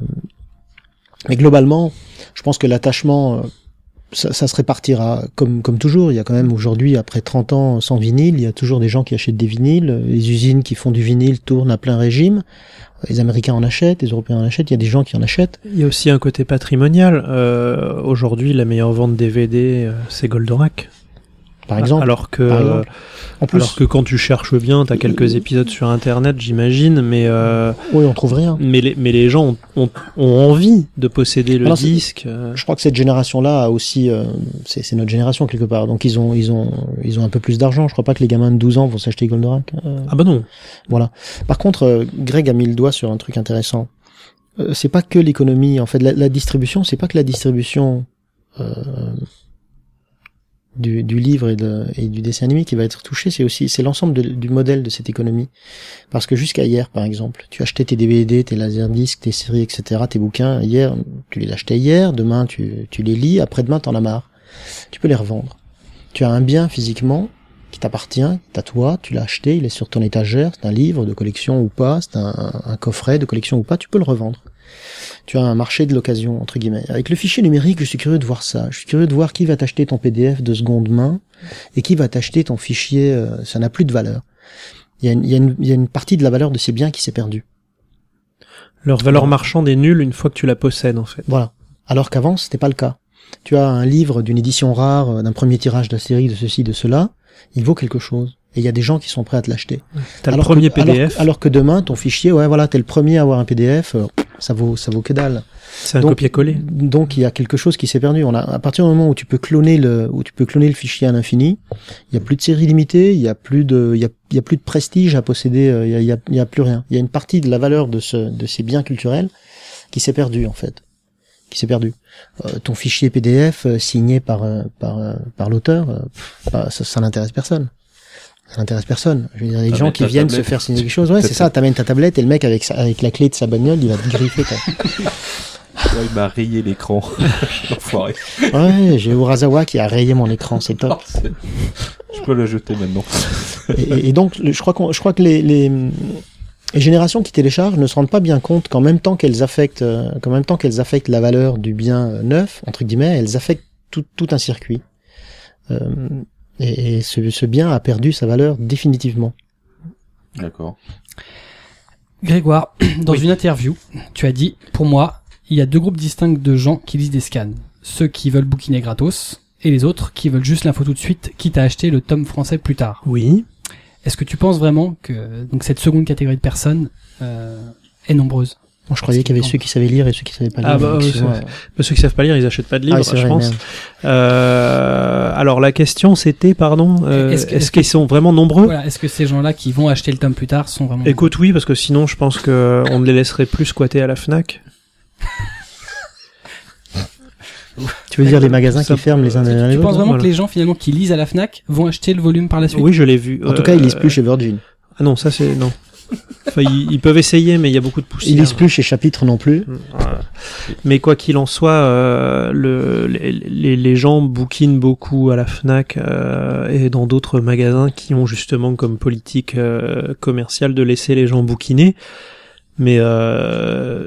Mais globalement, je pense que l'attachement euh, Ça, ça se répartira comme comme toujours. Il y a quand même aujourd'hui, après trente ans sans vinyle, il y a toujours des gens qui achètent des vinyles. Les usines qui font du vinyle tournent à plein régime. Les Américains en achètent, les Européens en achètent. Il y a des gens qui en achètent. Il y a aussi un côté patrimonial. Euh, aujourd'hui, la meilleure vente D V D, euh, c'est Goldorak. Par exemple. Alors que, Par exemple. En plus, alors que quand tu cherches bien, t'as quelques épisodes sur Internet, j'imagine, mais euh, oui, on trouve rien. Mais les, mais les gens ont, ont, ont envie de posséder le alors, disque. Euh... Je crois que cette génération-là a aussi, euh, c'est, c'est notre génération quelque part. Donc ils ont, ils ont, ils ont un peu plus d'argent. Je crois pas que les gamins de douze ans vont s'acheter Goldorak. Euh, ah bah non. Voilà. Par contre, euh, Greg a mis le doigt sur un truc intéressant. Euh, c'est pas que l'économie. En fait, la, la distribution, c'est pas que la distribution. Euh, Du, du livre et, de, et du dessin animé qui va être touché, c'est aussi c'est l'ensemble de, du modèle de cette économie. Parce que jusqu'à hier, par exemple, tu achetais tes D V D, tes laserdiscs, tes séries, et cetera, tes bouquins. Hier, tu les achetais hier, demain tu, tu les lis, après-demain t'en as marre. Tu peux les revendre. Tu as un bien physiquement qui t'appartient, à toi, tu l'as acheté, il est sur ton étagère, c'est un livre de collection ou pas, c'est un, un coffret de collection ou pas, tu peux le revendre. Tu as un marché de l'occasion, entre guillemets. Avec le fichier numérique, je suis curieux de voir ça. Je suis curieux de voir qui va t'acheter ton P D F de seconde main et qui va t'acheter ton fichier, euh, ça n'a plus de valeur. Il y a une, il y a une, il y a une partie de la valeur de ces biens qui s'est perdue. Leur valeur marchande est nulle une fois que tu la possèdes, en fait. Voilà. Alors qu'avant, c'était pas le cas. Tu as un livre d'une édition rare, d'un premier tirage d'Astérix, de ceci, de cela, il vaut quelque chose. Et il y a des gens qui sont prêts à te l'acheter. T'as alors le premier que, P D F. Alors, alors que demain, ton fichier, ouais, voilà, t'es le premier à avoir un P D F, euh, ça vaut, ça vaut que dalle. C'est un donc, copier-coller. Donc, il y a quelque chose qui s'est perdu. On a, à partir du moment où tu peux cloner le, où tu peux cloner le fichier à l'infini, il y a plus de séries limitées, il y a plus de, il y a, il y a plus de prestige à posséder, il y a, il y a, il y a plus rien. Il y a une partie de la valeur de ce, de ces biens culturels qui s'est perdue, en fait. Qui s'est perdu. Euh, ton fichier P D F euh, signé par, euh, par, euh, par l'auteur, euh, bah, ça, ça n'intéresse personne. Ça n'intéresse personne. Je veux dire, les gens qui viennent tablette. se faire signer quelque chose, ouais, c'est ça, t'amènes ta tablette et le mec avec sa, avec la clé de sa bagnole, il va te griffer, quoi. Ouais, il m'a rayé l'écran. L'enfoiré. Ouais, j'ai Urasawa qui a rayé mon écran, c'est top. Oh, c'est... Je peux le jeter maintenant. et, et donc, je crois qu'on, je crois que les, les, les générations qui téléchargent ne se rendent pas bien compte qu'en même temps qu'elles affectent, euh, qu'en même temps qu'elles affectent la valeur du bien euh, neuf, entre guillemets, elles affectent tout, tout un circuit. Euh, Et, et ce, ce bien a perdu sa valeur définitivement. D'accord. Grégoire, dans oui. une interview, tu as dit, pour moi, il y a deux groupes distincts de gens qui lisent des scans. Ceux qui veulent bouquiner gratos, et les autres qui veulent juste l'info tout de suite, quitte à acheter le tome français plus tard. Oui. Est-ce que tu penses vraiment que donc cette seconde catégorie de personnes euh, est nombreuse? Bon, je croyais qu'il y avait ceux qui savaient lire et ceux qui savaient pas lire. Ah bah, oui, euh... bah, ceux qui savent pas lire, ils achètent pas de livres, ah, je vrai, pense. Euh, alors la question c'était, pardon, euh, est-ce, que, est-ce, est-ce qu'ils sont vraiment nombreux? Voilà, est-ce que ces gens-là qui vont acheter le tome plus tard sont vraiment Écoute, oui, parce que sinon je pense que on ne les laisserait plus squatter à la Fnac. Tu veux dire les magasins qui ferment les uns derrière les autres? Tu penses vraiment voilà. que les gens finalement qui lisent à la Fnac vont acheter le volume par la suite? Oui, je l'ai vu. En euh, tout cas, ils lisent plus chez Virgin. Ah non, ça c'est non. Enfin, ils, ils peuvent essayer, mais il y a beaucoup de poussière. Ils lisent plus chez Chapitre non plus. Mais quoi qu'il en soit, euh, le, les, les, les gens bouquinent beaucoup à la Fnac euh, et dans d'autres magasins qui ont justement comme politique euh, commerciale de laisser les gens bouquiner. Mais euh,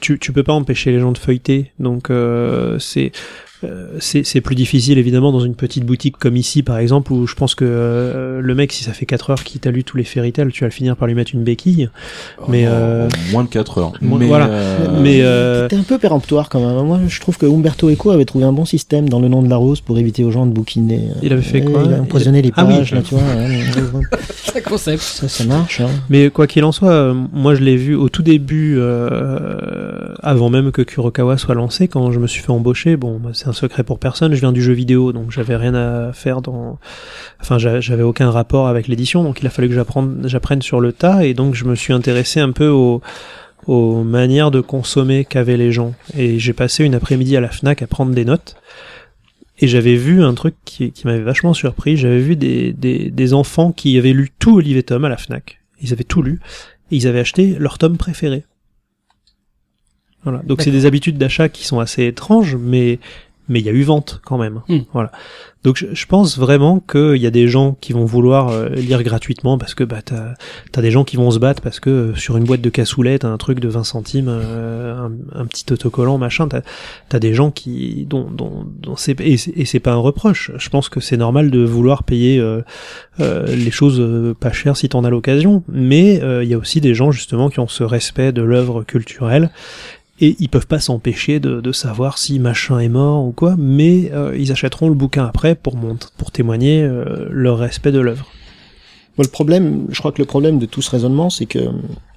tu tu peux pas empêcher les gens de feuilleter, donc euh, c'est Euh, c'est, c'est plus difficile évidemment dans une petite boutique comme ici par exemple, où je pense que euh, le mec, si ça fait quatre heures qu'il t'a lu tous les fairy tales, tu vas le finir par lui mettre une béquille. Oh, mais non, euh... moins de quatre heures. Moins, mais voilà. Euh... Mais euh... C'était un peu péremptoire quand même. Moi, je trouve que Umberto Eco avait trouvé un bon système dans Le Nom de la Rose pour éviter aux gens de bouquiner. Il avait fait quoi? Il a empoisonné il... les ah, pages, oui. là, tu vois. Hein, C'est un concept. ça, ça marche. Hein. Mais quoi qu'il en soit, euh, moi je l'ai vu au tout début, euh, avant même que Kurokawa soit lancé, quand je me suis fait embaucher. Bon, bah, c'est un secret pour personne. Je viens du jeu vidéo, donc j'avais rien à faire dans, enfin j'avais aucun rapport avec l'édition, donc il a fallu que j'apprenne, j'apprenne sur le tas, et donc je me suis intéressé un peu aux, aux manières de consommer qu'avaient les gens, et j'ai passé une après-midi à la Fnac à prendre des notes, et j'avais vu un truc qui, qui m'avait vachement surpris. J'avais vu des, des, des enfants qui avaient lu tout Olive et Tom à la Fnac, ils avaient tout lu, et ils avaient acheté leur tome préféré. Voilà, donc D'accord. c'est des habitudes d'achat qui sont assez étranges, mais mais il y a eu vente quand même. Mm. Voilà. Donc je, je pense vraiment qu'il y a des gens qui vont vouloir euh, lire gratuitement parce que bah t'as t'as des gens qui vont se battre parce que euh, sur une boîte de cassoulet t'as un truc de vingt centimes, euh, un, un petit autocollant machin. T'as t'as des gens qui dont dont, dont c'est et, c'est et c'est pas un reproche. Je pense que c'est normal de vouloir payer euh, euh, les choses euh, pas chères si t'en as l'occasion. Mais il euh, y a aussi des gens justement qui ont ce respect de l'œuvre culturelle. Et ils peuvent pas s'empêcher de, de savoir si machin est mort ou quoi, mais euh, ils achèteront le bouquin après pour mont- pour témoigner euh, leur respect de l'œuvre. Bon, le problème, je crois que le problème de tout ce raisonnement, c'est que euh,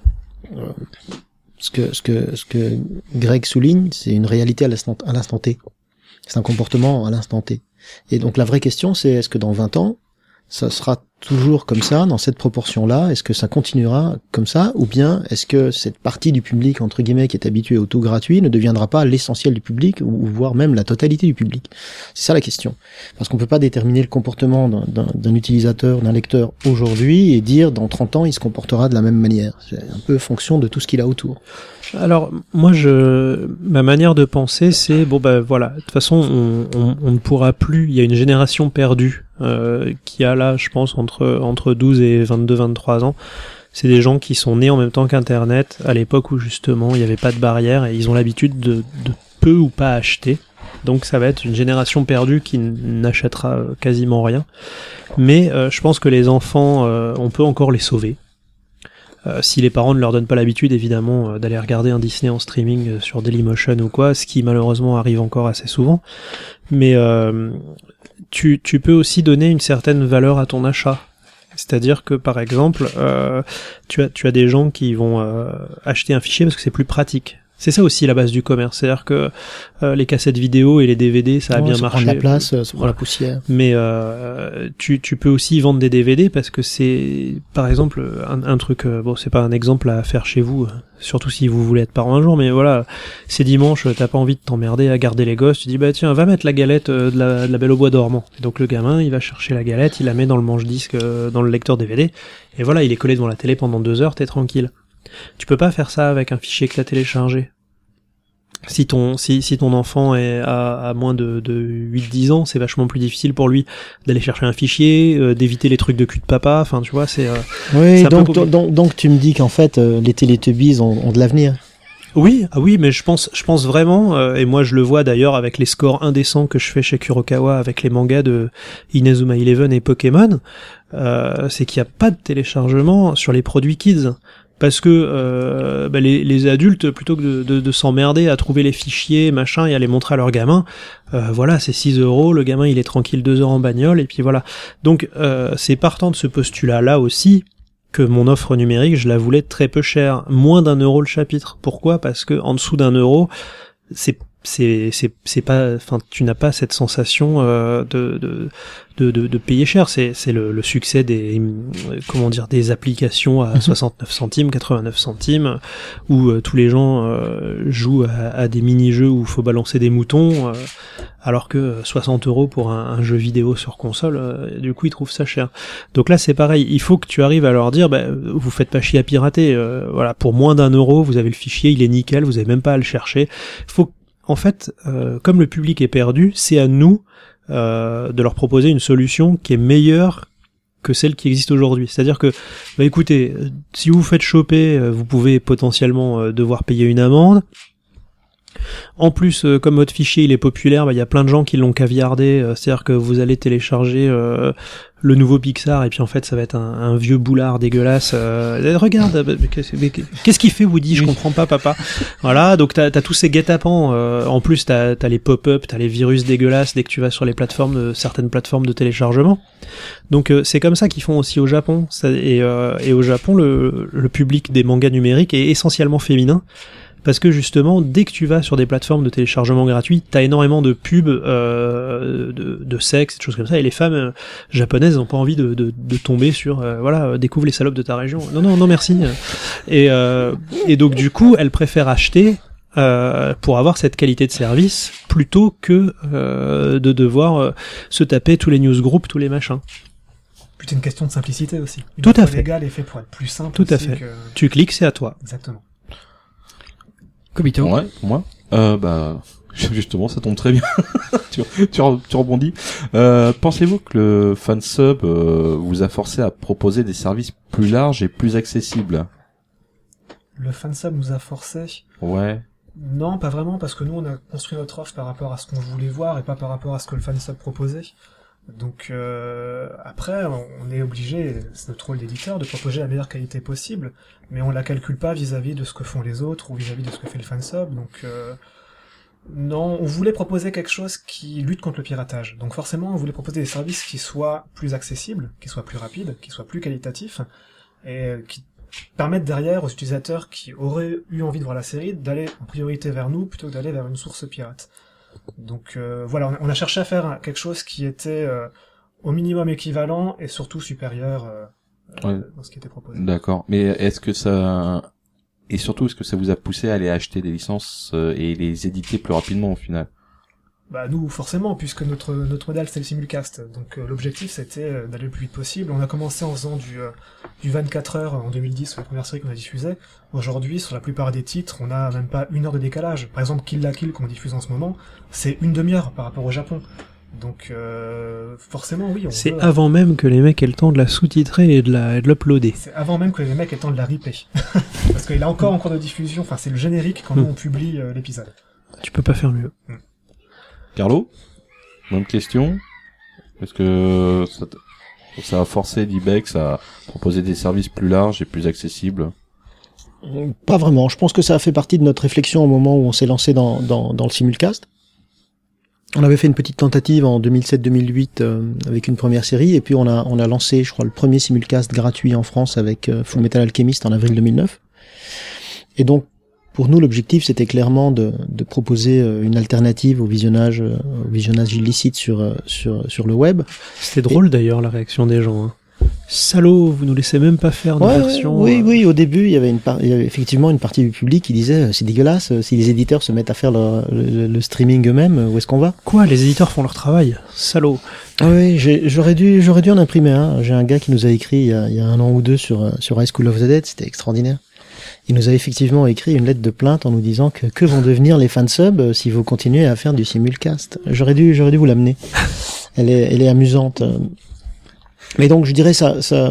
ce que ce que ce que Greg souligne, c'est une réalité à l'instant à l'instant T. C'est un comportement à l'instant T. Et donc la vraie question, c'est est-ce que dans vingt ans, ça sera toujours comme ça, dans cette proportion-là? Est-ce que ça continuera comme ça? Ou bien est-ce que cette partie du public, entre guillemets, qui est habituée au tout gratuit, ne deviendra pas l'essentiel du public, ou, ou voire même la totalité du public? C'est ça la question. Parce qu'on peut pas déterminer le comportement d'un, d'un, d'un utilisateur, d'un lecteur aujourd'hui, et dire dans trente ans, il se comportera de la même manière. C'est un peu fonction de tout ce qu'il a autour. Alors moi, je ma manière de penser, c'est bon bah voilà. De toute façon, on, on, on ne pourra plus. Il y a une génération perdue euh, qui a là, je pense, entre entre douze et vingt-deux vingt-trois ans. C'est des gens qui sont nés en même temps qu'Internet, à l'époque où justement il n'y avait pas de barrière, et ils ont l'habitude de, de peu ou pas acheter. Donc ça va être une génération perdue qui n'achètera quasiment rien. Mais euh, je pense que les enfants, euh, on peut encore les sauver. Euh, si les parents ne leur donnent pas l'habitude, évidemment, euh, d'aller regarder un Disney en streaming euh, sur Dailymotion ou quoi, ce qui malheureusement arrive encore assez souvent. Mais euh, tu, tu peux aussi donner une certaine valeur à ton achat. C'est-à-dire que, par exemple, euh, tu as, tu as des gens qui vont euh, acheter un fichier parce que c'est plus pratique. C'est ça aussi la base du commerce, c'est-à-dire que euh, les cassettes vidéo et les D V D, ça a Ouais, bien ça marché. prend de la place, ça prend Voilà. la poussière. Mais euh, tu, tu peux aussi vendre des D V D parce que c'est, par exemple, un, un truc, euh, bon, c'est pas un exemple à faire chez vous, surtout si vous voulez être parent un jour, mais voilà, c'est dimanche, t'as pas envie de t'emmerder à garder les gosses, tu dis bah tiens, va mettre la galette euh, de, la, de la Belle au bois dormant. Et donc le gamin, il va chercher la galette, il la met dans le manche-disque, euh, dans le lecteur D V D, et voilà, il est collé devant la télé pendant deux heures, t'es tranquille. Tu peux pas faire ça avec un fichier que t'as téléchargé. Si ton si si ton enfant est à, à moins de, de huit dix ans, c'est vachement plus difficile pour lui d'aller chercher un fichier, euh, d'éviter les trucs de cul de papa, enfin tu vois, c'est euh, Oui, c'est un peu donc, compliqué. donc, donc tu me dis qu'en fait, euh, les Télétubbies ont, ont de l'avenir. Oui, ah oui, mais je pense, je pense vraiment, euh, et moi je le vois d'ailleurs avec les scores indécents que je fais chez Kurokawa avec les mangas de Inazuma Eleven et Pokémon, euh, c'est qu'il n'y a pas de téléchargement sur les produits kids. Parce que euh, bah les, les adultes, plutôt que de, de, de s'emmerder à trouver les fichiers, machin, et à les montrer à leur gamin, euh, voilà, c'est six euros, le gamin il est tranquille deux heures en bagnole, et puis voilà. Donc euh, c'est partant de ce postulat-là aussi que mon offre numérique, je la voulais très peu chère, moins d'un euro le chapitre. Pourquoi ? Parce que en dessous d'un euro, c'est c'est c'est c'est pas, enfin tu n'as pas cette sensation euh, de, de de de de payer cher. C'est c'est le, le succès des comment dire des applications à soixante-neuf centimes, quatre-vingt-neuf centimes, où euh, tous les gens euh, jouent à, à des mini-jeux où il faut balancer des moutons, euh, alors que soixante euros pour un, un jeu vidéo sur console, euh, du coup ils trouvent ça cher. Donc là c'est pareil, il faut que tu arrives à leur dire, bah, vous faites pas chier à pirater, euh, voilà, pour moins d'un euro vous avez le fichier, il est nickel, vous avez même pas à le chercher. Faut En fait, euh, comme le public est perdu, c'est à nous euh, de leur proposer une solution qui est meilleure que celle qui existe aujourd'hui. C'est-à-dire que, bah écoutez, si vous vous faites choper, vous pouvez potentiellement euh, devoir payer une amende. En plus, euh, comme votre fichier il est populaire, bah, il y a plein de gens qui l'ont caviardé. Euh, c'est-à-dire que vous allez télécharger euh, le nouveau Pixar et puis en fait ça va être un, un vieux boulard dégueulasse. Euh, regarde, bah, mais qu'est-ce, mais qu'est-ce qu'il fait Woody ? Je comprends pas, papa. Voilà, donc t'as, t'as tous ces guet-apens. Euh, en plus, t'as, t'as les pop-up, t'as les virus dégueulasses dès que tu vas sur les plateformes, de, certaines plateformes de téléchargement. Donc euh, c'est comme ça qu'ils font aussi au Japon. Ça, et, euh, et au Japon, le, le public des mangas numériques est essentiellement féminin. Parce que justement, dès que tu vas sur des plateformes de téléchargement gratuit, t'as énormément de pubs euh, de, de sexe, de choses comme ça, et les femmes euh, japonaises n'ont pas envie de, de, de tomber sur, euh, voilà, euh, découvre les salopes de ta région. Non, non, non, merci. Et, euh, et donc du coup, elles préfèrent acheter euh, pour avoir cette qualité de service plutôt que euh, de devoir euh, se taper tous les newsgroups, tous les machins. Puis c'est une question de simplicité aussi. Une Tout à offre fait. légale est fait pour être plus simple. Tout à aussi fait. Que... Tu cliques, c'est à toi. Exactement. Kobito. Ouais, pour moi. Euh, bah, justement, ça tombe très bien. tu, tu, re- tu rebondis. Euh, pensez-vous que le fansub euh, vous a forcé à proposer des services plus larges et plus accessibles ? Le fansub nous a forcé. Ouais. Non, pas vraiment, parce que nous, on a construit notre offre par rapport à ce qu'on voulait voir et pas par rapport à ce que le fansub proposait. Donc euh, après, on est obligé, c'est notre rôle d'éditeur, de proposer la meilleure qualité possible, mais on la calcule pas vis-à-vis de ce que font les autres ou vis-à-vis de ce que fait le fansub. Donc euh, non, on voulait proposer quelque chose qui lutte contre le piratage. Donc forcément, on voulait proposer des services qui soient plus accessibles, qui soient plus rapides, qui soient plus qualitatifs, et qui permettent derrière aux utilisateurs qui auraient eu envie de voir la série d'aller en priorité vers nous plutôt que d'aller vers une source pirate. Donc euh, voilà, on a, on a cherché à faire quelque chose qui était euh, au minimum équivalent et surtout supérieur euh, Ouais. euh, dans ce qui était proposé. D'accord. Mais est-ce que ça... Et surtout, est-ce que ça vous a poussé à aller acheter des licences euh, et les éditer plus rapidement au final ? Bah nous forcément, puisque notre notre modèle c'est le simulcast. Donc euh, l'objectif c'était euh, d'aller le plus vite possible. On a commencé en faisant du euh, du vingt-quatre heures en deux mille dix, la première série qu'on a diffusée. Aujourd'hui, sur la plupart des titres, on a même pas une heure de décalage. Par exemple, Kill la Kill qu'on diffuse en ce moment, c'est une demi-heure par rapport au Japon. Donc euh, forcément oui, on C'est veut... avant même que les mecs aient le temps de la sous-titrer et de la et de l'uploader. C'est avant même que les mecs aient le temps de la ripper. Parce qu'il est encore en cours de diffusion, enfin c'est le générique quand nous on publie euh, l'épisode. Tu peux pas faire mieux. Carlo ? Même question. Est-ce que ça, t- ça a forcé d'Ibex à proposer des services plus larges et plus accessibles ? Pas vraiment. Je pense que ça a fait partie de notre réflexion au moment où on s'est lancé dans, dans, dans le simulcast. On avait fait une petite tentative en deux mille sept deux mille huit euh, avec une première série, et puis on a, on a lancé, je crois, le premier simulcast gratuit en France avec euh, Full Metal Alchemist en avril deux mille neuf. Et donc, pour nous, l'objectif, c'était clairement de, de proposer euh, une alternative au visionnage, euh, au visionnage illicite sur, euh, sur, sur le web. C'était drôle d'ailleurs la réaction des gens. Hein. Salaud, vous nous laissez même pas faire de Ouais, version. oui, euh... oui, au début, il y avait une par- il y avait effectivement une partie du public qui disait euh, c'est dégueulasse, euh, si les éditeurs se mettent à faire le, le, le streaming eux-mêmes, euh, où est-ce qu'on va? Quoi, les éditeurs font leur travail. Salaud. Ah oui, j'ai, j'aurais dû, j'aurais dû en imprimer un. J'ai un gars qui nous a écrit il y a, il y a un an ou deux sur, euh, sur High School of the Dead, c'était extraordinaire. Il nous a effectivement écrit une lettre de plainte en nous disant que que vont devenir les fansubs euh, si vous continuez à faire du simulcast. J'aurais dû, j'aurais dû vous l'amener. Elle est, elle est amusante. Mais donc, je dirais ça, ça,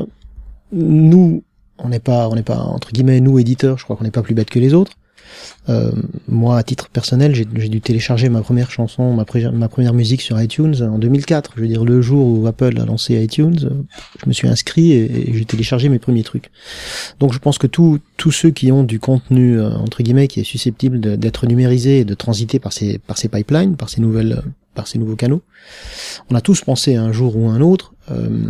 nous, on n'est pas, on n'est pas, entre guillemets, nous, éditeurs, je crois qu'on n'est pas plus bêtes que les autres. Euh, moi, à titre personnel, j'ai, j'ai dû télécharger ma première chanson, ma, pré- ma première musique sur iTunes en deux mille quatre. Je veux dire, le jour où Apple a lancé iTunes, je me suis inscrit et, et j'ai téléchargé mes premiers trucs. Donc, je pense que tous tous ceux qui ont du contenu, euh, entre guillemets, qui est susceptible de, d'être numérisé et de transiter par ces, par ces pipelines, par ces nouvelles, par ces nouveaux canaux, on a tous pensé un jour ou un autre, euh,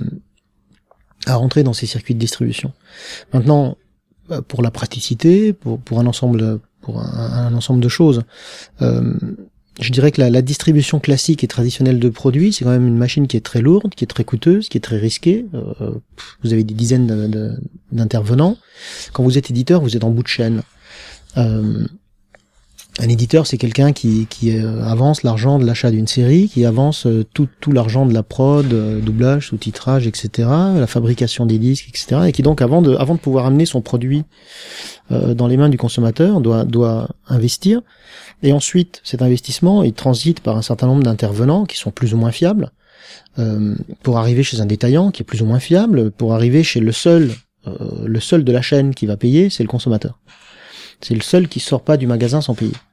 à rentrer dans ces circuits de distribution. Maintenant, pour la praticité, pour, pour un ensemble, pour un, un ensemble de choses, euh, je dirais que la, la distribution classique et traditionnelle de produits, c'est quand même une machine qui est très lourde, qui est très coûteuse, qui est très risquée. Euh, vous avez des dizaines de, de, d'intervenants. Quand vous êtes éditeur, vous êtes en bout de chaîne. Euh, Un éditeur, c'est quelqu'un qui, qui euh, avance l'argent de l'achat d'une série, qui avance euh, tout, tout l'argent de la prod, euh, doublage, sous-titrage, et cetera, la fabrication des disques, et cetera, et qui donc, avant de, avant de pouvoir amener son produit euh, dans les mains du consommateur, doit, doit investir. Et ensuite, cet investissement, il transite par un certain nombre d'intervenants qui sont plus ou moins fiables, euh, pour arriver chez un détaillant qui est plus ou moins fiable, pour arriver chez le seul, euh, le seul de la chaîne qui va payer, c'est le consommateur. C'est le seul qui sort pas du magasin sans payer.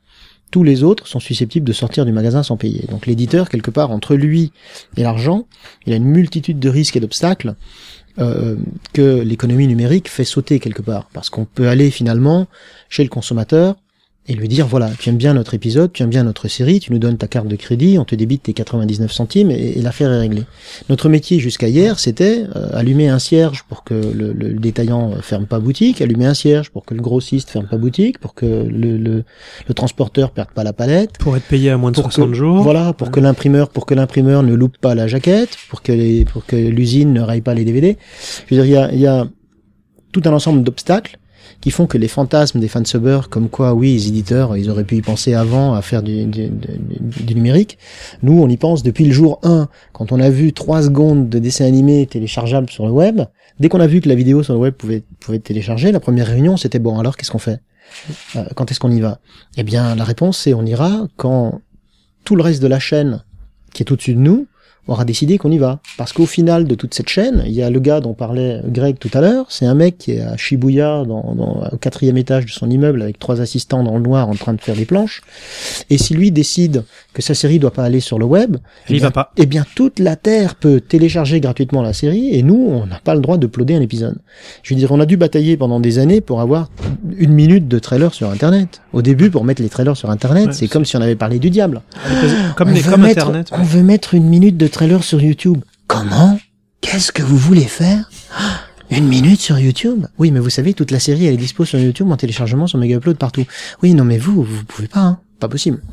tous les autres sont susceptibles de sortir du magasin sans payer. Donc l'éditeur, quelque part, entre lui et l'argent, il a une multitude de risques et d'obstacles euh, que l'économie numérique fait sauter quelque part. Parce qu'on peut aller finalement chez le consommateur et lui dire, voilà, tu aimes bien notre épisode, tu aimes bien notre série, tu nous donnes ta carte de crédit, on te débite tes quatre-vingt-dix-neuf centimes et, et l'affaire est réglée. Notre métier jusqu'à hier, c'était euh, allumer un cierge pour que le, le, le détaillant ferme pas boutique, allumer un cierge pour que le grossiste ferme pas boutique, pour que le, le, le transporteur perde pas la palette. Pour être payé à moins de Pour soixante que, jours. Voilà, pour Ouais. que l'imprimeur, pour que l'imprimeur ne loupe pas la jaquette, pour que les, pour que l'usine ne raye pas les D V D. Je veux dire, il y a, il y a tout un ensemble d'obstacles qui font que les fantasmes des fansubbers, comme quoi, oui, les éditeurs, ils auraient pu y penser avant à faire du, du, du, du numérique. Nous, on y pense depuis le jour un, quand on a vu trois secondes de dessin animé téléchargeable sur le web. Dès qu'on a vu que la vidéo sur le web pouvait, pouvait être téléchargée, la première réunion, c'était bon, alors qu'est-ce qu'on fait? Euh, quand est-ce qu'on y va? Eh bien, la réponse, c'est on ira quand tout le reste de la chaîne qui est au-dessus de nous aura décidé qu'on y va. Parce qu'au final de toute cette chaîne, il y a le gars dont parlait Greg tout à l'heure, c'est un mec qui est à Shibuya, dans, dans, au quatrième étage de son immeuble, avec trois assistants dans le noir en train de faire des planches. Et si lui décide que sa série doit pas aller sur le web, Il y eh bien, va pas. eh bien toute la Terre peut télécharger gratuitement la série, et nous, on n'a pas le droit d'uploader un épisode. Je veux dire, on a dû batailler pendant des années pour avoir une minute de trailer sur Internet. Au début, pour mettre les trailers sur Internet, Ouais, c'est c'est- comme si on avait parlé du diable. Comme, On les, veut comme mettre- Internet. On veut mettre une minute de trailer sur YouTube. Comment? Qu'est-ce que vous voulez faire? Ah, une minute sur YouTube? Oui, mais vous savez, toute la série, elle est dispo sur YouTube en téléchargement, sur Megaupload, partout. Oui, non, mais vous, vous pouvez pas, hein. Pas possible.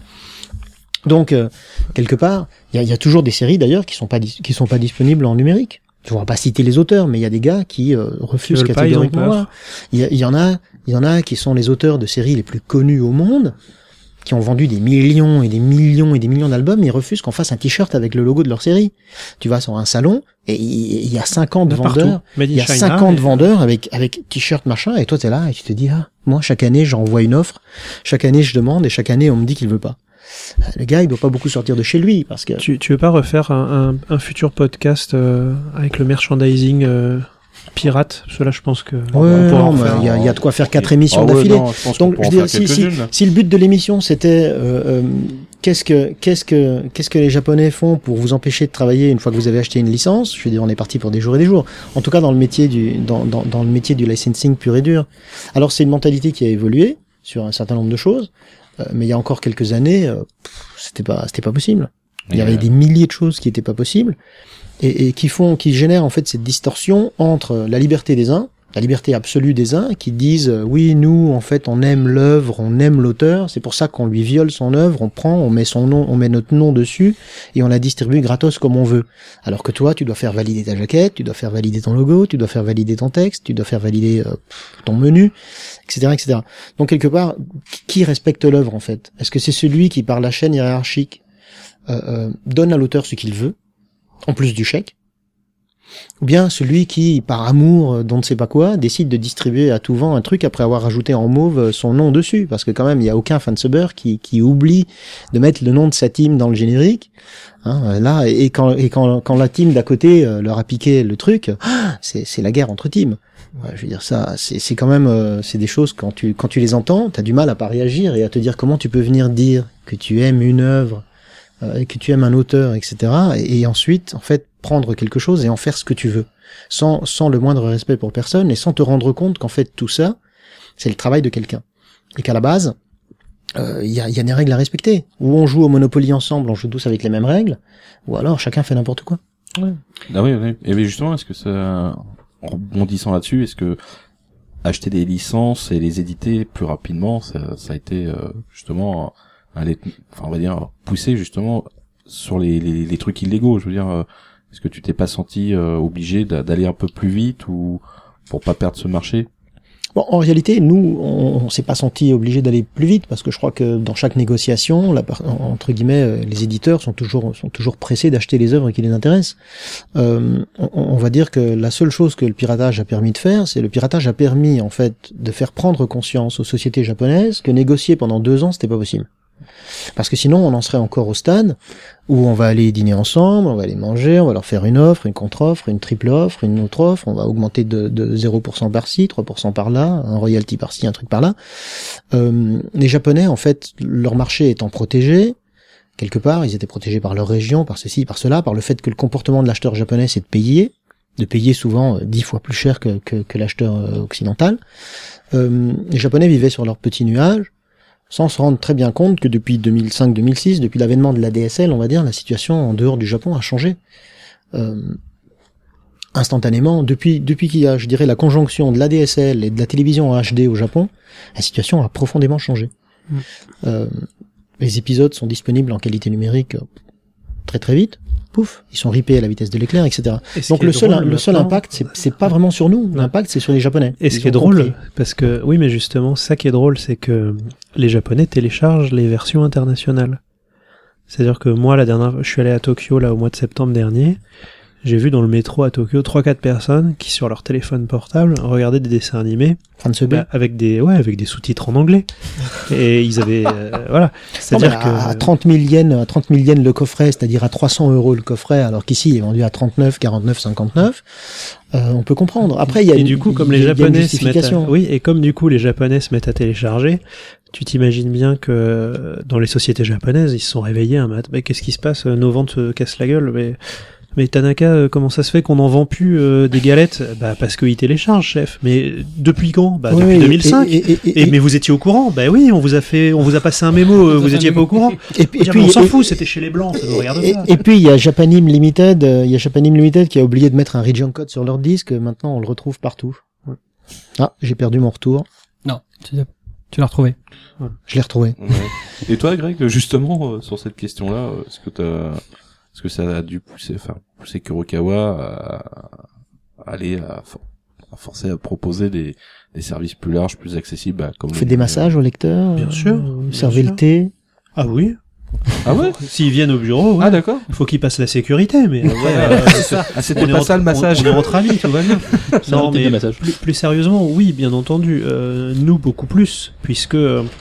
Donc, euh, quelque part, il y a, y a toujours des séries, d'ailleurs, qui sont pas dis- qui sont pas disponibles en numérique. Je ne vais pas citer les auteurs, mais il y a des gars qui euh, refusent veulent pas, ils ont catégoriquement. peur. Voilà. Il y, a- il y en a, il y en a qui sont les auteurs de séries les plus connus au monde, qui ont vendu des millions et des millions et des millions d'albums, ils refusent qu'on fasse un t-shirt avec le logo de leur série. Tu vas sur un salon et il il y a cinquante De partout. vendeurs, Made in il y a China, cinquante et- vendeurs avec avec t-shirt machin, et toi t'es là et tu te dis, ah, moi chaque année j'envoie une offre, chaque année je demande et chaque année on me dit qu'il veut pas. Le gars, il doit pas beaucoup sortir de chez lui parce que Tu, tu veux pas refaire un, un, un futur podcast euh, avec le merchandising euh, pirate? Parce que là, je pense que. on ouais, pourra en non, mais faire. il y a, il y a de quoi faire quatre émissions Ah ouais, d'affilée. non, je pense qu'on Donc, pourra je en veux faire dire, si, si, quelques-unes, là. si le but de l'émission c'était euh, euh, qu'est-ce que qu'est-ce que qu'est-ce que les Japonais font pour vous empêcher de travailler une fois que vous avez acheté une licence, je veux dire, on est parti pour des jours et des jours. En tout cas, dans le métier du dans dans, dans le métier du licensing pur et dur. Alors, c'est une mentalité qui a évolué sur un certain nombre de choses, euh, mais il y a encore quelques années, euh, pff, c'était pas c'était pas possible. Il y Et, avait euh, des milliers de choses qui étaient pas possibles et, et qui font, qui génèrent en fait cette distorsion entre la liberté des uns, la liberté absolue des uns, qui disent euh, oui, nous en fait on aime l'œuvre, on aime l'auteur, c'est pour ça qu'on lui viole son œuvre, on prend, on met son nom, on met notre nom dessus et on la distribue gratos comme on veut. Alors que toi, tu dois faire valider ta jaquette, tu dois faire valider ton logo, tu dois faire valider ton texte, tu dois faire valider euh, ton menu, et cetera, et cetera. Donc quelque part, qui respecte l'œuvre en fait? Est-ce que c'est celui qui, par la chaîne hiérarchique, Euh, euh, donne à l'auteur ce qu'il veut, en plus du chèque, ou bien celui qui, par amour euh, d'on ne sait pas quoi, décide de distribuer à tout vent un truc après avoir rajouté en mauve euh, son nom dessus, parce que quand même, il n'y a aucun fansubber qui, qui oublie de mettre le nom de sa team dans le générique, hein, euh, là, et, et quand, et quand, quand la team d'à côté euh, leur a piqué le truc, ah, c'est, c'est la guerre entre teams. Ouais, je veux dire ça, c'est, c'est quand même, euh, c'est des choses quand tu, quand tu les entends, t'as du mal à pas réagir et à te dire comment tu peux venir dire que tu aimes une œuvre, euh, que tu aimes un auteur, et cetera. Et, et ensuite, en fait, prendre quelque chose et en faire ce que tu veux, sans sans le moindre respect pour personne et sans te rendre compte qu'en fait tout ça, c'est le travail de quelqu'un et qu'à la base, il euh, y, a, y a des règles à respecter. Ou on joue au Monopoly ensemble, on joue tous avec les mêmes règles, ou alors chacun fait n'importe quoi. Ouais. Ah oui, oui. Et mais justement, est-ce que ça, en rebondissant là-dessus, est-ce que acheter des licences et les éditer plus rapidement, ça, ça a été euh, justement, un, un, enfin on va dire poussé justement sur les, les, les trucs illégaux. Je veux dire, euh, est-ce que tu t'es pas senti euh, obligé d'a- d'aller un peu plus vite ou pour pas perdre ce marché? Bon, en réalité, nous, on, on s'est pas senti obligé d'aller plus vite parce que je crois que dans chaque négociation, la, entre guillemets, euh, les éditeurs sont toujours sont toujours pressés d'acheter les œuvres qui les intéressent. Euh, on, on va dire que la seule chose que le piratage a permis de faire, c'est le piratage a permis en fait de faire prendre conscience aux sociétés japonaises que négocier pendant deux ans, c'était pas possible. Parce que sinon, on en serait encore au stade où on va aller dîner ensemble, on va aller manger, on va leur faire une offre, une contre-offre, une triple offre, une autre offre, on va augmenter de, de zéro pour cent par-ci, trois pour cent par-là, un royalty par-ci, un truc par-là. Euh, les Japonais, en fait, leur marché étant protégé, quelque part, ils étaient protégés par leur région, par ceci, par cela, par le fait que le comportement de l'acheteur japonais, c'est de payer, de payer souvent euh, dix fois plus cher que, que, que l'acheteur euh, occidental. Euh, les Japonais vivaient sur leur petit nuage, sans se rendre très bien compte que depuis deux mille cinq deux mille six, depuis l'avènement de l'A D S L, on va dire, la situation en dehors du Japon a changé. Euh, instantanément, depuis depuis qu'il y a, je dirais, la conjonction de l'A D S L et de la télévision en H D au Japon, la situation a profondément changé. Mmh. Euh, les épisodes sont disponibles en qualité numérique très très vite. Pouf, ils sont ripés à la vitesse de l'éclair, et cetera. Et donc le seul, le seul impact, c'est, c'est pas vraiment sur nous. L'impact, c'est sur les Japonais. Et ce qui est drôle, compris. Parce que oui, mais justement, ça qui est drôle, c'est que les Japonais téléchargent les versions internationales. C'est-à-dire que moi, la dernière, je suis allé à Tokyo là au mois de septembre dernier. J'ai vu dans le métro à Tokyo trois quatre personnes qui sur leur téléphone portable regardaient des dessins animés bah, avec des ouais avec des sous-titres en anglais et ils avaient euh, voilà c'est-à-dire non, que à trente mille yens à trente mille yens le coffret, c'est-à-dire à trois cents euros le coffret, alors qu'ici il est vendu à trente-neuf, quarante-neuf, cinquante-neuf, euh, on peut comprendre. Après il y a et une, du coup comme les japonais se mettent à, oui et comme du coup les japonais se mettent à télécharger, tu t'imagines bien que dans les sociétés japonaises ils se sont réveillés un matin, mais qu'est-ce qui se passe, nos ventes se cassent la gueule, mais Mais Tanaka, comment ça se fait qu'on n'en vend plus euh, des galettes? Bah parce qu'ils téléchargent, chef. Mais depuis quand? Bah oui, depuis deux mille cinq. Et, et, et, et, et mais vous étiez au courant? Bah oui, on vous a fait, on vous a passé un mémo, vous étiez pas au courant. Et, et, et puis on s'en fout, c'était chez les blancs, ça nous regarde et, pas. Et puis il y a Japanim Limited, il euh, y a Japanim Limited qui a oublié de mettre un region code sur leur disque. Maintenant on le retrouve partout. Ouais. Ah, j'ai perdu mon retour. Non, tu, tu l'as retrouvé. Ouais. Je l'ai retrouvé. Ouais. Et toi, Greg, justement euh, sur cette question-là, est-ce que t'as Est-ce que ça a dû pousser, enfin, pousser Kurokawa à, à aller à, à forcer à proposer des, des services plus larges, plus accessibles, bah, comme. Vous faites des massages aux lecteurs? Bien sûr. Vous servez le thé? Ah oui. Ah ouais? S'ils viennent au bureau, ouais. Ah d'accord. Il faut qu'ils passent la sécurité, mais ouais, euh, c'est ça. Ah, c'était pas ça le massage. On, on est entre amis, tout va bien. Non, mais plus, plus sérieusement, oui, bien entendu, euh, nous beaucoup plus, puisque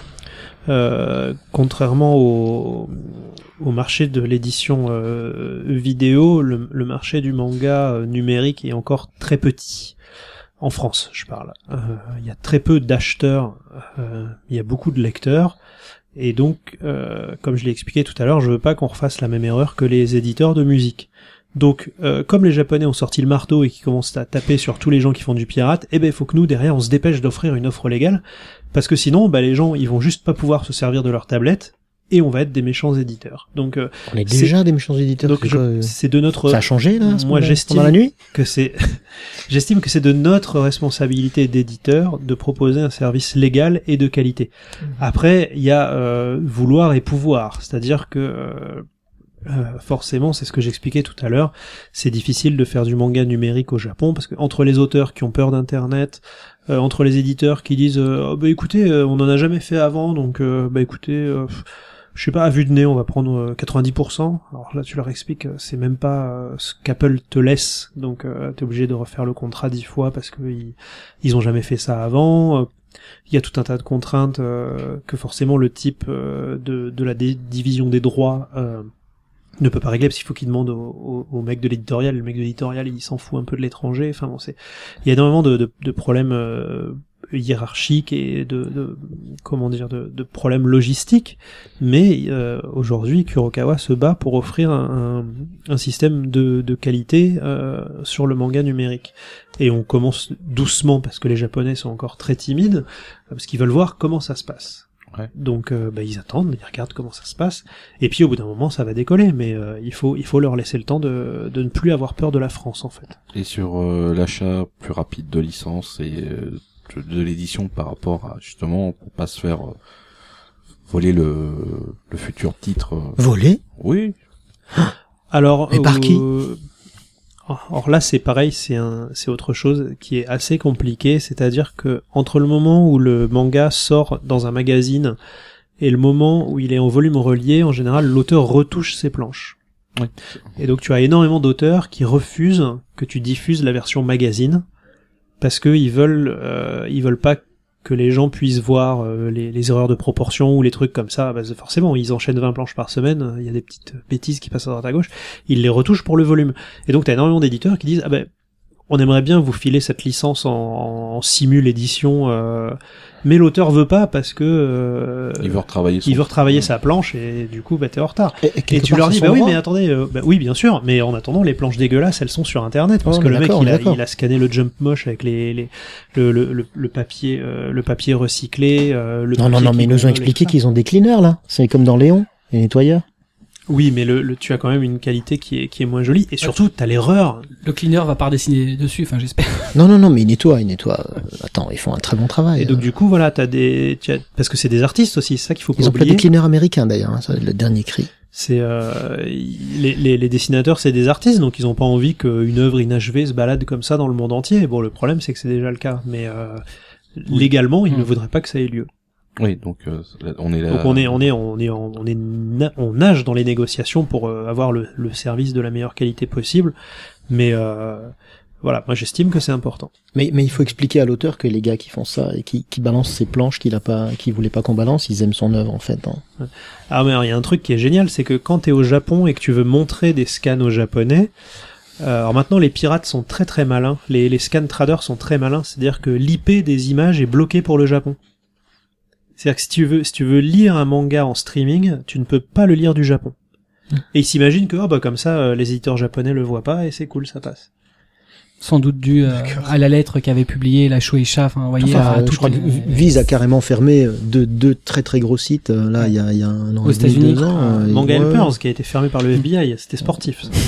euh, contrairement au au marché de l'édition euh, vidéo, le, le marché du manga euh, numérique est encore très petit. En France, je parle. Il euh, y a très peu d'acheteurs, il euh, y a beaucoup de lecteurs, et donc, euh, comme je l'ai expliqué tout à l'heure, je veux pas qu'on refasse la même erreur que les éditeurs de musique. Donc, euh, comme les Japonais ont sorti le marteau et qui commencent à taper sur tous les gens qui font du pirate, eh ben, il faut que nous, derrière, on se dépêche d'offrir une offre légale, parce que sinon, bah, les gens, ils vont juste pas pouvoir se servir de leur tablette, et on va être des méchants éditeurs. Donc euh, on est déjà des méchants éditeurs. Donc je, c'est de notre. Ça a changé là. Moi j'estime pendant la nuit que c'est. j'estime que c'est de notre responsabilité d'éditeur de proposer un service légal et de qualité. Mmh. Après il y a euh, vouloir et pouvoir, c'est-à-dire que euh, euh, forcément c'est ce que j'expliquais tout à l'heure. C'est difficile de faire du manga numérique au Japon parce que entre les auteurs qui ont peur d'internet. Euh, entre les éditeurs qui disent euh, oh, bah écoutez euh, on en a jamais fait avant donc euh, bah écoutez euh, je sais pas, à vue de nez, on va prendre euh, quatre-vingt-dix pour cent. Alors là, tu leur expliques, euh, c'est même pas euh, ce qu'Apple te laisse, donc euh, t'es obligé de refaire le contrat dix fois parce que ils, ils ont jamais fait ça avant. Il euh, y a tout un tas de contraintes euh, que forcément le type euh, de, de la dé- division des droits euh, ne peut pas régler parce qu'il faut qu'il demande au, au, au mec de l'éditorial. Le mec de l'éditorial, il s'en fout un peu de l'étranger. Enfin bon, c'est, il y a énormément de, de, de problèmes euh, hiérarchiques et de, de comment dire de, de problèmes logistiques, mais euh, aujourd'hui Kurokawa se bat pour offrir un, un, un système de, de qualité euh, sur le manga numérique. Et on commence doucement parce que les Japonais sont encore très timides parce qu'ils veulent voir comment ça se passe. Ouais. Donc euh, bah, ils attendent, ils regardent comment ça se passe, et puis au bout d'un moment ça va décoller, mais euh, il faut il faut leur laisser le temps de de ne plus avoir peur de la France en fait. Et sur euh, l'achat plus rapide de licences et euh, de l'édition par rapport à justement pour pas se faire euh, voler le le futur titre. Euh... Voler? Oui. Alors. Mais par euh, qui? Or là c'est pareil, c'est un c'est autre chose qui est assez compliqué, c'est-à-dire que entre le moment où le manga sort dans un magazine et le moment où il est en volume relié, en général l'auteur retouche ses planches. Oui. Et donc tu as énormément d'auteurs qui refusent que tu diffuses la version magazine parce que ils veulent euh, ils veulent pas que les gens puissent voir euh, les, les erreurs de proportion ou les trucs comme ça, bah, forcément, ils enchaînent vingt planches par semaine, il y a des petites bêtises qui passent à droite à gauche, ils les retouchent pour le volume. Et donc t'as énormément d'éditeurs qui disent ah ben on aimerait bien vous filer cette licence en, en simul édition, euh, mais l'auteur veut pas parce que euh, il veut retravailler son il veut retravailler sa planche et du coup bah t'es en retard. Et, et Et tu part, leur dis c'est bah son oui droit. mais attendez euh, bah oui bien sûr mais en attendant les planches dégueulasses elles sont sur internet parce Oh, que mais le mec d'accord, il a, d'accord. il a scanné le jump moche avec les, les le, le, le, le papier euh, le papier recyclé euh, le Non, non, papier non, qui mais ils nous ont gondole et expliqué tout ça. qu'ils ont des cleaners, là. C'est comme dans Léon, les nettoyeurs. Oui mais le, le tu as quand même une qualité qui est qui est moins jolie et surtout t'as l'erreur. Le cleaner va pas redessiner dessus, enfin j'espère. Non, non, non, mais ils nettoient, ils nettoient. Euh, Attends, ils font un très bon travail. Et donc du coup voilà t'as des tu as, parce que c'est des artistes aussi c'est ça qu'il faut pas Ils ont plein oublier. de cleaners américains, d'ailleurs, hein, ça, le dernier cri. C'est euh, les, les, les dessinateurs, c'est des artistes, donc ils ont pas envie qu'une œuvre inachevée se balade comme ça dans le monde entier. Bon, le problème, c'est que c'est déjà le cas, mais euh, légalement, ils Mmh. ne voudraient pas que ça ait lieu. Oui, donc euh, là, on est là. Donc on est, on est, on est, on est, na- on nage dans les négociations pour euh, avoir le, le service de la meilleure qualité possible, mais euh, voilà, moi j'estime que c'est important. Mais, mais il faut expliquer à l'auteur que les gars qui font ça et qui, qui balancent ces planches qu'il a pas, qui voulait pas qu'on balance, ils aiment son œuvre, en fait. Hein. Ah mais il y a un truc qui est génial, c'est que quand t'es au Japon et que tu veux montrer des scans aux Japonais, euh, alors maintenant les pirates sont très très malins, les, les scan traders sont très malins, c'est-à-dire que l'I P des images est bloqué pour le Japon. C'est-à-dire que si tu veux, si tu veux lire un manga en streaming, tu ne peux pas le lire du Japon. Et ils s'imaginent que oh, bah comme ça euh, les éditeurs japonais le voient pas et c'est cool, ça passe. Sans doute dû euh, à la lettre qu'avait publiée la Shueisha, enfin, vous voyez, Enfin, à euh, toutes je crois les- que Viz a carrément fermé euh, deux, deux très très gros sites, euh, là, il y a, il y a un an Aux et demi, États-Unis. deux ans. euh, Manga et- ouais. Helpers qui a été fermé par le F B I, c'était sportif. ça.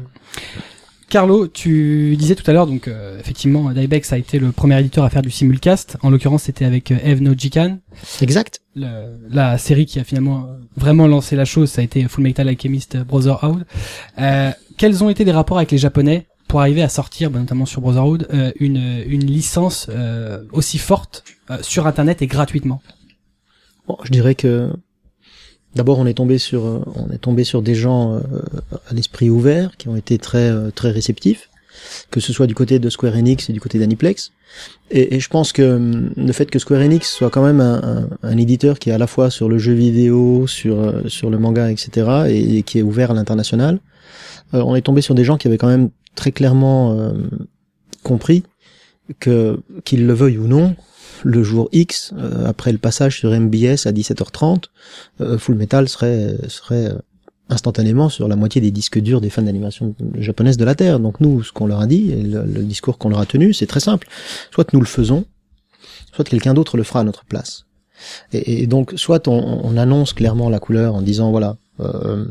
Carlo, tu disais tout à l'heure, donc euh, effectivement, Dybex a été le premier éditeur à faire du simulcast. En l'occurrence, c'était avec euh, Eve no Jikan. Exact. Le- la série qui a finalement euh, vraiment lancé la chose, ça a été Full Metal Alchemist euh, Brotherhood. Euh, quels ont été les rapports avec les Japonais pour arriver à sortir, bah, notamment sur Brotherhood, euh, une, une licence euh, aussi forte euh, sur Internet et gratuitement? Bon, je dirais que d'abord on est tombé sur euh, on est tombé sur des gens euh, à l'esprit ouvert qui ont été très euh, très réceptifs, que ce soit du côté de Square Enix et du côté d'Aniplex. Et, et je pense que hum, le fait que Square Enix soit quand même un, un, un éditeur qui est à la fois sur le jeu vidéo, sur euh, sur le manga, et cetera, et, et qui est ouvert à l'international, euh, on est tombé sur des gens qui avaient quand même très clairement euh, compris que qu'ils le veuillent ou non, le jour X, euh, après le passage sur M B S à dix-sept heures trente, euh, Full Metal serait serait euh, instantanément sur la moitié des disques durs des fans d'animation japonaises de la Terre. Donc nous, ce qu'on leur a dit, et le, le discours qu'on leur a tenu, c'est très simple. Soit nous le faisons, soit quelqu'un d'autre le fera à notre place. Et, et donc, soit on, on annonce clairement la couleur en disant, voilà, euh,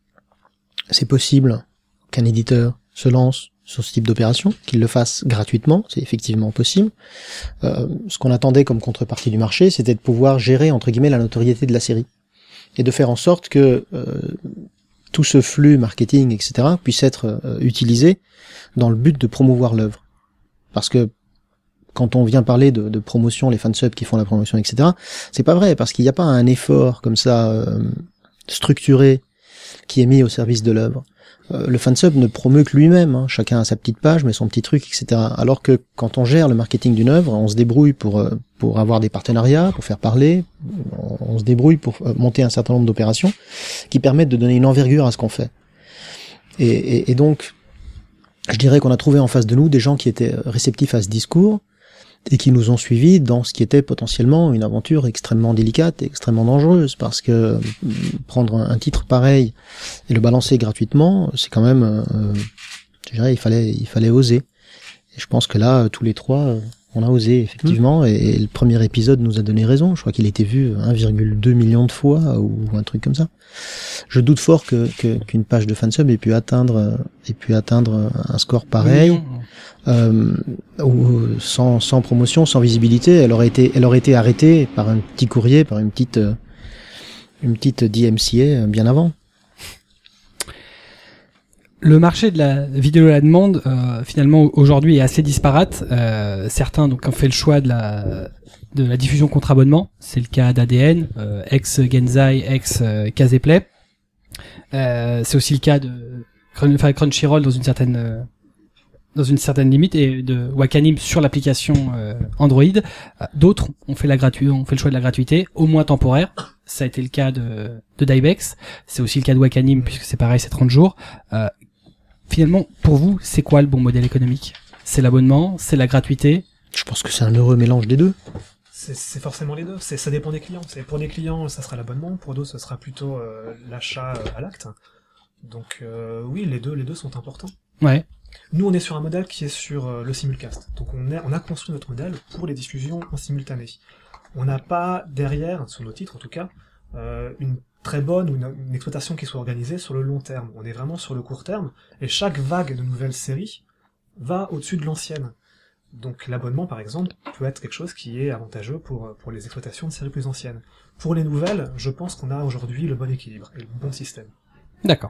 c'est possible qu'un éditeur se lance sur ce type d'opération, qu'il le fasse gratuitement, c'est effectivement possible. Euh, ce qu'on attendait comme contrepartie du marché, c'était de pouvoir gérer, entre guillemets, la notoriété de la série. Et de faire en sorte que euh, tout ce flux marketing, et cetera, puisse être euh, utilisé dans le but de promouvoir l'œuvre. Parce que quand on vient parler de, de promotion, les fansubs qui font la promotion, et cetera, c'est pas vrai, parce qu'il n'y a pas un effort comme ça euh, structuré qui est mis au service de l'œuvre. Euh, le fansub ne promeut que lui-même, hein. Chacun a sa petite page, met son petit truc, et cetera. Alors que quand on gère le marketing d'une œuvre, on se débrouille pour euh, pour avoir des partenariats, pour faire parler, on, on se débrouille pour euh, monter un certain nombre d'opérations qui permettent de donner une envergure à ce qu'on fait. Et, et, et donc, je dirais qu'on a trouvé en face de nous des gens qui étaient réceptifs à ce discours et qui nous ont suivis dans ce qui était potentiellement une aventure extrêmement délicate et extrêmement dangereuse, parce que euh, prendre un, un titre pareil et le balancer gratuitement, c'est quand même, euh, je dirais, il fallait, il fallait oser. Et je pense que là, tous les trois, euh, on a osé effectivement, mmh. et, et le premier épisode nous a donné raison. Je crois qu'il a été vu un virgule deux million de fois ou un truc comme ça. Je doute fort que, que qu'une page de fansub ait pu atteindre, ait pu atteindre un score pareil. Mmh. Euh, ou sans, sans promotion, sans visibilité, elle aurait été, elle aurait été arrêtée par un petit courrier, par une petite, euh, une petite D M C A bien avant. Le marché de la vidéo à la demande, euh, finalement, aujourd'hui est assez disparate. Euh, certains donc ont fait le choix de la de la diffusion contre abonnement. C'est le cas d'A D N, euh, ex Genzai, ex euh, Caseplay. Euh, c'est aussi le cas de Crun- enfin, Crunchyroll dans une certaine euh, dans une certaine limite et de Wakanim sur l'application euh, Android. Euh, D'autres ont fait la gratuité, ont fait le choix de la gratuité, au moins temporaire. Ça a été le cas de, de Dybex. C'est aussi le cas de Wakanim puisque c'est pareil, c'est trente jours. Euh, finalement, pour vous, c'est quoi le bon modèle économique? C'est l'abonnement, c'est la gratuité? Je pense que c'est un heureux mélange des deux. C'est, c'est forcément les deux. C'est, ça dépend des clients. C'est pour des clients, ça sera l'abonnement. Pour d'autres, ce sera plutôt euh, l'achat euh, à l'acte. Donc euh, oui, les deux, les deux sont importants. Ouais. Nous, on est sur un modèle qui est sur euh, le simulcast. Donc on, est, on a construit notre modèle pour les diffusions en simultané. On n'a pas derrière, sur nos titres en tout cas, euh, une très bonne ou une, une exploitation qui soit organisée sur le long terme. On est vraiment sur le court terme. Et chaque vague de nouvelles séries va au-dessus de l'ancienne. Donc l'abonnement, par exemple, peut être quelque chose qui est avantageux pour, pour les exploitations de séries plus anciennes. Pour les nouvelles, je pense qu'on a aujourd'hui le bon équilibre et le bon système. D'accord.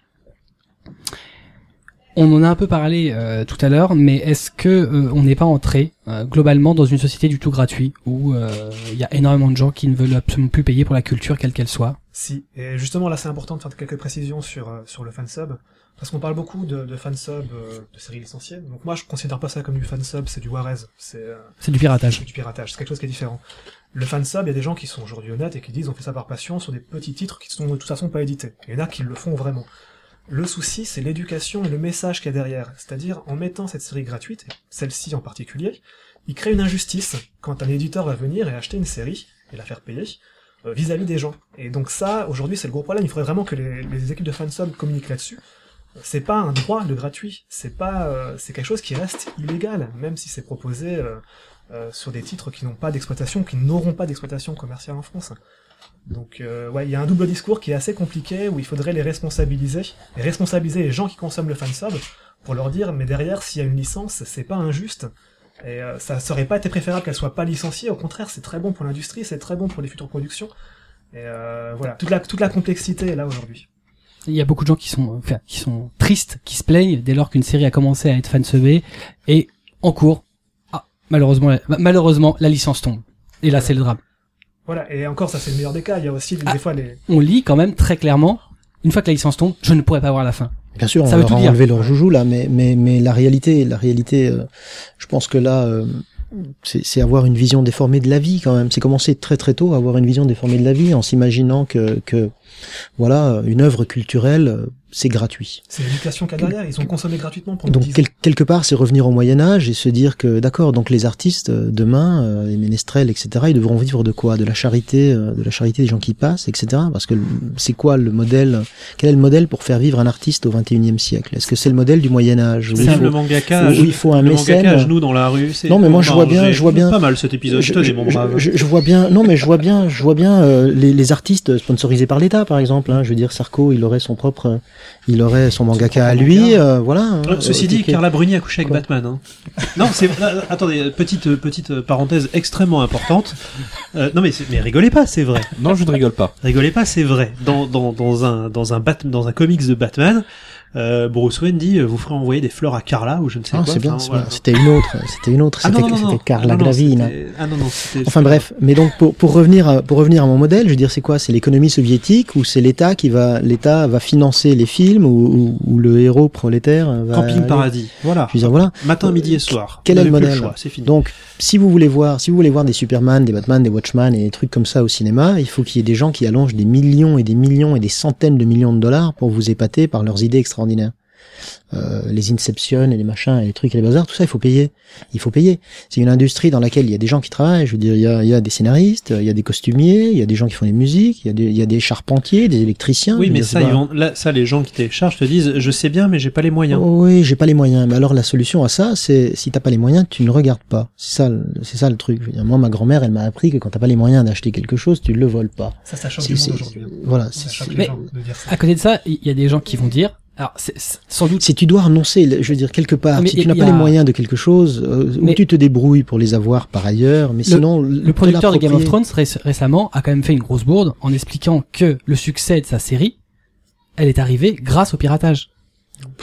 On en a un peu parlé euh, tout à l'heure, mais est-ce que euh, on n'est pas entré euh, globalement dans une société du tout gratuit où il euh, y a énormément de gens qui ne veulent absolument plus payer pour la culture quelle qu'elle soit? Si, et justement là c'est important de faire quelques précisions sur euh, sur le fansub, parce qu'on parle beaucoup de, de fansub euh, de séries licenciées. Donc moi je considère pas ça comme du fansub, c'est du warez, c'est euh, c'est du piratage. C'est du piratage, c'est quelque chose qui est différent. Le fansub, il y a des gens qui sont aujourd'hui honnêtes et qui disent on fait ça par passion sur des petits titres qui sont de toute façon pas édités. Il y en a qui le font vraiment. Le souci, c'est l'éducation et le message qu'il y a derrière. C'est-à-dire, en mettant cette série gratuite, celle-ci en particulier, il crée une injustice quand un éditeur va venir et acheter une série et la faire payer euh, vis-à-vis des gens. Et donc ça, aujourd'hui, c'est le gros problème. Il faudrait vraiment que les, les équipes de fansub communiquent là-dessus. C'est pas un droit de gratuit. C'est pas, euh, c'est quelque chose qui reste illégal, même si c'est proposé euh, euh, sur des titres qui n'ont pas d'exploitation, qui n'auront pas d'exploitation commerciale en France. Donc euh, ouais, il y a un double discours qui est assez compliqué où il faudrait les responsabiliser, et responsabiliser les gens qui consomment le fansub pour leur dire mais derrière s'il y a une licence, c'est pas injuste et euh, ça serait pas été préférable qu'elle soit pas licenciée, au contraire, c'est très bon pour l'industrie, c'est très bon pour les futures productions. Et euh, voilà, toute la toute la complexité est là aujourd'hui. Il y a beaucoup de gens qui sont enfin, qui sont tristes, qui se plaignent dès lors qu'une série a commencé à être fansubée et en cours, ah, malheureusement malheureusement la licence tombe. Et là, c'est le drame. Voilà, et encore, ça c'est le meilleur des cas, il y a aussi des, ah, des fois les... On lit quand même très clairement, une fois que la licence tombe, je ne pourrais pas voir la fin. Bien sûr, ça on veut leur tout a dire. enlevé leur joujou là, mais, mais, mais la réalité, la réalité, euh, je pense que là, euh, c'est, c'est avoir une vision déformée de la vie quand même. C'est commencer très très tôt à avoir une vision déformée de la vie en s'imaginant que, que voilà, une œuvre culturelle, c'est gratuit. C'est l'éducation qu'il y a derrière, ils ont consommé gratuitement pendant donc dix ans. quel, quelque part c'est revenir au Moyen-Âge et se dire que d'accord, donc les artistes demain, euh, les ménestrels, et cetera, ils devront vivre de quoi? De la charité, euh, de la charité des gens qui passent, et cetera. Parce que c'est quoi le modèle? Quel est le modèle pour faire vivre un artiste au vingt et unième siècle? Est-ce que c'est le modèle du Moyen-Âge? C'est même le mangaka, où il faut un le mécène. Mangaka à genoux dans la rue. C'est non mais moi je non, vois bien, je vois bien. Pas mal cet épisode. Je, tenez, je, mon brave. je, je vois bien. Non mais je vois bien, je vois bien euh, les, les artistes sponsorisés par l'État, par exemple. Hein, je veux dire, Sarko, il aurait son propre, il aurait son mangaka à lui, euh, voilà. Euh, ceci euh, dit, okay. Carla Bruni a couché avec Quoi Batman. Hein. Non, c'est euh, attendez, petite petite parenthèse extrêmement importante. Euh, non mais c'est, mais rigolez pas, c'est vrai. Non, je ne rigole pas. Rigolez pas, c'est vrai. Dans dans dans un dans un Bat, dans un comics de Batman, euh, Bruce Wayne dit vous ferez envoyer des fleurs à Carla ou je ne sais ah, quoi. c'est bien, enfin, c'est voilà. bien. C'était une autre, c'était une autre, Ah, c'était, non, non, non, c'était Carla ah, non, Gravine. c'était... Ah non non, c'était. Enfin bref, mais donc pour pour revenir à, pour revenir à mon modèle, je veux dire c'est quoi? C'est l'économie soviétique ou c'est l'État qui va l'État va financer les films ou, ou, ou le héros prolétaire va Camping aller... Paradis. Voilà. Je veux dire voilà. Matin, midi et soir. Quel Vous est le n'avez plus modèle? choix, c'est fini. Donc si vous voulez voir, si vous voulez voir des Superman, des Batman, des Watchmen et des trucs comme ça au cinéma, il faut qu'il y ait des gens qui allongent des millions et des millions et des centaines de millions de dollars pour vous épater par leurs idées extraordinaires. Euh, les Inception et les machins et les trucs et les bazars, tout ça il faut payer. Il faut payer. C'est une industrie dans laquelle il y a des gens qui travaillent. Je veux dire, il y a, il y a des scénaristes, il y a des costumiers, il y a des gens qui font des musiques, il y a des, il y a des charpentiers, des électriciens. Oui, mais dire, ça, ils vont, là, ça, les gens qui téléchargent te disent, je sais bien, mais j'ai pas les moyens. Oh, oui, j'ai pas les moyens. Mais alors la solution à ça, c'est si t'as pas les moyens, tu ne regardes pas. C'est ça, le- c'est ça le truc. Je veux dire, moi, ma grand-mère, elle m'a appris que quand t'as pas les moyens d'acheter quelque chose, tu le voles pas. Ça, ça choque C'est- du monde c'est- aujourd'hui. hein. Voilà. Ça c'est- choque Mais- les gens de dire ça. À côté de ça, il y a des gens qui vont dire, alors c'est, c'est sans doute, Si tu dois renoncer, je veux dire quelque part, Mais si il tu n'as y pas a- les moyens de quelque chose, euh, Mais- ou tu te débrouilles pour les avoir par ailleurs, mais sinon le producteur de Game of Thrones ré- récemment a quand même fait une grosse bourde en expliquant que le succès de sa série, elle est arrivée grâce au piratage.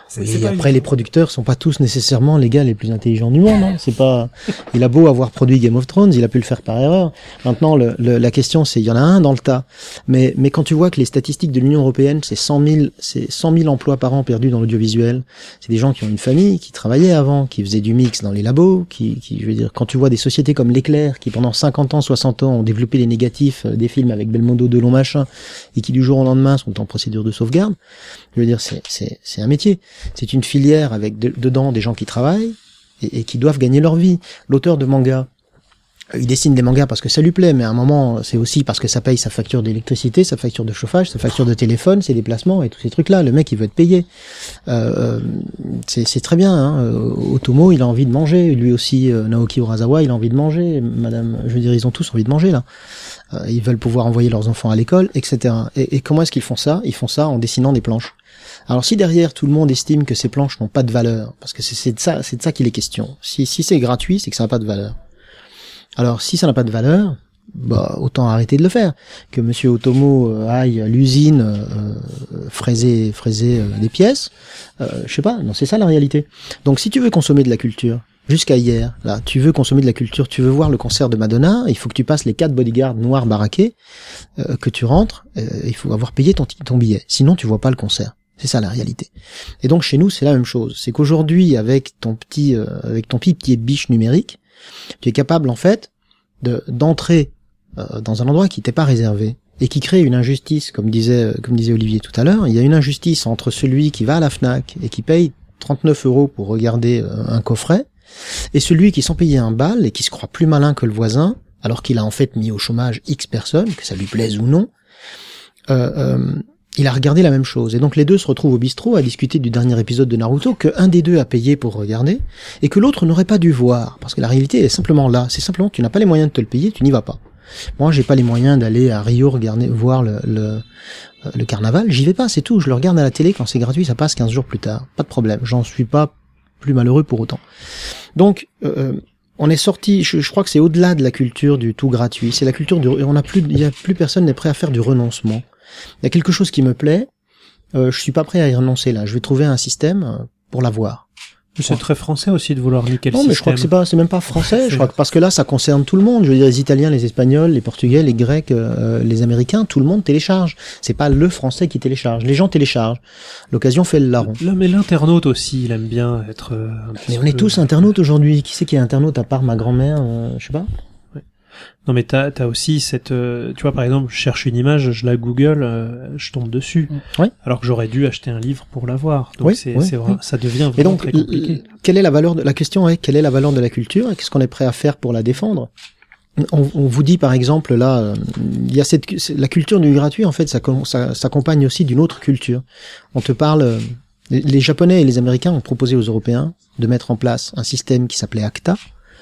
C'est- Oui, c'est et pas après, une- les producteurs sont pas tous nécessairement les gars les plus intelligents du monde. Hein. C'est pas. Il a beau avoir produit Game of Thrones, il a pu le faire par erreur. Maintenant, le, le, la question, c'est il y en a un dans le tas. Mais mais quand tu vois que les statistiques de l'Union européenne, c'est cent mille, c'est cent mille emplois par an perdus dans l'audiovisuel. C'est des gens qui ont une famille, qui travaillaient avant, qui faisaient du mix dans les labos, qui, qui, je veux dire, quand tu vois des sociétés comme l'Éclair, qui pendant cinquante ans, soixante ans ont développé les négatifs euh, des films avec Belmondo, Delon, machin, et qui du jour au lendemain sont en procédure de sauvegarde. Je veux dire, c'est c'est c'est un métier. C'est une filière avec de- dedans des gens qui travaillent et, et qui doivent gagner leur vie. L'auteur de manga, euh, il dessine des mangas parce que ça lui plaît, mais à un moment, c'est aussi parce que ça paye sa facture d'électricité, sa facture de chauffage, sa facture de téléphone, ses déplacements et tous ces trucs-là. Le mec, il veut être payé. Euh, c'est c'est très bien. Hein. Euh, Otomo, il a envie de manger. Lui aussi, euh, Naoki Urasawa, il a envie de manger. Madame, je veux dire, ils ont tous envie de manger là. Euh, ils veulent pouvoir envoyer leurs enfants à l'école, et cetera. Et, et comment est-ce qu'ils font ça? Ils font ça en dessinant des planches. Alors si derrière tout le monde estime que ces planches n'ont pas de valeur, parce que c'est c'est de ça, c'est de ça qu'il est question. Si si c'est gratuit, c'est que ça n'a pas de valeur. Alors si ça n'a pas de valeur, bah autant arrêter de le faire. Que Monsieur Otomo euh, aille à l'usine euh, fraiser fraiser euh, des pièces, euh, je sais pas. Non, c'est ça la réalité. Donc si tu veux consommer de la culture, jusqu'à hier, là, tu veux consommer de la culture, tu veux voir le concert de Madonna, il faut que tu passes les quatre bodyguards noirs baraqués, euh, que tu rentres, euh, il faut avoir payé ton, ton billet. Sinon, tu vois pas le concert. C'est ça la réalité. Et donc chez nous, c'est la même chose. C'est qu'aujourd'hui, avec ton petit, euh, avec ton petit biche numérique, tu es capable en fait de d'entrer euh, dans un endroit qui t'est pas réservé et qui crée une injustice, comme disait, comme disait Olivier tout à l'heure. Il y a une injustice entre celui qui va à la Fnac et qui paye trente-neuf euros pour regarder euh, un coffret, et celui qui, sans payer un bal et qui se croit plus malin que le voisin, alors qu'il a en fait mis au chômage X personnes, que ça lui plaise ou non, euh, euh, il a regardé la même chose. Et donc les deux se retrouvent au bistrot à discuter du dernier épisode de Naruto que un des deux a payé pour regarder et que l'autre n'aurait pas dû voir. Parce que la réalité est simplement là. C'est simplement que tu n'as pas les moyens de te le payer, tu n'y vas pas. Moi, j'ai pas les moyens d'aller à Rio regarder, voir le, le, le carnaval. J'y vais pas, c'est tout. Je le regarde à la télé quand c'est gratuit, ça passe quinze jours plus tard. Pas de problème. J'en suis pas plus malheureux pour autant. Donc, euh, on est sorti, je, je crois que c'est au-delà de la culture du tout gratuit. C'est la culture du, on a plus, il y a plus personne n'est prêt à faire du renoncement. Il y a quelque chose qui me plaît, euh, je suis pas prêt à y renoncer là. Je vais trouver un système euh, pour l'avoir. C'est très français aussi de vouloir niquer le non, système. mais je crois que c'est pas, c'est même pas français. Je crois que parce que là, ça concerne tout le monde. Je veux dire, les Italiens, les Espagnols, les Portugais, les Grecs, euh, les Américains, tout le monde télécharge. C'est pas le Français qui télécharge. Les gens téléchargent. L'occasion fait le larron. Là, mais l'internaute aussi, il aime bien être. Euh, un petit Mais on est peu- tous internautes aujourd'hui. Qui c'est qui est internaute à part ma grand-mère, euh, je sais pas. Non, mais t'as t'as aussi cette. euh, tu vois, par exemple, je cherche une image, je la Google, euh, je tombe dessus. Oui. Alors que j'aurais dû acheter un livre pour l'avoir. Donc Oui, c'est oui, c'est oui. vrai, ça devient Et vraiment donc, très compliqué. l- quelle est la valeur de la question est quelle est la valeur de la culture et qu'est-ce qu'on est prêt à faire pour la défendre? On, on vous dit par exemple là, euh, il y a cette c'est- la culture du gratuit en fait, ça, com- ça s'accompagne aussi d'une autre culture. On te parle, euh, les, les Japonais et les Américains ont proposé aux Européens de mettre en place un système qui s'appelait ACTA,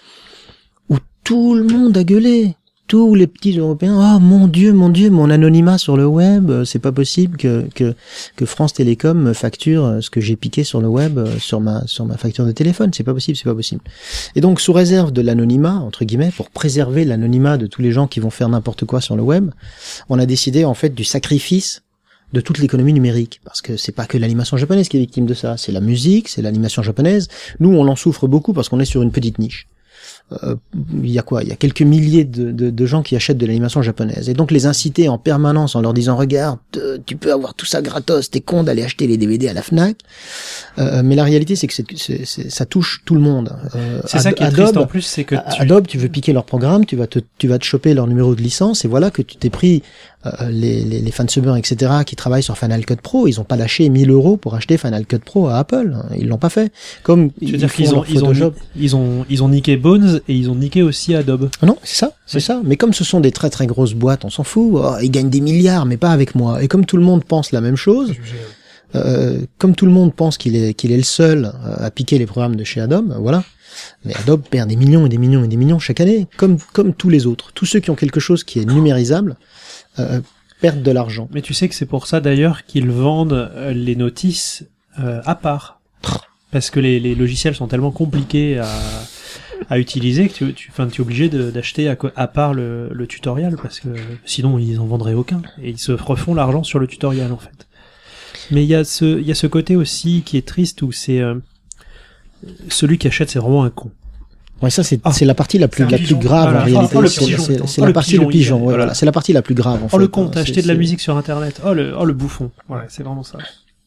où tout le monde a gueulé. Tous les petits Européens, oh mon Dieu, mon Dieu, mon anonymat sur le web, euh, c'est pas possible que que que France Télécom me facture euh, ce que j'ai piqué sur le web euh, sur ma sur ma facture de téléphone, c'est pas possible, c'est pas possible. Et donc sous réserve de l'anonymat entre guillemets, pour préserver l'anonymat de tous les gens qui vont faire n'importe quoi sur le web, on a décidé en fait du sacrifice de toute l'économie numérique, parce que c'est pas que l'animation japonaise qui est victime de ça, c'est la musique, c'est l'animation japonaise. Nous, on en souffre beaucoup parce qu'on est sur une petite niche. Euh, il y a quoi? Il y a quelques milliers de, de, de gens qui achètent de l'animation japonaise. Et donc les inciter en permanence en leur disant regarde, euh, tu peux avoir tout ça gratos, t'es con d'aller acheter les D V D à la Fnac. Euh, mais la réalité c'est que c'est, c'est, c'est, ça touche tout le monde. Euh, C'est ça qui est Adobe, triste en plus, c'est que tu... Adobe, tu veux piquer leur programme, tu vas te, tu vas te choper leur numéro de licence, et voilà que tu t'es pris euh, les, les, les fansubbers, et cetera, qui travaillent sur Final Cut Pro, ils ont pas lâché mille euros pour acheter Final Cut Pro à Apple, ils l'ont pas fait. Comme Tu veux ils dire font qu'ils ont, leur ils ont, Photoshop. ils ont, ils ont niqué Bones et ils ont niqué aussi Adobe. Ah non, c'est ça, c'est Oui. ça. Mais comme ce sont des très très grosses boîtes, on s'en fout. Oh, ils gagnent des milliards, mais pas avec moi. Et comme tout le monde pense la même chose, euh, comme tout le monde pense qu'il est qu'il est le seul euh, à piquer les programmes de chez Adobe, voilà. Mais Adobe perd des millions et des millions et des millions chaque année, comme comme tous les autres. Tous ceux qui ont quelque chose qui est numérisable euh, perdent de l'argent. Mais tu sais que c'est pour ça d'ailleurs qu'ils vendent euh, les notices euh, à part. Parce que les, les logiciels sont tellement compliqués à, à utiliser que tu, tu, enfin, tu es obligé de, d'acheter à, co- à part le, le tutoriel parce que sinon ils en vendraient aucun. Et ils se refont l'argent sur le tutoriel en fait. Mais il y a ce, il y a ce côté aussi qui est triste où c'est euh, celui qui achète, c'est vraiment un con. Ouais, ça c'est Ah. c'est la partie la plus C'est un la pigeon. plus grave Voilà. en réalité. Oh, le C'est- pigeon, c'est attends. c'est Oh, la le partie pigeon, le pigeon. il est- Ouais, voilà. voilà, c'est la partie la plus grave en fait. Oh le con, t'as C'est- acheté de la c'est- musique sur internet. Oh le, oh le bouffon. Ouais, c'est vraiment ça.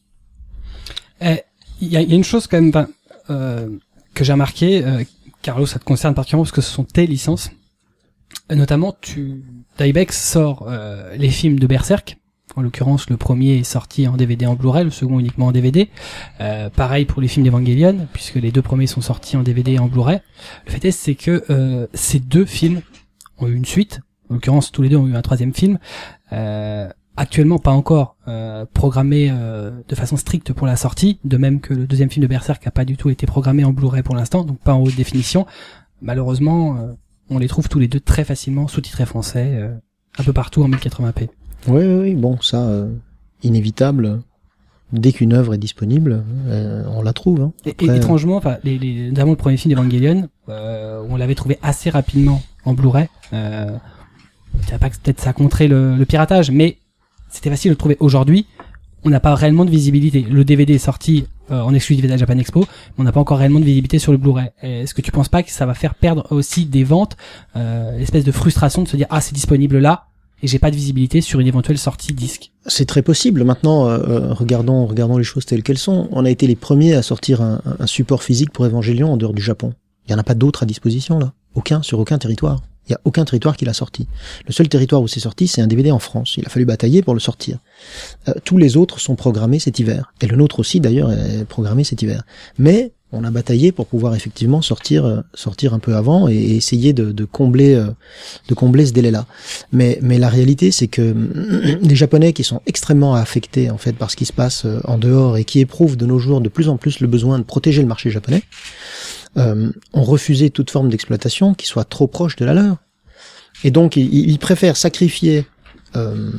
Eh, Il y, a, il y a une chose quand même ben, euh, que j'ai remarqué, euh, Carlo, ça te concerne particulièrement parce que ce sont tes licences. Euh, Notamment, tu Dybex sort euh, les films de Berserk. En l'occurrence, le premier est sorti en D V D en Blu-ray, le second uniquement en D V D. Euh, pareil pour les films d'Evangelion, puisque les deux premiers sont sortis en D V D et en Blu-ray. Le fait est, c'est que euh, ces deux films ont eu une suite. En l'occurrence, tous les deux ont eu un troisième film. Euh, actuellement, pas encore euh, programmé euh, de façon stricte pour la sortie. De même que le deuxième film de Berserk n'a pas du tout été programmé en Blu-ray pour l'instant, donc pas en haute définition. Malheureusement, euh, on les trouve tous les deux très facilement sous-titrés français, euh, un peu partout en mille quatre-vingts p. Oui, oui, oui, bon, ça, euh, inévitable. Dès qu'une œuvre est disponible, euh, on la trouve. Hein. Et, et Après, étrangement, enfin, les, les, notamment le premier film d'Evangelion, euh, on l'avait trouvé assez rapidement en Blu-ray. Euh, je dirais pas que peut-être ça compterait le, le piratage, mais c'était facile de le trouver. Aujourd'hui, on n'a pas réellement de visibilité. Le D V D est sorti euh, en exclusivité à Japan Expo, mais on n'a pas encore réellement de visibilité sur le Blu-ray. Est-ce que tu penses pas que ça va faire perdre aussi des ventes, euh, l'espèce de frustration de se dire ah c'est disponible là et j'ai pas de visibilité sur une éventuelle sortie disque? C'est très possible. Maintenant, euh, euh, regardons, regardons les choses telles qu'elles sont. On a été les premiers à sortir un, un support physique pour Evangelion en dehors du Japon. Il y en a pas d'autres à disposition là. Aucun, sur aucun territoire. Il y a aucun territoire qui l'a sorti. Le seul territoire où c'est sorti, c'est un D V D en France. Il a fallu batailler pour le sortir. Euh, tous les autres sont programmés cet hiver. Et le nôtre aussi, d'ailleurs, est programmé cet hiver. Mais on a bataillé pour pouvoir effectivement sortir, euh, sortir un peu avant et, et essayer de, de combler, euh, de combler ce délai-là. Mais, mais la réalité, c'est que les Japonais qui sont extrêmement affectés en fait par ce qui se passe euh, en dehors et qui éprouvent de nos jours de plus en plus le besoin de protéger le marché japonais, euh, ont refusé toute forme d'exploitation qui soit trop proche de la leur. Et donc, ils, ils préfèrent sacrifier euh,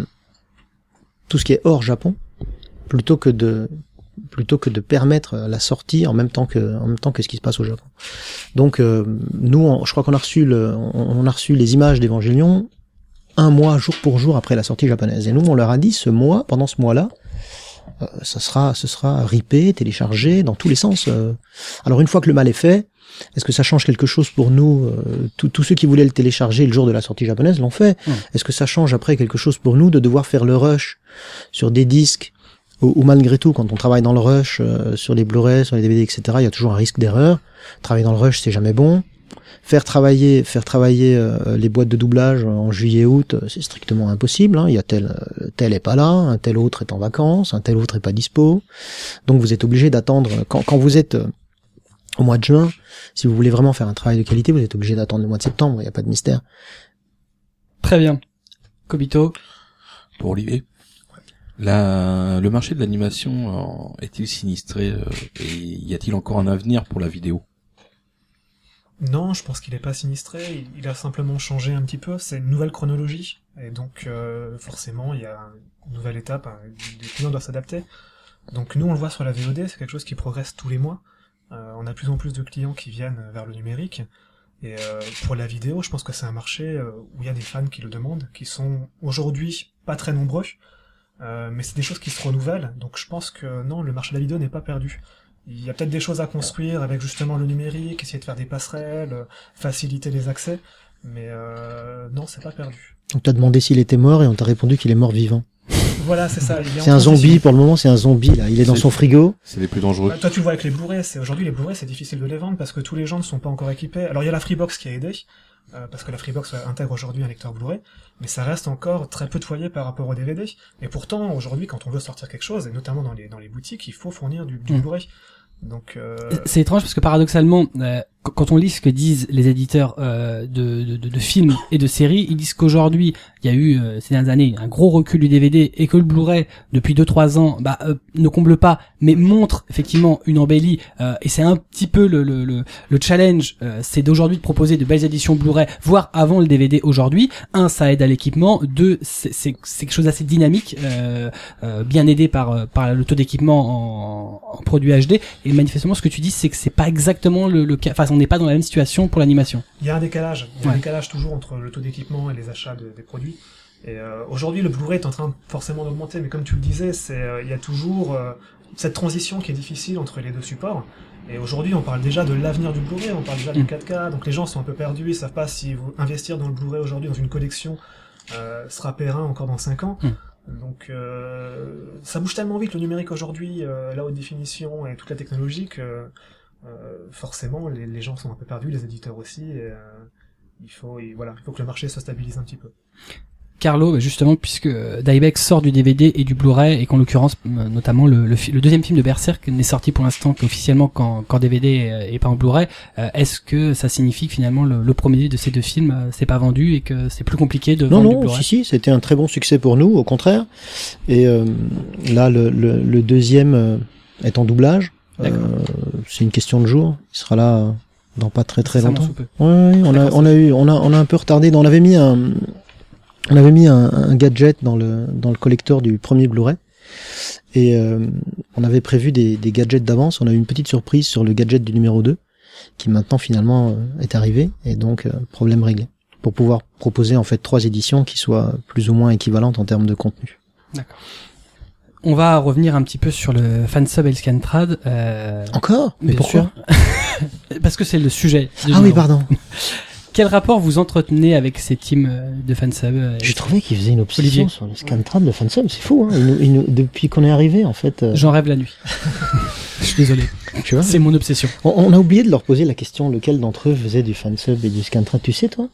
tout ce qui est hors Japon plutôt que de plutôt que de permettre la sortie en même temps que en même temps que ce qui se passe au Japon. Donc, euh, nous, on, je crois qu'on a reçu le, on, on a reçu les images d'Evangelion un mois jour pour jour après la sortie japonaise. Et nous, on leur a dit ce mois, pendant ce mois-là, euh, ça sera, ce sera ripé, téléchargé dans tous les sens. Euh. Alors une fois que le mal est fait, est-ce que ça change quelque chose pour nous? euh, Tous ceux qui voulaient le télécharger le jour de la sortie japonaise l'ont fait. Mmh. Est-ce que ça change après quelque chose pour nous de devoir faire le rush sur des disques ou, ou malgré tout, quand on travaille dans le rush euh, sur les Blu-ray, sur les D V D, et cetera, il y a toujours un risque d'erreur. Travailler dans le rush, c'est jamais bon. Faire travailler, faire travailler euh, les boîtes de doublage en juillet-août, euh, c'est strictement impossible. Hein. Il y a tel, euh, tel est pas là, un tel autre est en vacances, un tel autre est pas dispo. Donc vous êtes obligé d'attendre. Quand, quand vous êtes euh, au mois de juin, si vous voulez vraiment faire un travail de qualité, vous êtes obligé d'attendre le mois de septembre. Il n'y a pas de mystère. Très bien. Kobito. Pour Olivier. La, le marché de l'animation euh, est-il sinistré euh, et y a-t-il encore un avenir pour la vidéo? Non, je pense qu'il est pas sinistré, il, il a simplement changé un petit peu, c'est une nouvelle chronologie, et donc euh, forcément il y a une nouvelle étape, hein, les clients doivent s'adapter. Donc nous on le voit sur la V O D, c'est quelque chose qui progresse tous les mois, euh, on a de plus en plus de clients qui viennent vers le numérique, et euh, pour la vidéo je pense que c'est un marché euh, où il y a des fans qui le demandent, qui sont aujourd'hui pas très nombreux, euh, mais c'est des choses qui se renouvellent, donc je pense que non, le marché de la vidéo n'est pas perdu. Il y a peut-être des choses à construire avec justement le numérique, essayer de faire des passerelles, euh, faciliter les accès, mais euh, non, c'est pas perdu. On t'a demandé s'il était mort et on t'a répondu qu'il est mort vivant. Voilà, c'est ça. il est en C'est un transition. zombie, pour le moment c'est un zombie là. Il est dans C'est- son frigo. C'est les plus dangereux. Bah, toi, tu le vois avec les Blu-ray. C'est aujourd'hui les Blu-ray, c'est difficile de les vendre parce que tous les gens ne sont pas encore équipés. Alors il y a la Freebox qui a aidé, euh, parce que la Freebox intègre aujourd'hui un lecteur Blu-ray, mais ça reste encore très peu de foyers par rapport au D V D. Et pourtant, aujourd'hui, quand on veut sortir quelque chose, et notamment dans les dans les boutiques, il faut fournir du, du Mm. Blu-ray. Donc euh... C'est étrange parce que paradoxalement, euh, qu- quand on lit ce que disent les éditeurs euh, de, de, de, de films et de séries, ils disent qu'aujourd'hui, il y a eu euh, ces dernières années un gros recul du D V D et que le Blu-ray, depuis deux trois ans, bah, euh, ne comble pas, mais montre effectivement une embellie. Euh, et c'est un petit peu le, le, le, le challenge, euh, c'est d'aujourd'hui de proposer de belles éditions Blu-ray, voire avant le D V D aujourd'hui. Un, ça aide à l'équipement. Deux, c'est, c'est, c'est quelque chose d'assez dynamique, euh, euh, bien aidé par, euh, par le taux d'équipement en, en produit H D. Et manifestement, ce que tu dis, c'est que c'est pas exactement le, le cas. Enfin, on n'est pas dans la même situation pour l'animation. Il y a un décalage. Il y a Ouais. un décalage toujours entre le taux d'équipement et les achats de- des produits. Et euh, aujourd'hui, le Blu-ray est en train forcément d'augmenter, mais comme tu le disais, c'est il euh, y a toujours euh, cette transition qui est difficile entre les deux supports. Et aujourd'hui, on parle déjà de l'avenir du Blu-ray, on parle déjà du quatre K, donc les gens sont un peu perdus, ils savent pas si vous investir dans le Blu-ray aujourd'hui, dans une collection, euh, sera périn encore dans cinq ans. Mm. Donc euh, ça bouge tellement vite le numérique aujourd'hui, euh, la haute définition et toute la technologie que euh, forcément les, les gens sont un peu perdus, les éditeurs aussi. Et, euh, il faut, et voilà, il faut que le marché se stabilise un petit peu. Carlo, justement, puisque Dybex sort du D V D et du Blu-ray, et qu'en l'occurrence, notamment le, le, le deuxième film de Berserk n'est sorti pour l'instant qu'officiellement qu'en, qu'en D V D et pas en Blu-ray, euh, est-ce que ça signifie que finalement le, le premier de ces deux films euh, s'est pas vendu et que c'est plus compliqué de non, vendre non, du Blu-ray? si, si, c'était un très bon succès pour nous, au contraire. Et euh, là, le, le, le deuxième euh, est en doublage. Euh, c'est une question de jour. Il sera là euh, dans pas très très ça longtemps. Peu. Ouais, ouais, on a, on a eu, on a, on a un peu retardé. On avait mis un On avait mis un, un gadget dans le dans le collector du premier Blu-ray et euh, on avait prévu des, des gadgets d'avance. On a eu une petite surprise sur le gadget du numéro deux qui maintenant finalement euh, est arrivé et donc euh, problème réglé pour pouvoir proposer en fait trois éditions qui soient plus ou moins équivalentes en termes de contenu. D'accord. On va revenir un petit peu sur le fansub et le scantrad. Euh... Encore? Mais pourquoi? Parce que c'est le sujet. Ah oui, pardon. Quel rapport vous entretenez avec ces teams de fansub? J'ai trouvé qu'il faisait une obsession Olivier. Sur le scantrad, le fansub, c'est fou, hein. Il nous, il nous, depuis qu'on est arrivé, en fait. Euh... J'en rêve la nuit. Je suis désolé. Tu vois? C'est mon obsession. On, on a oublié de leur poser la question, lequel d'entre eux faisait du fansub et du scantrad, tu sais, toi?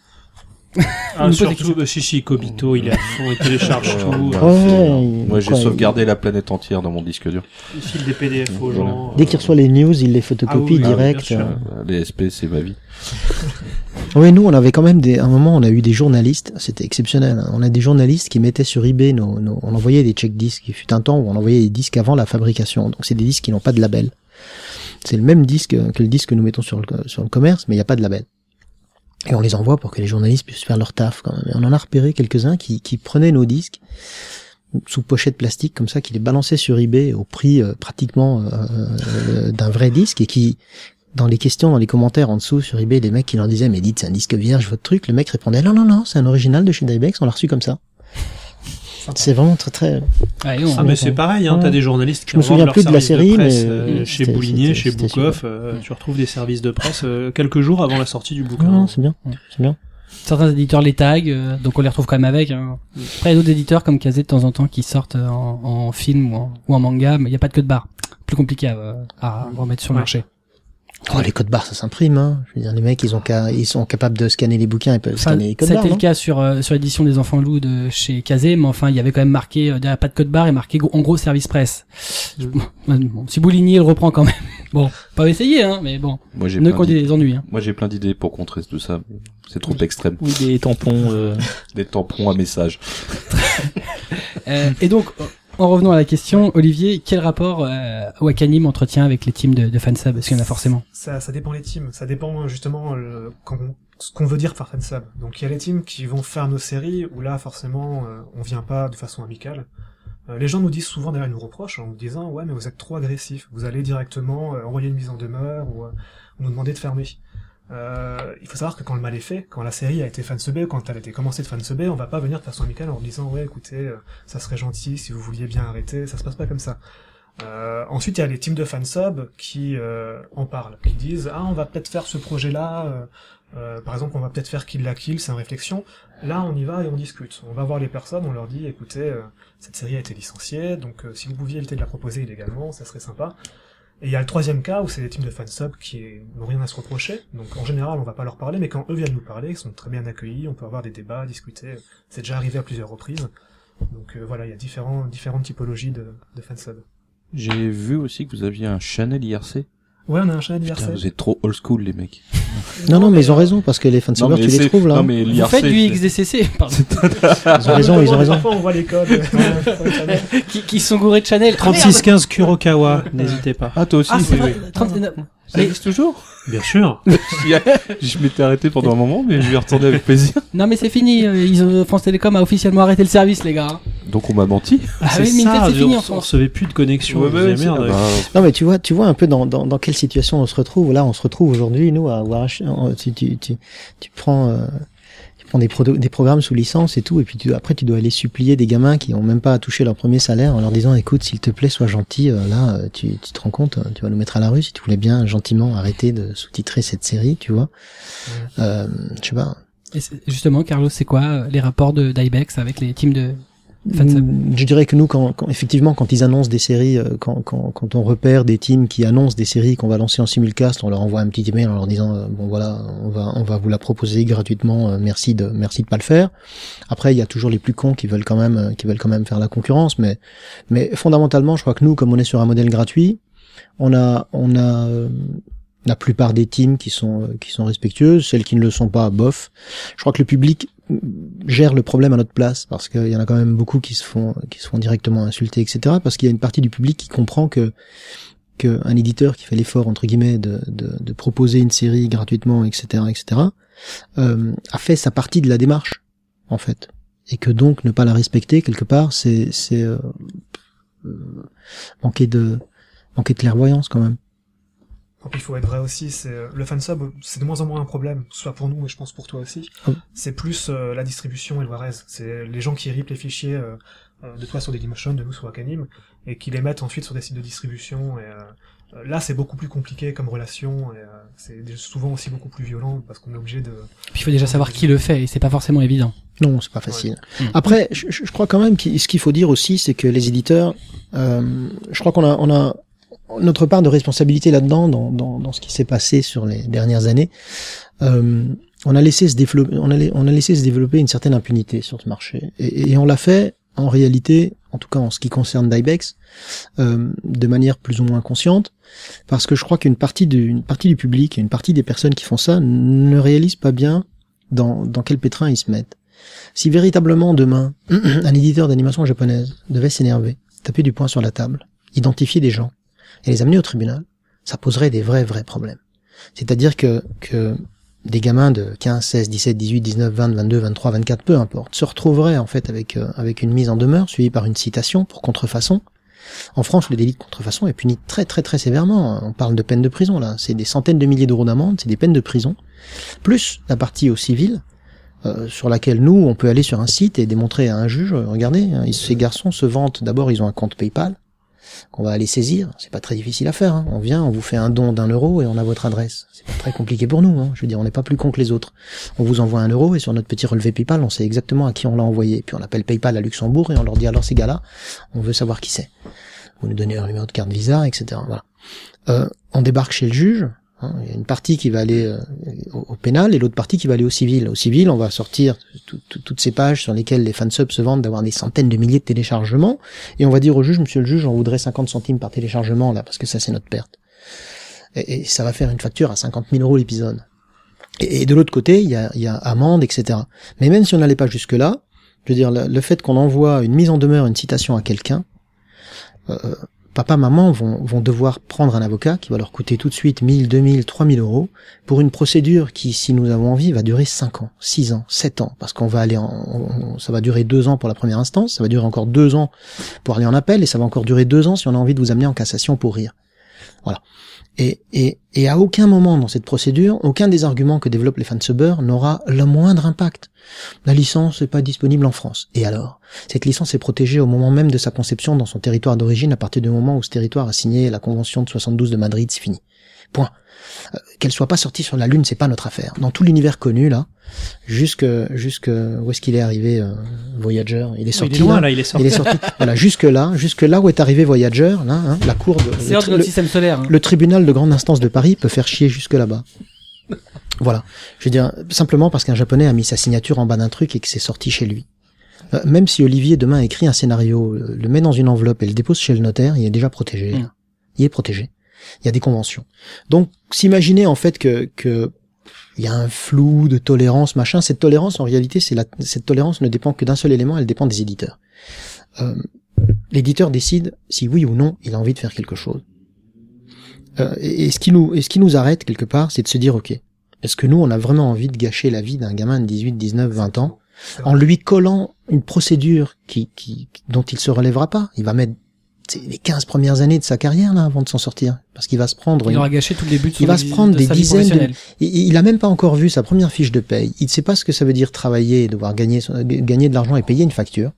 Ah, surtout, bah, si, si, Kobito, il est à fond, il télécharge ouais, tout. Bah, ouais, moi, j'ai quoi, sauvegardé il... la planète entière dans mon disque dur. Il file des P D F aux voilà. gens. Dès qu'il reçoit les news, il les photocopie ah, oui, direct. Ah, oui, euh... Les S P, c'est ma vie. Oui, nous, on avait quand même des, à un moment, on a eu des journalistes, c'était exceptionnel, hein. On a des journalistes qui mettaient sur eBay nos, nos, on envoyait des check disques. Il fut un temps où on envoyait des disques avant la fabrication. Donc, c'est des disques qui n'ont pas de label. C'est le même disque que le disque que nous mettons sur le, sur le commerce, mais il n'y a pas de label. Et on les envoie pour que les journalistes puissent faire leur taf, quand même. Et on en a repéré quelques-uns qui, qui prenaient nos disques sous pochette plastique, comme ça, qui les balançaient sur eBay au prix, euh, pratiquement, euh, euh, d'un vrai disque et qui, dans les questions, dans les commentaires en dessous sur eBay, les mecs qui leur disaient, mais dites, c'est un disque vierge, votre truc, le mec répondait, non, non, non, c'est un original de chez Dybex, on l'a reçu comme ça. C'est vraiment très, très... Ouais, on, ah, mais c'est pareil, hein, ouais. T'as des journalistes qui je me souviens plus de la série, de presse, mais euh, chez Boulinier, chez Bookoff, euh, tu retrouves des services de presse euh, quelques jours avant la sortie du bouquin. Non, c'est bien, c'est bien. Certains éditeurs les taguent, euh, donc on les retrouve quand même avec. Hein. Après, il y a d'autres éditeurs comme Kazé de temps en temps qui sortent en, en film ou en, ou en manga, mais il n'y a pas de code barre. Plus compliqué à, à remettre sur le ouais. marché. Oh, les codes barres, ça s'imprime, hein. Je veux dire, les mecs, ils ont qu'à, ils sont capables de scanner les bouquins, ils peuvent enfin, scanner les codes barres. C'était le cas sur, euh, sur l'édition des Enfants Loups de chez Kazé, mais enfin, il y avait quand même marqué, euh, derrière pas de code barre et marqué, en gros, service presse. Bon, bon, si Boulinier le reprend quand même. Bon, pas essayer, hein, mais bon. Moi, j'ai ne qu'on des ennuis, hein. Moi, j'ai plein d'idées pour contrer tout ça. C'est trop oui. extrême. Oui, des tampons, euh... des tampons à message. euh, et donc, en revenant à la question, Olivier, quel rapport euh, Wakanim entretient avec les teams de, de fansub? Est-ce qu'il y en a forcément? Ça, ça dépend les teams. Ça dépend justement le, quand, ce qu'on veut dire par fansub. Donc il y a les teams qui vont faire nos séries où là forcément euh, on vient pas de façon amicale. Euh, les gens nous disent souvent, d'ailleurs ils nous reprochent en nous disant ouais mais vous êtes trop agressif. Vous allez directement euh, envoyer une mise en demeure ou euh, nous demander de fermer. Euh, il faut savoir que quand le mal est fait, quand la série a été fansubée, quand elle a été commencée de fansubée, on va pas venir de façon amicale en disant ouais écoutez, euh, ça serait gentil si vous vouliez bien arrêter, ça se passe pas comme ça. Euh, ensuite il y a les teams de fansub qui euh, en parlent, qui disent ah on va peut-être faire ce projet-là, euh, euh, par exemple on va peut-être faire Kill la Kill, c'est en réflexion. Là on y va et on discute. On va voir les personnes, on leur dit écoutez, euh, cette série a été licenciée, donc euh, si vous pouviez éviter de la proposer illégalement, ça serait sympa. Et il y a le troisième cas où c'est des teams de fansub qui n'ont rien à se reprocher. Donc en général, on va pas leur parler, mais quand eux viennent nous parler, ils sont très bien accueillis, on peut avoir des débats, discuter. C'est déjà arrivé à plusieurs reprises. Donc euh, voilà, il y a différents, différentes typologies de, de fansub. J'ai vu aussi que vous aviez un channel I R C. Ouais, on a un channel I R C. Putain, vous êtes trop old school, les mecs. Non, non, mais ils ont raison, parce que les fansubers, tu les trouves, là. Non, mais vous faites du X D C C, pardon. Ils ont raison, ils ont raison. Parfois, on voit les codes. qui, qui sont gourés de Chanel. trente-six quinze Kurokawa, n'hésitez pas. Ah, toi aussi, ah, c'est oui. trente-neuf. Ça existe toujours? Bien sûr. Je m'étais arrêté pendant un moment, mais je vais retourner avec plaisir. Non, mais c'est fini. Ils ont, France Télécom a officiellement arrêté le service, les gars. Donc on m'a menti. Ah c'est oui, ça, c'est fini en on France. recevait plus de connexion. Ouais, bah, merde. Bah, non, mais tu vois, tu vois un peu dans, dans, dans quelle situation on se retrouve. Là, on se retrouve aujourd'hui, nous, à Warash. Tu, tu, tu, tu prends, euh, tu font des, pro- des programmes sous licence et tout, et puis tu, après tu dois aller supplier des gamins qui ont même pas touché leur premier salaire en leur disant écoute s'il te plaît sois gentil, euh, là euh, tu, tu te rends compte, tu vas nous mettre à la rue si tu voulais bien gentiment arrêter de sous-titrer cette série, tu vois. Ouais. Euh, je sais pas. Et justement, Carlos, c'est quoi les rapports de d'Ibex avec les teams de fansub? Je dirais que nous, quand, quand effectivement, quand ils annoncent des séries, quand, quand, quand on repère des teams qui annoncent des séries qu'on va lancer en simulcast, on leur envoie un petit email en leur disant euh, bon voilà, on va, on va vous la proposer gratuitement, euh, merci de, merci de pas le faire. Après, il y a toujours les plus cons qui veulent quand même, qui veulent quand même faire la concurrence, mais, mais fondamentalement, je crois que nous, comme on est sur un modèle gratuit, on a, on a euh, la plupart des teams qui sont, euh, qui sont respectueuses, celles qui ne le sont pas, bof. Je crois que le public gère le problème à notre place, parce qu'il y en a quand même beaucoup qui se font qui se font directement insulter, et cetera. Parce qu'il y a une partie du public qui comprend que que un éditeur qui fait l'effort entre guillemets de de, de proposer une série gratuitement, et cetera, et cetera, euh, a fait sa partie de la démarche en fait, et que donc ne pas la respecter quelque part, c'est c'est euh, euh, manquer de manquer de clairvoyance quand même. Et puis il faut être vrai aussi, c'est le fansub, c'est de moins en moins un problème, soit pour nous, mais je pense pour toi aussi. Oh. C'est plus euh, la distribution et le Warez. C'est les gens qui ripent les fichiers euh, de toi sur Dailymotion, de nous sur Wakanim, et qui les mettent ensuite sur des sites de distribution. Et euh, là, c'est beaucoup plus compliqué comme relation, et euh, c'est souvent aussi beaucoup plus violent parce qu'on est obligé de. Puis il faut déjà savoir qui le fait, et c'est pas forcément évident. Non, c'est pas facile. Ouais. Après, je, je crois quand même que ce qu'il faut dire aussi, c'est que les éditeurs, euh, je crois qu'on a, on a notre part de responsabilité là-dedans, dans, dans, dans ce qui s'est passé sur les dernières années. Euh, on a laissé se développer, on a, on a laissé se développer une certaine impunité sur ce marché, et, et on l'a fait en réalité, en tout cas en ce qui concerne d'Ibex, euh, de manière plus ou moins consciente, parce que je crois qu'une partie du, une partie du public, une partie des personnes qui font ça, ne réalisent pas bien dans, dans quel pétrin ils se mettent. Si véritablement demain, un éditeur d'animation japonaise devait s'énerver, taper du poing sur la table, identifier des gens, et les amener au tribunal, ça poserait des vrais, vrais problèmes. C'est-à-dire que, que des gamins de quinze, seize, dix-sept, dix-huit, dix-neuf, vingt, vingt-deux, vingt-trois, vingt-quatre, peu importe, se retrouveraient en fait avec, euh, avec une mise en demeure suivie par une citation pour contrefaçon. En France, le délit de contrefaçon est puni très, très, très sévèrement. On parle de peine de prison, là. C'est des centaines de milliers d'euros d'amende, c'est des peines de prison. Plus la partie au civil, euh, sur laquelle nous, on peut aller sur un site et démontrer à un juge, euh, regardez, hein, ces garçons se vantent, d'abord, ils ont un compte PayPal, qu'on va aller saisir, c'est pas très difficile à faire, hein. On vient, on vous fait un don d'un euro et on a votre adresse. C'est pas très compliqué pour nous, hein. Je veux dire, on n'est pas plus con que les autres. On vous envoie un euro et sur notre petit relevé PayPal, on sait exactement à qui on l'a envoyé. Puis on appelle PayPal à Luxembourg et on leur dit alors ces gars-là, on veut savoir qui c'est. Vous nous donnez leur numéro de carte Visa, et cetera. Voilà. Euh, on débarque chez le juge. Hein, il y a une partie qui va aller euh, au, au pénal et l'autre partie qui va aller au civil. Au civil, on va sortir tout, tout, toutes ces pages sur lesquelles les fansubs se vantent d'avoir des centaines de milliers de téléchargements et on va dire au juge, monsieur le juge, on voudrait cinquante centimes par téléchargement là parce que ça c'est notre perte. Et, et ça va faire une facture à cinquante mille euros l'épisode. Et, et de l'autre côté, il y a, il y a amende, et cetera. Mais même si on n'allait pas jusque là, je veux dire, le, le fait qu'on envoie une mise en demeure, une citation à quelqu'un, euh, papa, maman vont, vont devoir prendre un avocat qui va leur coûter tout de suite mille, deux mille, trois mille euros pour une procédure qui, si nous avons envie, va durer cinq ans, six ans, sept ans, parce qu'on va aller en, on, ça va durer deux ans pour la première instance, ça va durer encore deux ans pour aller en appel, et ça va encore durer deux ans si on a envie de vous amener en cassation pour rire. Voilà. Et, et, et à aucun moment dans cette procédure, aucun des arguments que développent les fansubbers n'aura le moindre impact. La licence n'est pas disponible en France. Et alors? Cette licence est protégée au moment même de sa conception dans son territoire d'origine à partir du moment où ce territoire a signé la convention de soixante-douze de Madrid, c'est fini. Point. Euh, qu'elle soit pas sortie sur la Lune, c'est pas notre affaire. Dans tout l'univers connu, là, jusque, jusque, où est-ce qu'il est arrivé, euh, Voyager? Il est sorti. Il est loin, là, là, il est sorti. Il est sorti. Voilà, jusque là, jusque là où est arrivé Voyager, là, hein, la cour de, c'est hors de notre système solaire. Hein. Le tribunal de grande instance de Paris peut faire chier jusque là-bas. Voilà. Je veux dire, simplement parce qu'un japonais a mis sa signature en bas d'un truc et que c'est sorti chez lui. Euh, même si Olivier demain écrit un scénario, le, le met dans une enveloppe et le dépose chez le notaire, il est déjà protégé. Mmh. Il est protégé. Il y a des conventions. Donc, s'imaginer en fait que, que il y a un flou de tolérance, machin, cette tolérance, en réalité, c'est la, cette tolérance ne dépend que d'un seul élément, elle dépend des éditeurs. Euh, l'éditeur décide si oui ou non il a envie de faire quelque chose. Euh, et, et ce qui nous, et ce qui nous arrête quelque part, c'est de se dire, ok, est-ce que nous, on a vraiment envie de gâcher la vie d'un gamin de dix-huit, dix-neuf, vingt ans en lui collant une procédure qui, qui, dont il se relèvera pas? Il va mettre c'est les quinze premières années de sa carrière là avant de s'en sortir, parce qu'il va se prendre Il aura gâché tout le début de son il va se vie- prendre de des sa vie dizaines de, professionnelle. il, il a même pas encore vu sa première fiche de paye. Il ne sait pas ce que ça veut dire travailler et devoir gagner son- gagner de l'argent et payer une facture.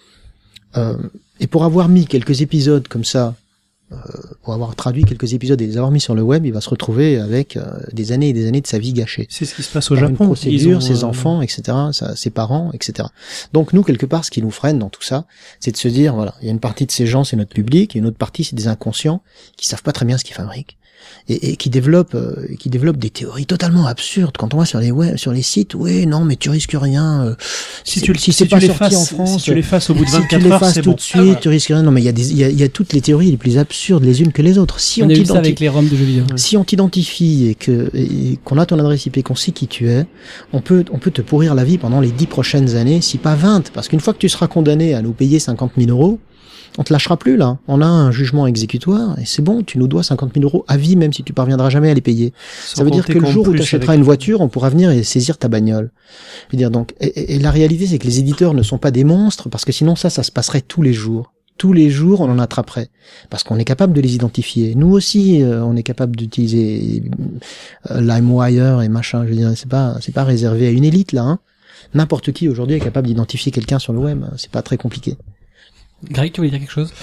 Euh, et pour avoir mis quelques épisodes comme ça, euh, pour avoir traduit quelques épisodes et les avoir mis sur le web, il va se retrouver avec euh, des années et des années de sa vie gâchée. C'est ce qui se passe au Par Japon. une procédure, Ils ont, ses euh, enfants, et cetera, sa- ses parents, et cetera. Donc nous, quelque part, ce qui nous freine dans tout ça, c'est de se dire, voilà, il y a une partie de ces gens, c'est notre public, et une autre partie, c'est des inconscients qui savent pas très bien ce qu'ils fabriquent. Et, et qui développent, euh, qui développent des théories totalement absurdes. Quand on va sur les web, sur les sites, oui, non, mais tu risques rien. euh, Si tu, le- si si c'est tu pas les sorti fasses, en France, si tu les fasses au bout de si tu vingt-quatre les heures, fasses c'est tout bon. de suite, tu risques rien. Non, mais il y a des, il y a, il y a toutes les théories les plus absurdes les unes que les autres. Si On on, a eu ça t'identifie- avec les ROM de jeux vidéo. si on t'identifie et que et qu'on a ton adresse I P, qu'on sait qui tu es, on peut on peut te pourrir la vie pendant les dix prochaines années, si pas vingt, parce qu'une fois que tu seras condamné à nous payer cinquante mille euros, on te lâchera plus là. On a un jugement exécutoire et c'est bon, tu nous dois cinquante mille euros à vie, même si tu parviendras jamais à les payer. Sans Ça veut dire compter que le qu'en jour où plus, tu achèteras avec- une voiture, on pourra venir et saisir ta bagnole. Je veux dire donc, et, et- et la réalité c'est que les éditeurs ne sont pas des monstres, parce que sinon ça, ça se passerait tous les jours. Tous les jours, on en attraperait, parce qu'on est capable de les identifier. Nous aussi, euh, on est capable d'utiliser euh, LimeWire et machin. Je veux dire, c'est pas, c'est pas réservé à une élite là. Hein. N'importe qui aujourd'hui est capable d'identifier quelqu'un sur le web. C'est pas très compliqué. Greg, tu voulais dire quelque chose?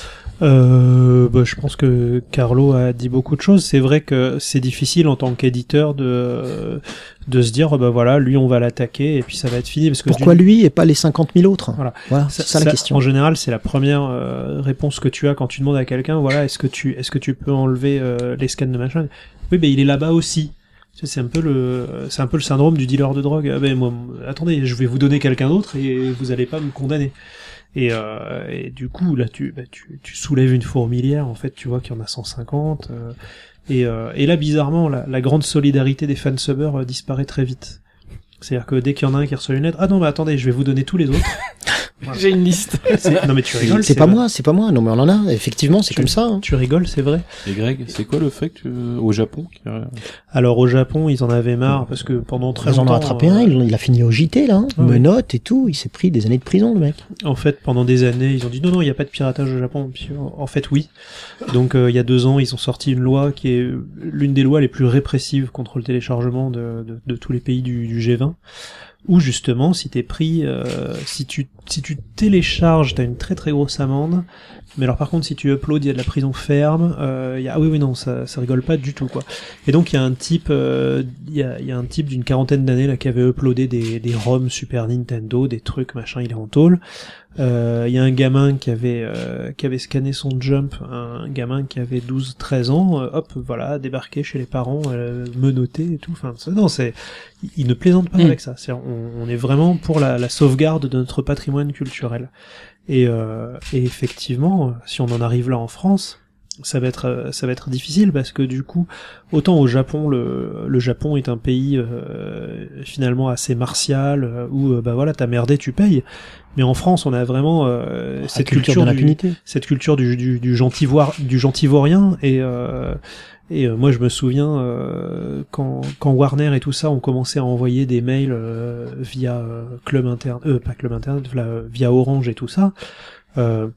Euh, bah, je pense que Carlo a dit beaucoup de choses. C'est vrai que c'est difficile en tant qu'éditeur de de se dire bah voilà, lui on va l'attaquer et puis ça va être fini parce que Pourquoi d'une- lui et pas les cinquante mille autres? Voilà. Voilà, c'est ça, la question. En général, c'est la première euh, réponse que tu as quand tu demandes à quelqu'un voilà, est-ce que tu est-ce que tu peux enlever euh, les scans de machin? Oui, ben il est là-bas aussi. Tu sais, C'est un peu le, c'est un peu le syndrome du dealer de drogue. Ah ben moi, attendez, je vais vous donner quelqu'un d'autre et vous allez pas me condamner. Et, euh, et du coup, là, tu, bah, tu, tu soulèves une fourmilière. En fait, tu vois qu'il y en a cent cinquante. Euh, et, euh, et là, bizarrement, la, la grande solidarité des fansubbers euh, disparaît très vite. C'est-à-dire que dès qu'il y en a un qui reçoit une lettre, ah non, mais attendez, je vais vous donner tous les autres. Voilà. J'ai une liste. C'est- Non mais tu rigoles. C'est pas vrai. moi, c'est pas moi. Non, mais on en a. Effectivement, c'est Tu- comme ça. Hein. Tu rigoles, c'est vrai. Et Greg, c'est quoi le fait que tu... au Japon qu'il y a- Alors au Japon, ils en avaient marre parce que pendant très Ils en longtemps. ont attrapé euh, un. Il, il a fini au J T là. Hein. Ah oui. Menottes et tout. Il s'est pris des années de prison, le mec. En fait, pendant des années, ils ont dit non, non, il n'y a pas de piratage au Japon. Puis, en fait, oui. Donc, euh, il y a deux ans, ils ont sorti une loi qui est l'une des lois les plus répressives contre le téléchargement de, de, de tous les pays du, du G vingt. Où justement, si t'es pris, euh, si tu si tu télécharges, t'as une très très grosse amende. Mais alors par contre, si tu uploads, il y a de la prison ferme. Euh, il y a ah oui oui non, ça ça rigole pas du tout quoi. Et donc il y a un type, euh, il y a il y a un type d'une quarantaine d'années là qui avait uploadé des des ROM Super Nintendo, des trucs machin, il est en tôle. Euh, Il y a un gamin qui avait euh, qui avait scanné son Jump, un gamin qui avait douze treize ans, euh, hop voilà, débarqué chez les parents, euh, menotté et tout. Enfin ça, non c'est, il ne plaisante pas Mm. avec ça. C'est on, on est vraiment pour la, la sauvegarde de notre patrimoine culturel. Et, euh, et effectivement, si on en arrive là en France, ça va être euh, ça va être difficile parce que du coup, autant au Japon, le, le Japon est un pays euh, finalement assez martial euh, où euh, bah voilà, t'as merdé, tu payes. Mais en France, on a vraiment euh, La cette culture culture, de du, l'impunité. cette culture du du, du gentivoire, du gentivorien et euh, et euh, moi je me souviens euh, quand quand Warner et tout ça ont commencé à envoyer des mails euh, via euh, Club Internet, euh, pas Club Internet, via, via Orange et tout ça. Euh,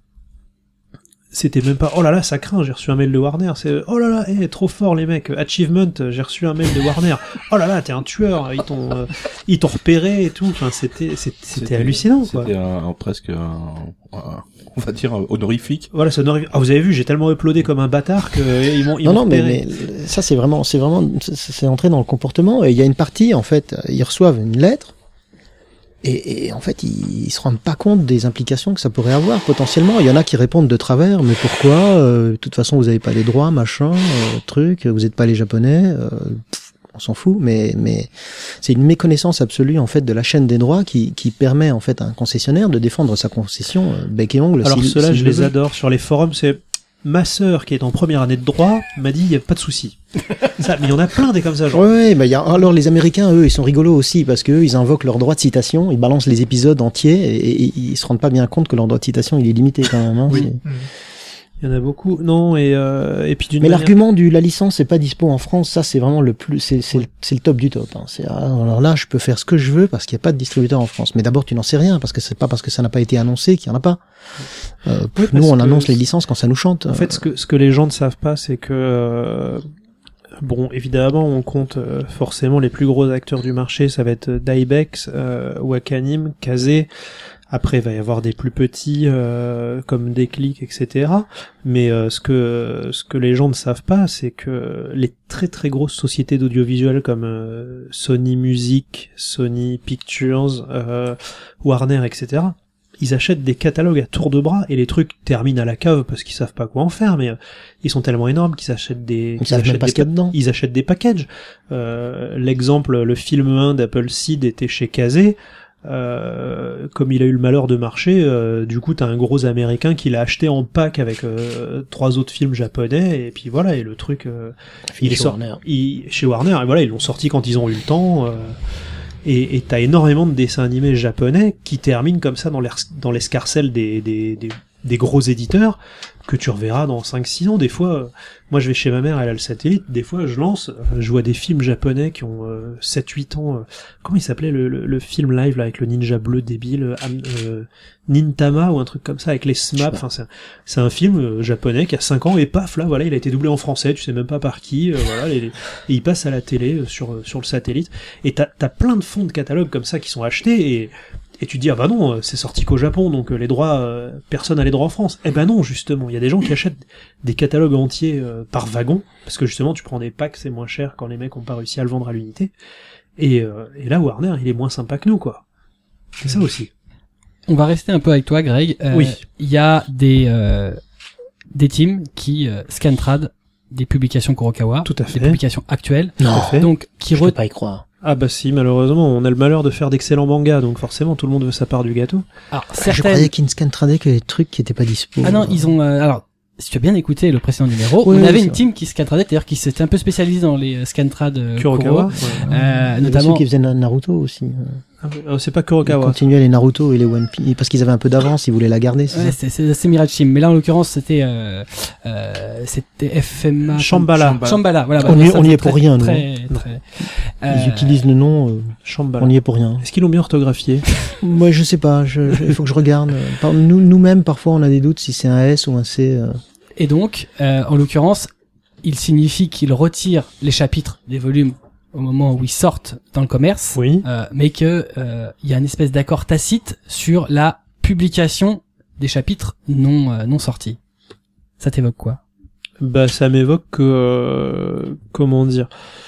c'était même pas oh là là ça craint, j'ai reçu un mail de Warner, c'est oh là là eh, trop fort les mecs, achievement, j'ai reçu un mail de Warner, oh là là t'es un tueur, ils t'ont euh, ils t'ont repéré et tout, enfin c'était c'était, c'était hallucinant quoi. C'était un, un- presque un, un- on va dire un honorifique. Voilà, ça n'arrive. Ah, vous avez vu, j'ai tellement uploadé comme un bâtard que euh, ils m'ont ils Non, m'ont non, mais, repéré. mais ça c'est vraiment, c'est vraiment, c'est- c'est entré dans le comportement. Et il y a une partie, en fait, ils reçoivent une lettre. Et, et en fait, ils, ils se rendent pas compte des implications que ça pourrait avoir potentiellement. Il y en a qui répondent de travers, mais pourquoi euh, de toute façon, vous avez pas les droits, machin, euh, truc. Vous êtes pas les Japonais. Euh, pff, on s'en fout. Mais, mais c'est une méconnaissance absolue en fait de la chaîne des droits qui, qui permet en fait à un concessionnaire de défendre sa concession euh, bec et ongle. Alors s'il- ceux-là, s'il je le les veut. adore. Sur les forums, c'est ma sœur qui est en première année de droit m'a dit il y a pas de souci. Ça, mais il y en a plein des comme ça. Genre. Ouais, ouais, bah y a, alors les Américains, eux, ils sont rigolos aussi parce que eux, ils invoquent leur droit de citation, ils balancent les épisodes entiers et, et- et ils se rendent pas bien compte que leur droit de citation, il est limité quand même. Hein, Oui. c'est- Mmh. Il y en a beaucoup. Non, et, euh, et puis d'une Mais manière... l'argument du la licence c'est pas dispo en France, ça c'est vraiment le plus, c'est c'est, Ouais. c'est le top du top. Hein. C'est alors là je peux faire ce que je veux parce qu'il y a pas de distributeur en France. Mais d'abord tu n'en sais rien parce que c'est pas parce que ça n'a pas été annoncé qu'il y en a pas. Euh, Oui, nous parce on que annonce les licences quand ça nous chante. En fait, ce que ce que les gens ne savent pas, c'est que euh, bon, évidemment, on compte euh, forcément les plus gros acteurs du marché. Ça va être Dybex, euh, Wakanim, Kazé. Après, il va y avoir des plus petits euh, comme Déclic, et cetera. Mais euh, ce que ce que les gens ne savent pas, c'est que les très très grosses sociétés d'audiovisuel comme euh, Sony Music, Sony Pictures, euh, Warner, et cetera, ils achètent des catalogues à tour de bras et les trucs terminent à la cave parce qu'ils savent pas quoi en faire. Mais euh, ils sont tellement énormes qu'ils achètent des, Ils qu'ils savent même achètent pas des ce qu'il y a dedans. ils achètent des packages. Euh, l'exemple, le film un d'Appleseed était chez Kazé. Euh, comme il a eu le malheur de marcher, euh, du coup t'as un gros américain qui l'a acheté en pack avec euh, trois autres films japonais et puis voilà, et le truc euh, il est chez sorti Warner. il- chez Warner et voilà, ils l'ont sorti quand ils ont eu le temps. Euh, et et t'as énormément de dessins animés japonais qui terminent comme ça dans l'es- dans l'escarcelle des, des, des, des gros éditeurs que tu reverras dans cinq six ans. Des fois, euh, moi je vais chez ma mère, elle a le satellite, des fois je lance, euh, je vois des films japonais qui ont euh, sept huit ans. Euh, comment il s'appelait le, le, le film live là avec le ninja bleu débile, euh, Am- euh, Nintama ou un truc comme ça avec les Je sais smaps. pas. Enfin c'est un, c'est un film euh, japonais qui a cinq ans et paf là voilà, il a été doublé en français, tu sais même pas par qui. Euh, voilà, les- les- et il passe à la télé euh, sur euh, sur le satellite. Et t'as t'as plein de fonds de catalogue comme ça qui sont achetés et et tu te dis ah bah non, euh, c'est sorti qu'au Japon donc euh, les droits euh, personne n'a les droits en France. Eh ben non, justement, il y a des gens qui achètent des catalogues entiers euh, par wagon parce que justement tu prends des packs, c'est moins cher quand les mecs ont pas réussi à le vendre à l'unité. Et euh, et là Warner, il est moins sympa que nous quoi. C'est ça aussi. On va rester un peu avec toi, Greg. Euh, Oui. Il y a des euh, des teams qui euh, scantrad des publications Kurokawa, Tout à des fait. publications actuelles, Non, Tout à fait. donc qui je re- peux pas y croire. Ah bah si, malheureusement, on a le malheur de faire d'excellents mangas, donc forcément tout le monde veut sa part du gâteau. alors Je certaines. croyais qu'Inscan tradait que les trucs qui étaient pas dispo. Ah non, ils ont euh, alors. Si tu as bien écouté le précédent numéro, Oui, on oui, avait c'est une vrai. team qui scantradait, c'est-à-dire qui s'était un peu spécialisée dans les euh, scantrad euh, Kurokawa. Kuro, Ouais. euh, Il y avait notamment. ceux qui faisaient Na- Naruto aussi. Ah, euh, c'est pas Ils Kurokawa. continuaient les Naruto et les One Piece parce qu'ils avaient un peu d'avance, ils voulaient la garder. C'est Ouais, ça c'est c'est assez Mirage Team, mais là en l'occurrence c'était euh, euh, c'était F M A. Shambhala. Shambhala, voilà. On bah, y- ça, on y c'est est pour très, rien, nous, Très, très, Ils euh, utilisent le nom, euh, Shambhala. on y est pour rien. Est-ce qu'ils l'ont bien orthographié? Moi, je sais pas. Je, je- il faut que je regarde. Par- Nous, nous-mêmes, parfois, on a des doutes si c'est un S ou un C. euh. Et donc, euh, en l'occurrence, il signifie qu'il retire les chapitres des volumes au moment où ils sortent dans le commerce, Oui. euh, mais que euh, il y a une espèce d'accord tacite sur la publication des chapitres non euh, non sortis. Ça t'évoque quoi? Bah ça m'évoque que euh, comment dire,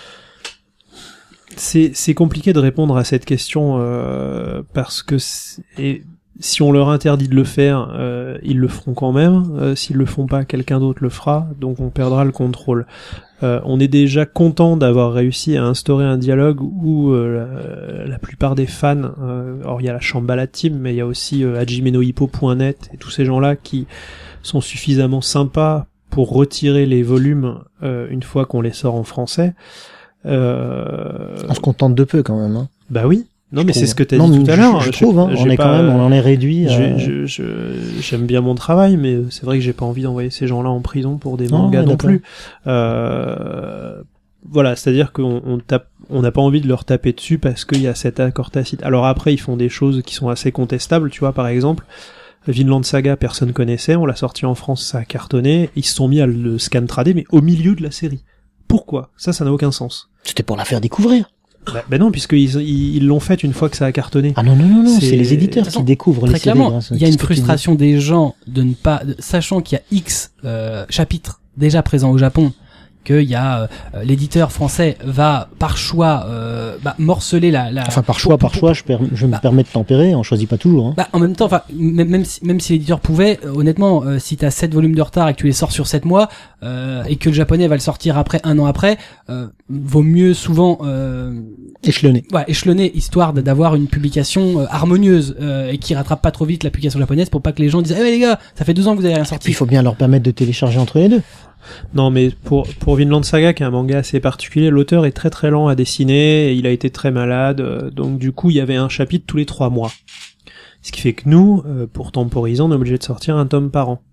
c'est c'est compliqué de répondre à cette question euh, parce que c'est- et si on leur interdit de le faire, euh, ils le feront quand même. Euh, s'ils le font pas, quelqu'un d'autre le fera, donc on perdra le contrôle. Euh, on est déjà content d'avoir réussi à instaurer un dialogue où euh, la, la plupart des fans, euh, alors il y a la Shambhala Team, mais il y a aussi euh, hajime no hippo point net et tous ces gens-là qui sont suffisamment sympas pour retirer les volumes euh, une fois qu'on les sort en français. Euh, On se contente de peu quand même. Hein, bah oui. Non, mais je c'est ce que trouve. t'as Non, dit mais tout à je- l'heure. Je, J'ai- trouve. Hein, j'ai on est pas, quand même, on en est réduit. je- à- je- je- j'aime bien mon travail, mais c'est vrai que j'ai pas envie d'envoyer ces gens-là en prison pour des Ah, mangas ouais, non d'accord. plus. Euh, voilà, c'est-à-dire qu'on on tape, on n'a pas envie de leur taper dessus parce qu'il y a cet accord tacite. Alors après, ils font des choses qui sont assez contestables, tu vois, par exemple, Vinland Saga, personne connaissait, on l'a sorti en France, ça a cartonné, ils se sont mis à le scan trader, mais au milieu de la série. Pourquoi? Ça, ça n'a aucun sens. C'était pour la faire découvrir. Bah, bah non, puisqu'ils ils ils l'ont fait une fois que ça a cartonné. Ah non, non, non, non, C'est- c'est les éditeurs De toute qui façon, découvrent les Très séries. clairement, grâce à il y a une ce que tu dis. frustration des gens de ne pas, de- sachant qu'il y a X euh, chapitres déjà présents au Japon, qu'il y a euh, l'éditeur français va par choix euh, bah, morceler la, la Enfin, par choix, par choix, je, per- je me Bah. permets de tempérer, on choisit pas toujours. Hein. Bah, en même temps, enfin, même, même si, même si l'éditeur pouvait, euh, honnêtement, euh, si t'as sept volumes de retard et que tu les sors sur sept mois, euh, et que le japonais va le sortir après, un an après, euh, vaut mieux souvent, euh, Échelonné. ouais, échelonner, histoire de- d'avoir une publication euh, harmonieuse, euh, et qui rattrape pas trop vite la publication japonaise pour pas que les gens disent, eh mais les gars, ça fait deux ans que vous avez rien Puis sorti. il faut bien leur permettre de télécharger entre les deux. Non, mais pour, pour Vinland Saga, qui est un manga assez particulier, l'auteur est très très lent à dessiner, et il a été très malade, euh, donc du coup, il y avait un chapitre tous les trois mois. Ce qui fait que nous, euh, pour temporiser, on est obligé de sortir un tome par an.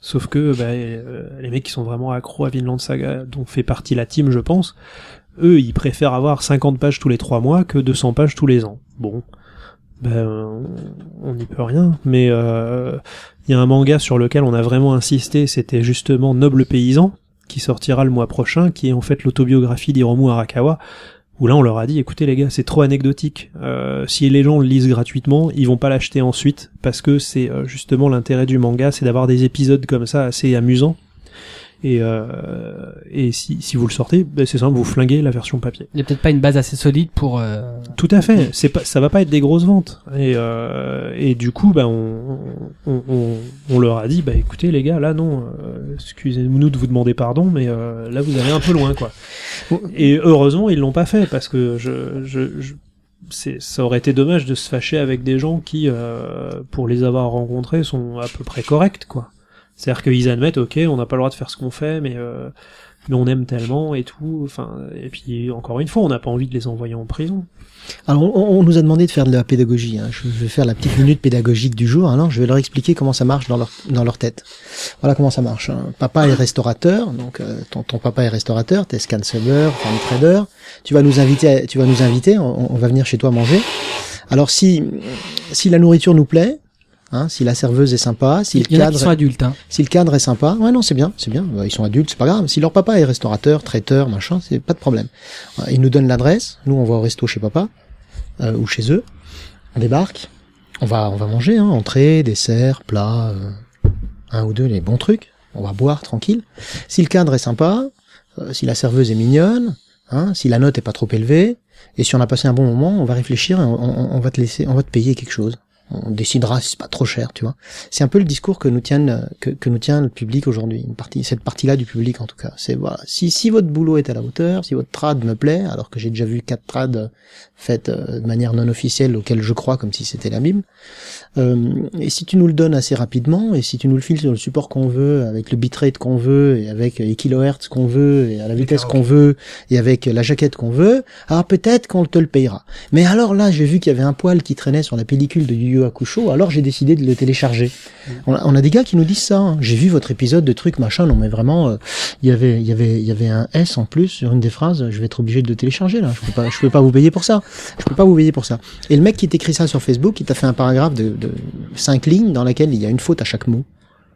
Sauf que bah, euh, les mecs qui sont vraiment accros à Vinland Saga, dont fait partie la team, je pense, eux, ils préfèrent avoir cinquante pages tous les trois mois que deux cents pages tous les ans. Bon, ben on n'y peut rien. Mais il euh, y a un manga sur lequel on a vraiment insisté, c'était justement Noble Paysan, qui sortira le mois prochain, qui est en fait l'autobiographie d'Hiromu Arakawa, où là on leur a dit, écoutez les gars, c'est trop anecdotique, euh, si les gens le lisent gratuitement, ils vont pas l'acheter ensuite, parce que c'est euh, justement l'intérêt du manga, c'est d'avoir des épisodes comme ça assez amusants, et, euh, et si, si vous le sortez, ben c'est simple, vous flinguez la version papier. Il y a peut-être pas une base assez solide pour... Euh... Tout à fait, c'est pas, ça va pas être des grosses ventes, et, euh, et du coup, bah, on, on, on, on leur a dit, bah écoutez les gars, là non, euh, excusez-nous de vous demander pardon, mais euh, là vous allez un peu loin, quoi. Et heureusement, ils l'ont pas fait, parce que je, je, je c'est, ça aurait été dommage de se fâcher avec des gens qui, euh, pour les avoir rencontrés, sont à peu près corrects, quoi. C'est-à-dire qu'ils admettent, ok, on n'a pas le droit de faire ce qu'on fait, mais euh, mais on aime tellement et tout. Enfin, et puis encore une fois, on n'a pas envie de les envoyer en prison. Alors, on, on nous a demandé de faire de la pédagogie. Hein. Je vais faire la petite minute pédagogique du jour. Alors, je vais leur expliquer comment ça marche dans leur dans leur tête. Voilà comment ça marche. Hein. Papa est restaurateur, donc euh, ton, ton papa est restaurateur, t'es scan-subber, farm trader. Tu vas nous inviter, tu vas nous inviter. On, on va venir chez toi manger. Alors, si si la nourriture nous plaît. Hein, si la serveuse est sympa, si le il y en a cadre, qui sont adultes, hein. Si le cadre est sympa, ouais non c'est bien, c'est bien, ils sont adultes, c'est pas grave. Si leur papa est restaurateur, traiteur, machin, c'est pas de problème. Ils nous donnent l'adresse, nous on va au resto chez papa euh, ou chez eux, on débarque, on va on va manger, hein, entrée, dessert, plat, euh, un ou deux les bons trucs, on va boire tranquille. Si le cadre est sympa, euh, si la serveuse est mignonne, hein, si la note est pas trop élevée, et si on a passé un bon moment, on va réfléchir, et on, on, on va te laisser, on va te payer quelque chose. On décidera si c'est pas trop cher, tu vois. C'est un peu le discours que nous tiennent, que, que nous tient le public aujourd'hui, une partie, cette partie-là du public en tout cas. C'est voilà, si si votre boulot est à la hauteur, si votre trad me plaît, alors que j'ai déjà vu quatre trades faites euh, de manière non officielle auxquelles je crois comme si c'était la Bible. Euh, et si tu nous le donnes assez rapidement, et si tu nous le files sur le support qu'on veut, avec le bitrate qu'on veut, et avec les kilohertz qu'on veut, et à la vitesse qu'on veut, et avec la jaquette qu'on veut, alors peut-être qu'on te le payera. Mais alors là, j'ai vu qu'il y avait un poil qui traînait sur la pellicule de Yu Yu Hakusho, alors j'ai décidé de le télécharger. On a, on a des gars qui nous disent ça. Hein. J'ai vu votre épisode de truc machin, non mais vraiment, euh, il y avait, il y avait, il y avait un S en plus sur une des phrases. Je vais être obligé de le télécharger là. Je peux pas, je peux pas vous payer pour ça. Je peux pas vous payer pour ça. Et le mec qui t'écrit ça sur Facebook, il t'a fait un paragraphe de, de cinq lignes dans laquelle il y a une faute à chaque mot.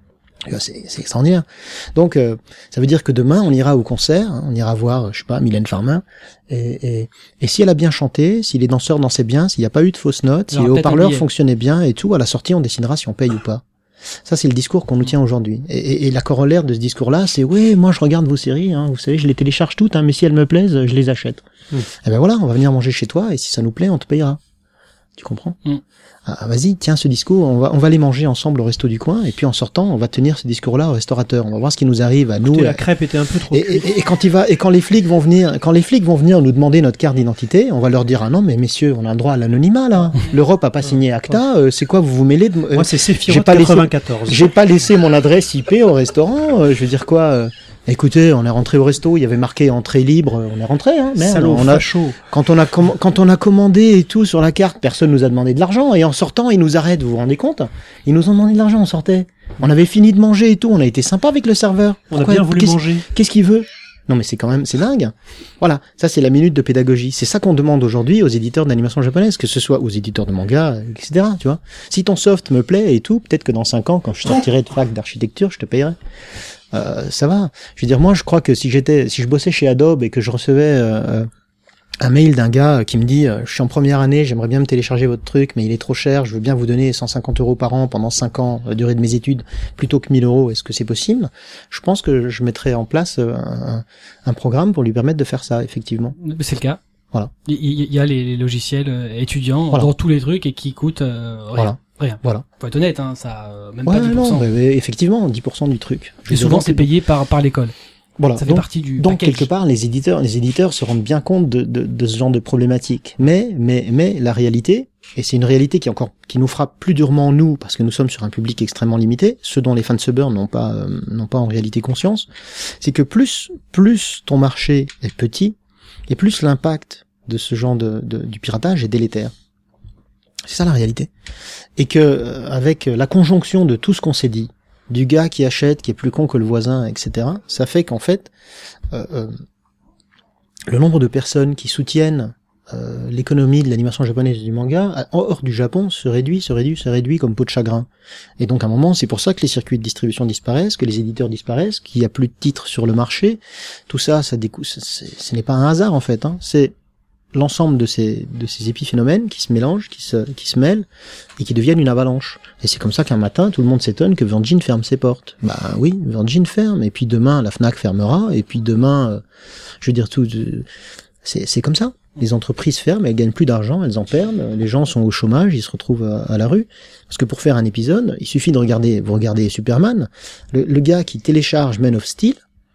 C'est, c'est extraordinaire. Donc, euh, ça veut dire que demain, on ira au concert, hein, on ira voir, je sais pas, Mylène Farmer, et, et, et si elle a bien chanté, si les danseurs dansaient bien, s'il n'y a pas eu de fausses notes, si les haut-parleurs fonctionnaient bien et tout, à la sortie, on décidera si on paye ou pas. Ça, c'est le discours qu'on nous tient aujourd'hui. Et, et, et la corollaire de ce discours-là, c'est, oui, moi, je regarde vos séries, hein, vous savez, je les télécharge toutes, hein, mais si elles me plaisent, je les achète. Mmh. Et ben voilà, on va venir manger chez toi, et si ça nous plaît, on te payera. Tu comprends? Mmh. Ah, vas-y, tiens ce discours, on va on va aller manger ensemble au resto du coin, et puis en sortant, on va tenir ce discours-là au restaurateur. On va voir ce qui nous arrive à Écoutez, nous. La crêpe était un peu trop. Et, et, et quand il va, et quand les flics vont venir, quand les flics vont venir nous demander notre carte d'identité, on va leur dire ah non mais messieurs, on a le droit à l'anonymat là. L'Europe a pas signé ACTA, euh, c'est quoi vous vous mêlez de. Euh, Moi c'est Sephiroth quatre-vingt-quatorze. J'ai pas laissé mon adresse I P au restaurant. Euh, je veux dire quoi. Euh, Écoutez, on est rentré au resto, il y avait marqué entrée libre, on est rentré, hein, merde. Salaud, on a chaud. Quand on a com- quand on a commandé et tout sur la carte, personne nous a demandé de l'argent, et en sortant, ils nous arrêtent, vous vous rendez compte? Ils nous ont demandé de l'argent, on sortait. On avait fini de manger et tout, on a été sympa avec le serveur. On Pourquoi, a bien voulu qu'est-ce, manger. Qu'est-ce qu'il veut? Non mais c'est quand même, c'est dingue. Voilà, ça c'est la minute de pédagogie. C'est ça qu'on demande aujourd'hui aux éditeurs d'animation japonaise, que ce soit aux éditeurs de manga, et cetera. Tu vois, si ton soft me plaît et tout, peut-être que dans cinq ans, quand je sortirai de fac d'architecture, je te payerai. Euh, ça va. Je veux dire, moi, je crois que si j'étais, si je bossais chez Adobe et que je recevais euh, un mail d'un gars qui me dit, euh, je suis en première année, j'aimerais bien me télécharger votre truc, mais il est trop cher, je veux bien vous donner cent cinquante euros par an pendant cinq ans, la durée de mes études, plutôt que mille euros, est-ce que c'est possible? Je pense que je mettrais en place un, un programme pour lui permettre de faire ça, effectivement. C'est le cas. Voilà. Il y, y a les, les logiciels étudiants voilà. dans tous les trucs et qui coûtent euh, rien. Voilà. Rien. Voilà. Faut être honnête, hein, ça, euh, même ouais, pas dix pour cent. Non, mais, mais effectivement, dix pour cent du truc. Et souvent, c'est payé par, par l'école. Voilà. Ça fait donc, partie du donc package. quelque part, les éditeurs, les éditeurs se rendent bien compte de, de, de ce genre de problématique. Mais, mais, mais, la réalité, et c'est une réalité qui encore, qui nous frappe plus durement nous, parce que nous sommes sur un public extrêmement limité, ce dont les fansubers n'ont pas, euh, n'ont pas en réalité conscience, c'est que plus, plus ton marché est petit, et plus l'impact de ce genre de, de du piratage est délétère. C'est ça la réalité. Et que, euh, avec la conjonction de tout ce qu'on s'est dit, du gars qui achète, qui est plus con que le voisin, et cetera. Ça fait qu'en fait, euh, euh, le nombre de personnes qui soutiennent euh, l'économie de l'animation japonaise et du manga, hors du Japon, se réduit, se réduit, se réduit comme peau de chagrin. Et donc à un moment, c'est pour ça que les circuits de distribution disparaissent, que les éditeurs disparaissent, qu'il n'y a plus de titres sur le marché. Tout ça, ça décou- c'est, c'est, ce n'est pas un hasard en fait. Hein. C'est l'ensemble de ces de ces épiphénomènes qui se mélangent, qui se qui se mêlent et qui deviennent une avalanche. Et c'est comme ça qu'un matin, tout le monde s'étonne que Virgin ferme ses portes. Bah oui, Virgin ferme, et puis demain la Fnac fermera, et puis demain, euh, je veux dire tout, euh, c'est c'est comme ça. Les entreprises ferment, elles gagnent plus d'argent, elles en perdent. Les gens sont au chômage, ils se retrouvent à, à la rue. Parce que pour faire un épisode, il suffit de regarder, vous regardez Superman, le, le gars qui télécharge Man of Steel,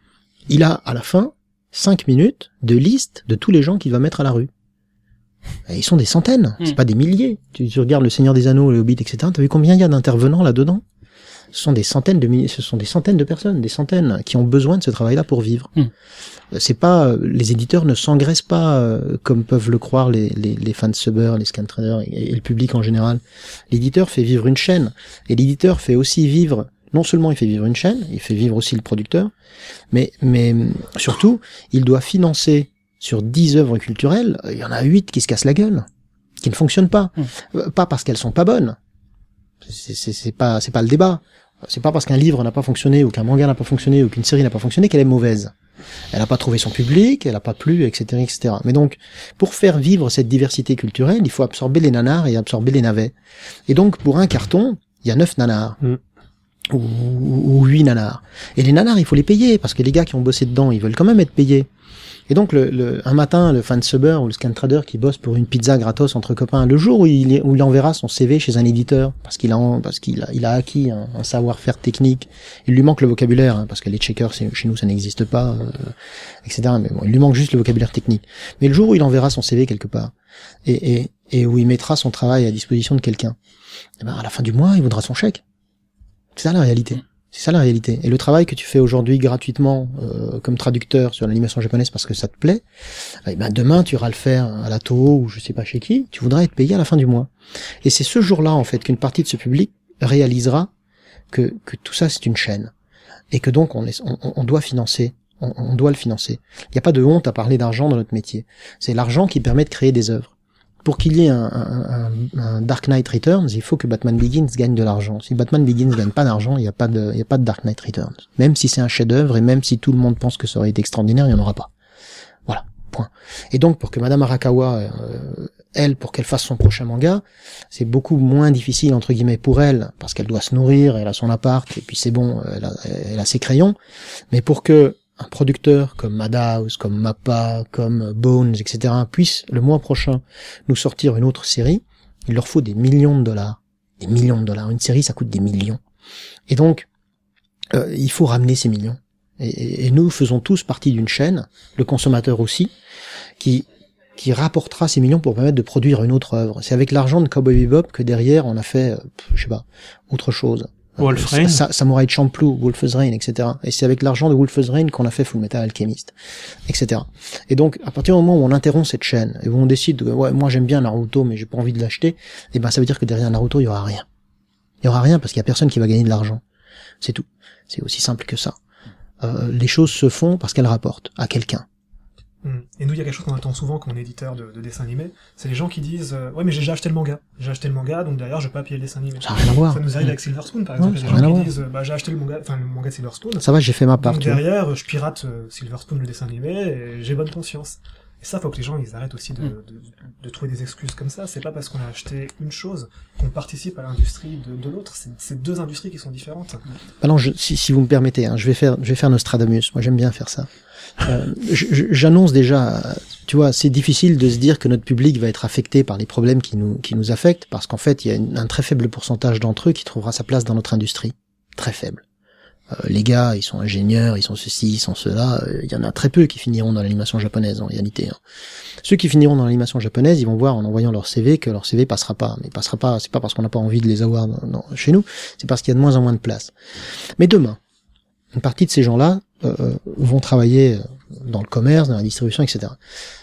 il a à la fin cinq minutes de liste de tous les gens qu'il va mettre à la rue. Et ils sont des centaines, mmh. c'est pas des milliers. Tu, tu regardes Le Seigneur des Anneaux, Le Hobbit, et cetera. T'as vu combien il y a d'intervenants là-dedans? Ce sont des centaines de milliers, ce sont des centaines de personnes, des centaines qui ont besoin de ce travail-là pour vivre. Mmh. C'est pas, les éditeurs ne s'engraissent pas euh, comme peuvent le croire les les, les fansubbers, les scantraders et, et le public en général. L'éditeur fait vivre une chaîne, et l'éditeur fait aussi vivre. Non seulement il fait vivre une chaîne, il fait vivre aussi le producteur, mais mais surtout il doit financer sur dix œuvres culturelles, il y en a huit qui se cassent la gueule, qui ne fonctionnent pas, mmh. pas parce qu'elles sont pas bonnes. C'est, c'est, c'est pas c'est pas le débat. C'est pas parce qu'un livre n'a pas fonctionné ou qu'un manga n'a pas fonctionné ou qu'une série n'a pas fonctionné qu'elle est mauvaise. Elle n'a pas trouvé son public, elle n'a pas plu, et cetera, et cetera. Mais donc, pour faire vivre cette diversité culturelle, il faut absorber les nanars et absorber les navets. Et donc, pour un carton, il y a neuf nanars. Mmh. Ou, ou huit nanars. Et les nanars, il faut les payer, parce que les gars qui ont bossé dedans, ils veulent quand même être payés. Et donc, le, le, un matin, le fansubber ou le scantrader qui bosse pour une pizza gratos entre copains, le jour où il, où il enverra son C V chez un éditeur, parce qu'il a, parce qu'il a, il a acquis un, un savoir-faire technique, il lui manque le vocabulaire, hein, parce que les checkers, chez nous, ça n'existe pas, euh, et cetera. Mais bon, il lui manque juste le vocabulaire technique. Mais le jour où il enverra son C V quelque part, et, et, et où il mettra son travail à disposition de quelqu'un, eh ben, à la fin du mois, il voudra son chèque. C'est ça la réalité. C'est ça la réalité. Et le travail que tu fais aujourd'hui gratuitement euh, comme traducteur sur l'animation japonaise parce que ça te plaît, eh ben demain tu iras le faire à la Toho ou je sais pas chez qui, tu voudras être payé à la fin du mois. Et c'est ce jour-là en fait qu'une partie de ce public réalisera que que tout ça c'est une chaîne et que donc on est, on, on doit financer, on, on doit le financer. Il n'y a pas de honte à parler d'argent dans notre métier. C'est l'argent qui permet de créer des œuvres. Pour qu'il y ait un, un, un, un Dark Knight Returns, il faut que Batman Begins gagne de l'argent. Si Batman Begins gagne pas d'argent, il n'y a pas de, il y a pas de Dark Knight Returns. Même si c'est un chef-d'œuvre et même si tout le monde pense que ça aurait été extraordinaire, il n'y en aura pas. Voilà. Point. Et donc, pour que Madame Arakawa, euh, elle, pour qu'elle fasse son prochain manga, c'est beaucoup moins difficile, entre guillemets, pour elle, parce qu'elle doit se nourrir, elle a son appart, et puis c'est bon, elle a, elle a ses crayons. Mais pour que un producteur comme Madhouse, comme Mappa, comme Bones, et cetera puisse le mois prochain nous sortir une autre série, il leur faut des millions de dollars. Des millions de dollars. Une série, ça coûte des millions. Et donc, euh, il faut ramener ces millions. Et, et, et nous faisons tous partie d'une chaîne, le consommateur aussi, qui qui rapportera ces millions pour permettre de produire une autre œuvre. C'est avec l'argent de Cowboy Bebop que derrière on a fait, euh, je sais pas, autre chose. Wolfrain, Sa- Samurai Champloo, Wolf's Rain, et cetera. Et c'est avec l'argent de Wolf's Rain qu'on a fait Full Metal Alchemist, et cetera. Et donc, à partir du moment où on interrompt cette chaîne, et où on décide, ouais, moi j'aime bien Naruto, mais j'ai pas envie de l'acheter, et ben ça veut dire que derrière Naruto, il y aura rien. Il y aura rien parce qu'il y a personne qui va gagner de l'argent. C'est tout. C'est aussi simple que ça. Euh, les choses se font parce qu'elles rapportent à quelqu'un. Et nous, il y a quelque chose qu'on entend souvent comme éditeur de, de dessins animés, c'est les gens qui disent euh, ouais mais j'ai déjà acheté le manga, j'ai acheté le manga donc derrière je peux pas payer le dessin animé. Ça n'a rien à voir. Ça nous arrive avec Silver Spoon par exemple, Ouais, il y a ça des n'a rien gens à qui voir. disent bah j'ai acheté le manga, enfin le manga de Silver Spoon. Ça va, j'ai fait ma part. Donc tu vois. derrière je pirate euh, Silver Spoon le dessin animé et j'ai bonne conscience. Et ça faut que les gens ils arrêtent aussi de, de, de trouver des excuses comme ça. C'est pas parce qu'on a acheté une chose qu'on participe à l'industrie de, de l'autre. C'est, c'est deux industries qui sont différentes. Ah non, je, si, si vous me permettez, hein, je vais faire, je vais faire Nostradamus. Moi, j'aime bien faire ça. Euh, je- je- j'annonce déjà, tu vois, c'est difficile de se dire que notre public va être affecté par les problèmes qui nous, qui nous affectent, parce qu'en fait, il y a une- un très faible pourcentage d'entre eux qui trouvera sa place dans notre industrie. Très faible. Euh, les gars, ils sont ingénieurs, ils sont ceci, ils sont cela. euh, Il y en a très peu qui finiront dans l'animation japonaise, en réalité. Hein. Ceux qui finiront dans l'animation japonaise, ils vont voir en envoyant leur C V que leur C V passera pas. Mais passera pas, c'est pas parce qu'on n'a pas envie de les avoir dans- dans- chez nous, c'est parce qu'il y a de moins en moins de place. Mais demain, une partie de ces gens-là euh, vont travailler dans le commerce, dans la distribution, et cetera.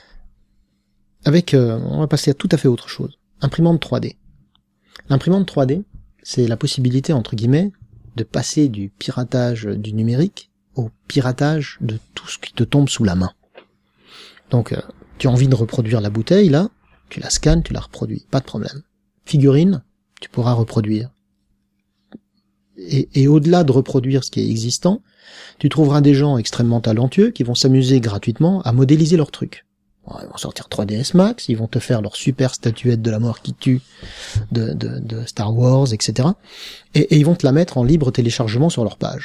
Avec, euh, on va passer à tout à fait autre chose. Imprimante trois D. L'imprimante trois D, c'est la possibilité, entre guillemets, de passer du piratage du numérique au piratage de tout ce qui te tombe sous la main. Donc, euh, tu as envie de reproduire la bouteille, là, tu la scannes, tu la reproduis, pas de problème. Figurine, tu pourras reproduire. Et, et au-delà de reproduire ce qui est existant, tu trouveras des gens extrêmement talentueux qui vont s'amuser gratuitement à modéliser leur truc. Bon, ils vont sortir trois D S Max, ils vont te faire leur super statuette de la mort qui tue de, de, de Star Wars, et cetera. Et, et ils vont te la mettre en libre téléchargement sur leur page.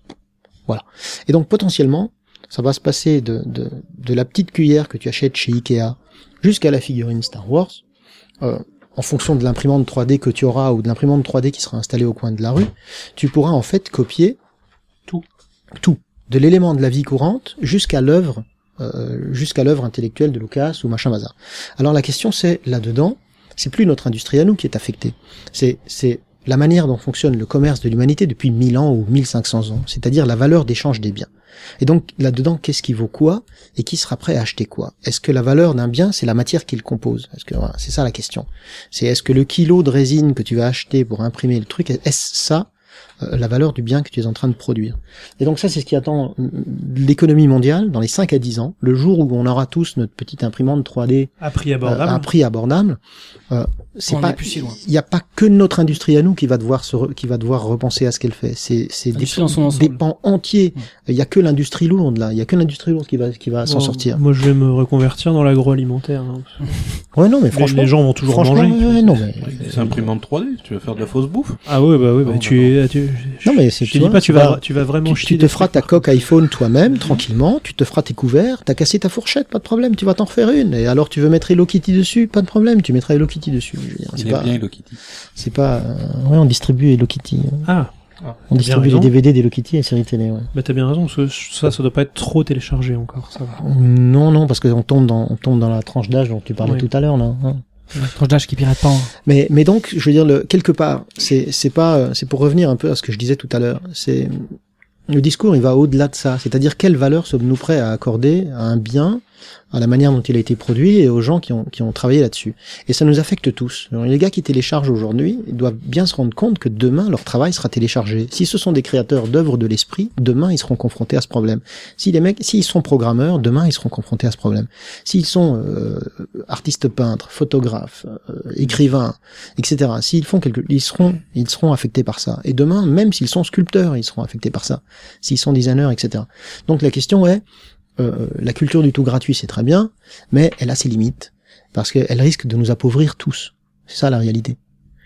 Voilà. Et donc potentiellement, ça va se passer de, de, de la petite cuillère que tu achètes chez Ikea jusqu'à la figurine Star Wars, euh, en fonction de l'imprimante trois D que tu auras ou de l'imprimante trois D qui sera installée au coin de la rue, tu pourras en fait copier tout, tout, de l'élément de la vie courante jusqu'à l'œuvre, euh, jusqu'à l'œuvre intellectuelle de Lucas ou machin bazar. Alors la question c'est, là-dedans, c'est plus notre industrie à nous qui est affectée, c'est, c'est la manière dont fonctionne le commerce de l'humanité depuis mille ans ou mille cinq cents ans, c'est-à-dire la valeur d'échange des biens. Et donc, là-dedans, qu'est-ce qui vaut quoi et qui sera prêt à acheter quoi? Est-ce que la valeur d'un bien, c'est la matière qu'il compose? Est-ce que, voilà, c'est ça la question. C'est est-ce que le kilo de résine que tu vas acheter pour imprimer le truc, est-ce ça, euh, la valeur du bien que tu es en train de produire? Et donc ça, c'est ce qui attend l'économie mondiale dans les cinq à dix ans, le jour où on aura tous notre petite imprimante trois D à prix abordable. Euh, à un prix abordable. Euh, c'est on pas, est plus si loin. il n'y a pas que notre industrie à nous qui va devoir se, re, qui va devoir repenser à ce qu'elle fait. C'est, c'est des, des pans entiers. Il ouais. y a que l'industrie lourde là. Il y a que l'industrie lourde qui va, qui va bon, s'en sortir. Moi, je vais me reconvertir dans l'agroalimentaire. Hein. Ouais, non, mais franchement, les gens vont toujours manger. Ouais, non, mais c'est imprimante trois D. Tu vas faire de la fausse bouffe. Ah ouais, bah oui, bah, tu, tu, tu, non mais c'est. Je te dis pas, tu vas, tu vas vraiment. Tu, tu te feras ta coque iPhone toi-même tranquillement. Tu te feras tes couverts. T'as cassé ta fourchette, pas de problème. Tu vas t'en refaire une. Et alors, tu veux mettre Hello Kitty dessus, pas de problème. Tu mettras Hello Kitty dessus. Je veux dire, c'est pas. Hello Kitty. C'est pas, euh, ouais, on distribue Hello Kitty. Ah. On distribue les D V D d'Hello Kitty et séries télé, ouais. Bah t'as bien raison, parce que ça, ça doit pas être trop téléchargé encore, ça va. Non, non, parce qu'on tombe dans, on tombe dans la tranche d'âge dont tu parlais oui. tout à l'heure, là. Hein. La tranche d'âge qui pirate pas. Hein. Mais, mais donc, je veux dire, le, quelque part, c'est, c'est pas, c'est pour revenir un peu à ce que je disais tout à l'heure. C'est, le discours, il va au-delà de ça. C'est-à-dire, quelle valeur sommes-nous prêts à accorder à un bien, à la manière dont il a été produit et aux gens qui ont, qui ont travaillé là-dessus. Et ça nous affecte tous. Alors, les gars qui téléchargent aujourd'hui, ils doivent bien se rendre compte que demain, leur travail sera téléchargé. Si ce sont des créateurs d'œuvres de l'esprit, demain, ils seront confrontés à ce problème. Si les mecs, s'ils sont programmeurs, demain, ils seront confrontés à ce problème. S'ils sont euh, artistes peintres, photographes, euh, écrivains, et cetera, s'ils font quelque, ils seront, ils seront affectés par ça. Et demain, même s'ils sont sculpteurs, ils seront affectés par ça. S'ils sont designers, et cetera. Donc la question est, Euh, la culture du tout gratuit, c'est très bien, mais elle a ses limites, parce qu'elle risque de nous appauvrir tous. C'est ça la réalité.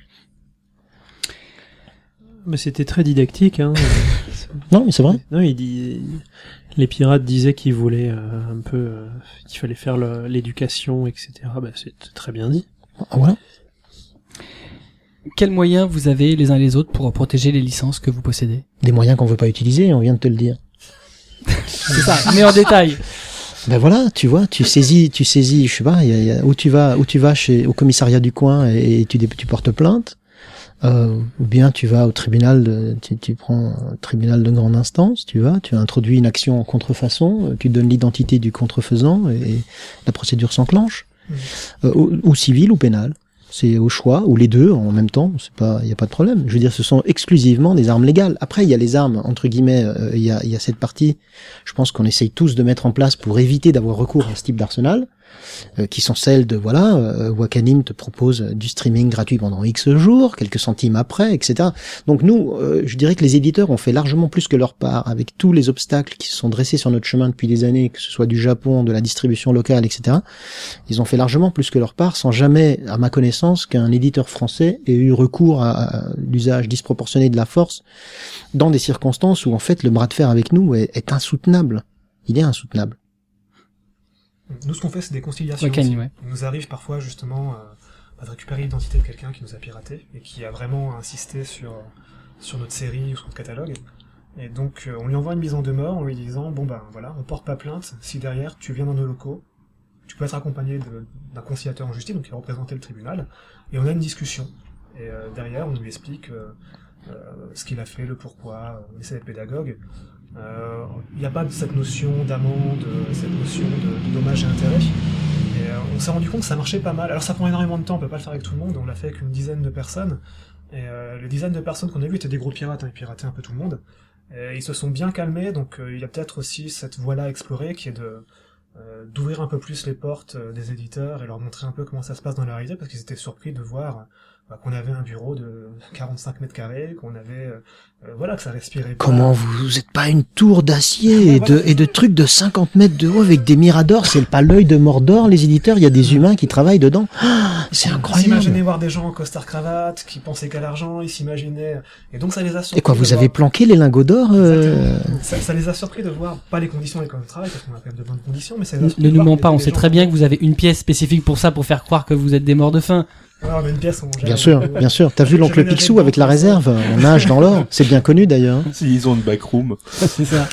Mais c'était très didactique, hein. Non, mais c'est vrai. Non, il dit, les pirates disaient qu'ils voulaient euh, un peu, euh, qu'il fallait faire le, l'éducation, et cetera. Bah, c'est très bien dit. Ah, voilà. Quels moyens vous avez les uns les autres pour protéger les licences que vous possédez? Des moyens qu'on veut pas utiliser, on vient de te le dire. C'est ça, mais en détail. Ben voilà, tu vois, tu saisis, tu saisis, je sais pas, y a, y a, où tu vas, où tu vas chez, au commissariat du coin et, et tu, tu portes plainte, euh, ou bien tu vas au tribunal, de, tu, tu prends un tribunal de grande instance, tu vas, tu introduis une action en contrefaçon, tu donnes l'identité du contrefaisant et, et la procédure s'enclenche, mmh. euh, ou, ou civil ou pénal. C'est au choix, ou les deux en même temps, c'est pas, il y a pas de problème. Je veux dire, ce sont exclusivement des armes légales. Après, il y a les armes, entre guillemets, il euh, y a, il y a cette partie, je pense qu'on essaye tous de mettre en place pour éviter d'avoir recours à ce type d'arsenal, euh, qui sont celles de, voilà, euh, Wakanim te propose du streaming gratuit pendant X jours, quelques centimes après, et cetera. Donc nous, euh, je dirais que les éditeurs ont fait largement plus que leur part, avec tous les obstacles qui se sont dressés sur notre chemin depuis des années, que ce soit du Japon, de la distribution locale, et cetera. Ils ont fait largement plus que leur part, sans jamais, à ma connaissance, qu'un éditeur français ait eu recours à, à l'usage disproportionné de la force, dans des circonstances où, en fait, le bras de fer avec nous est, est insoutenable. Il est insoutenable. Nous, ce qu'on fait, c'est des conciliations. Okay, ouais. Il nous arrive parfois, justement, euh, de récupérer l'identité de quelqu'un qui nous a piraté et qui a vraiment insisté sur, sur notre série ou sur notre catalogue. Et donc, euh, on lui envoie une mise en demeure en lui disant, bon ben, voilà, on porte pas plainte si derrière tu viens dans nos locaux, tu peux être accompagné de, d'un conciliateur en justice, donc qui représentait le tribunal, et on a une discussion. Et euh, derrière, on lui explique euh, euh, ce qu'il a fait, le pourquoi, on essaie d'être pédagogue. Il euh, n'y a pas de cette notion d'amende, cette notion de, de dommages et intérêts. Et euh, on s'est rendu compte que ça marchait pas mal. Alors ça prend énormément de temps, on peut pas le faire avec tout le monde, on l'a fait avec une dizaine de personnes. Et euh, les dizaines de personnes qu'on a vues étaient des gros pirates, hein, ils pirataient un peu tout le monde. Et ils se sont bien calmés, donc euh, il y a peut-être aussi cette voie-là à explorer qui est de euh, d'ouvrir un peu plus les portes euh, des éditeurs et leur montrer un peu comment ça se passe dans la réalité, parce qu'ils étaient surpris de voir bah, qu'on avait un bureau de quarante-cinq mètres carrés, qu'on avait euh, euh, voilà, que ça respirait. Comment pas. vous, vous êtes pas une tour d'acier et de, et de trucs de cinquante mètres de haut avec des miradors, c'est pas l'œil de Mordor, les éditeurs, il y a des humains qui travaillent dedans. Ah, c'est Ils incroyable. s'imaginaient voir des gens en costard cravate, qui pensaient qu'à l'argent, ils s'imaginaient, et donc ça les a surpris. Et quoi, de vous voir- avez planqué les lingots d'or euh... Exactement. Ça, ça les a surpris de voir, pas les conditions avec lesquelles on travaille, parce qu'on a quand même de bonnes conditions, mais ça les a Ne surpris de nous voir ment que pas, on les sait gens- très bien que vous avez une pièce spécifique pour ça, pour faire croire que vous êtes des morts de faim. Ouais, on a une pièce, on gère- Bien sûr, bien sûr. T'as vu Je l'oncle vais Picsou nager avec la dedans, réserve, on nage dans l'or. C'est bien connu d'ailleurs. Si, ils ont une backroom. C'est ça.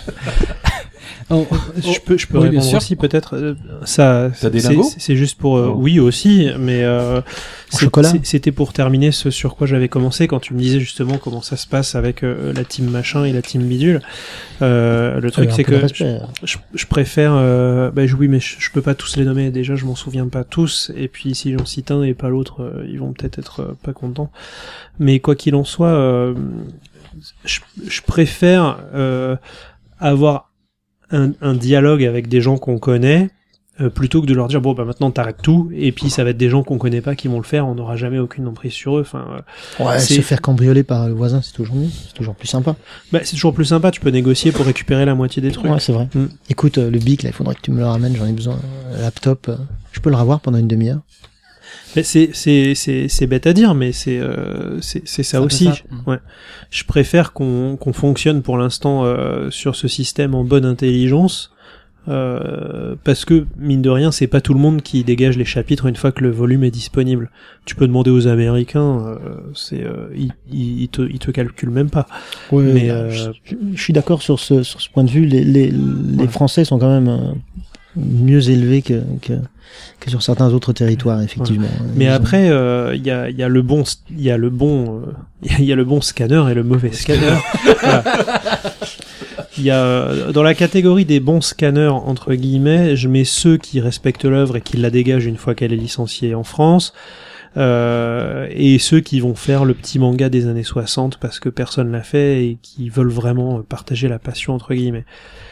Oh, Je peux, je peux Oui, bien répondre sûr. aussi peut-être. euh, Ça, T'as des c'est- lingots c'est c'est juste pour. euh, Oh. Oui aussi, mais euh, c'est- chocolat c'est- c'était pour terminer ce sur quoi j'avais commencé quand tu me disais justement comment ça se passe avec euh, la team machin et la team bidule. Euh, le truc Un c'est peu de que respect. je, je préfère. Euh, bah oui, mais je, je peux pas tous les nommer. Déjà, je m'en souviens pas tous. Et puis si j'en cite un et pas l'autre, euh, ils vont peut-être être euh, pas contents. Mais quoi qu'il en soit, euh, je, je préfère euh, avoir un, un dialogue avec des gens qu'on connaît euh, plutôt que de leur dire bon bah maintenant t'arrêtes tout et puis ça va être des gens qu'on connaît pas qui vont le faire, on n'aura jamais aucune emprise sur eux. Enfin, euh, Ouais, c'est- se faire cambrioler par le voisin, c'est toujours mieux. C'est toujours plus sympa. bah, c'est toujours plus sympa. Tu peux négocier pour récupérer la moitié des trucs. Ouais, c'est vrai. Mm. Écoute, euh, le bic, là, il faudrait que tu me le ramènes, j'en ai besoin. Le laptop, euh, je peux le revoir pendant une demi-heure. Mais c'est c'est c'est c'est bête à dire, mais c'est euh, c'est c'est ça un peu aussi. ça. Ouais. Je préfère qu'on qu'on fonctionne pour l'instant euh, sur ce système en bonne intelligence. Euh, parce que mine de rien, c'est pas tout le monde qui dégage les chapitres une fois que le volume est disponible. Tu peux demander aux Américains, euh, c'est euh, ils, ils, ils te ils te calculent même pas. Ouais, Mais, bah, euh, je, je suis d'accord sur ce, sur ce point de vue. Les, les, les Ouais. Français sont quand même euh, mieux élevés que, que, que sur certains autres territoires, effectivement. Mais Ils ont- après, il euh, y a il y a le bon il y a le bon il y, y a le bon scanner et le mauvais scanner. Il y a euh, dans la catégorie des bons scanners entre guillemets, je mets ceux qui respectent l'œuvre et qui la dégagent une fois qu'elle est licenciée en France. Euh, et ceux qui vont faire le petit manga des années soixante parce que personne l'a fait et qui veulent vraiment partager la passion entre guillemets.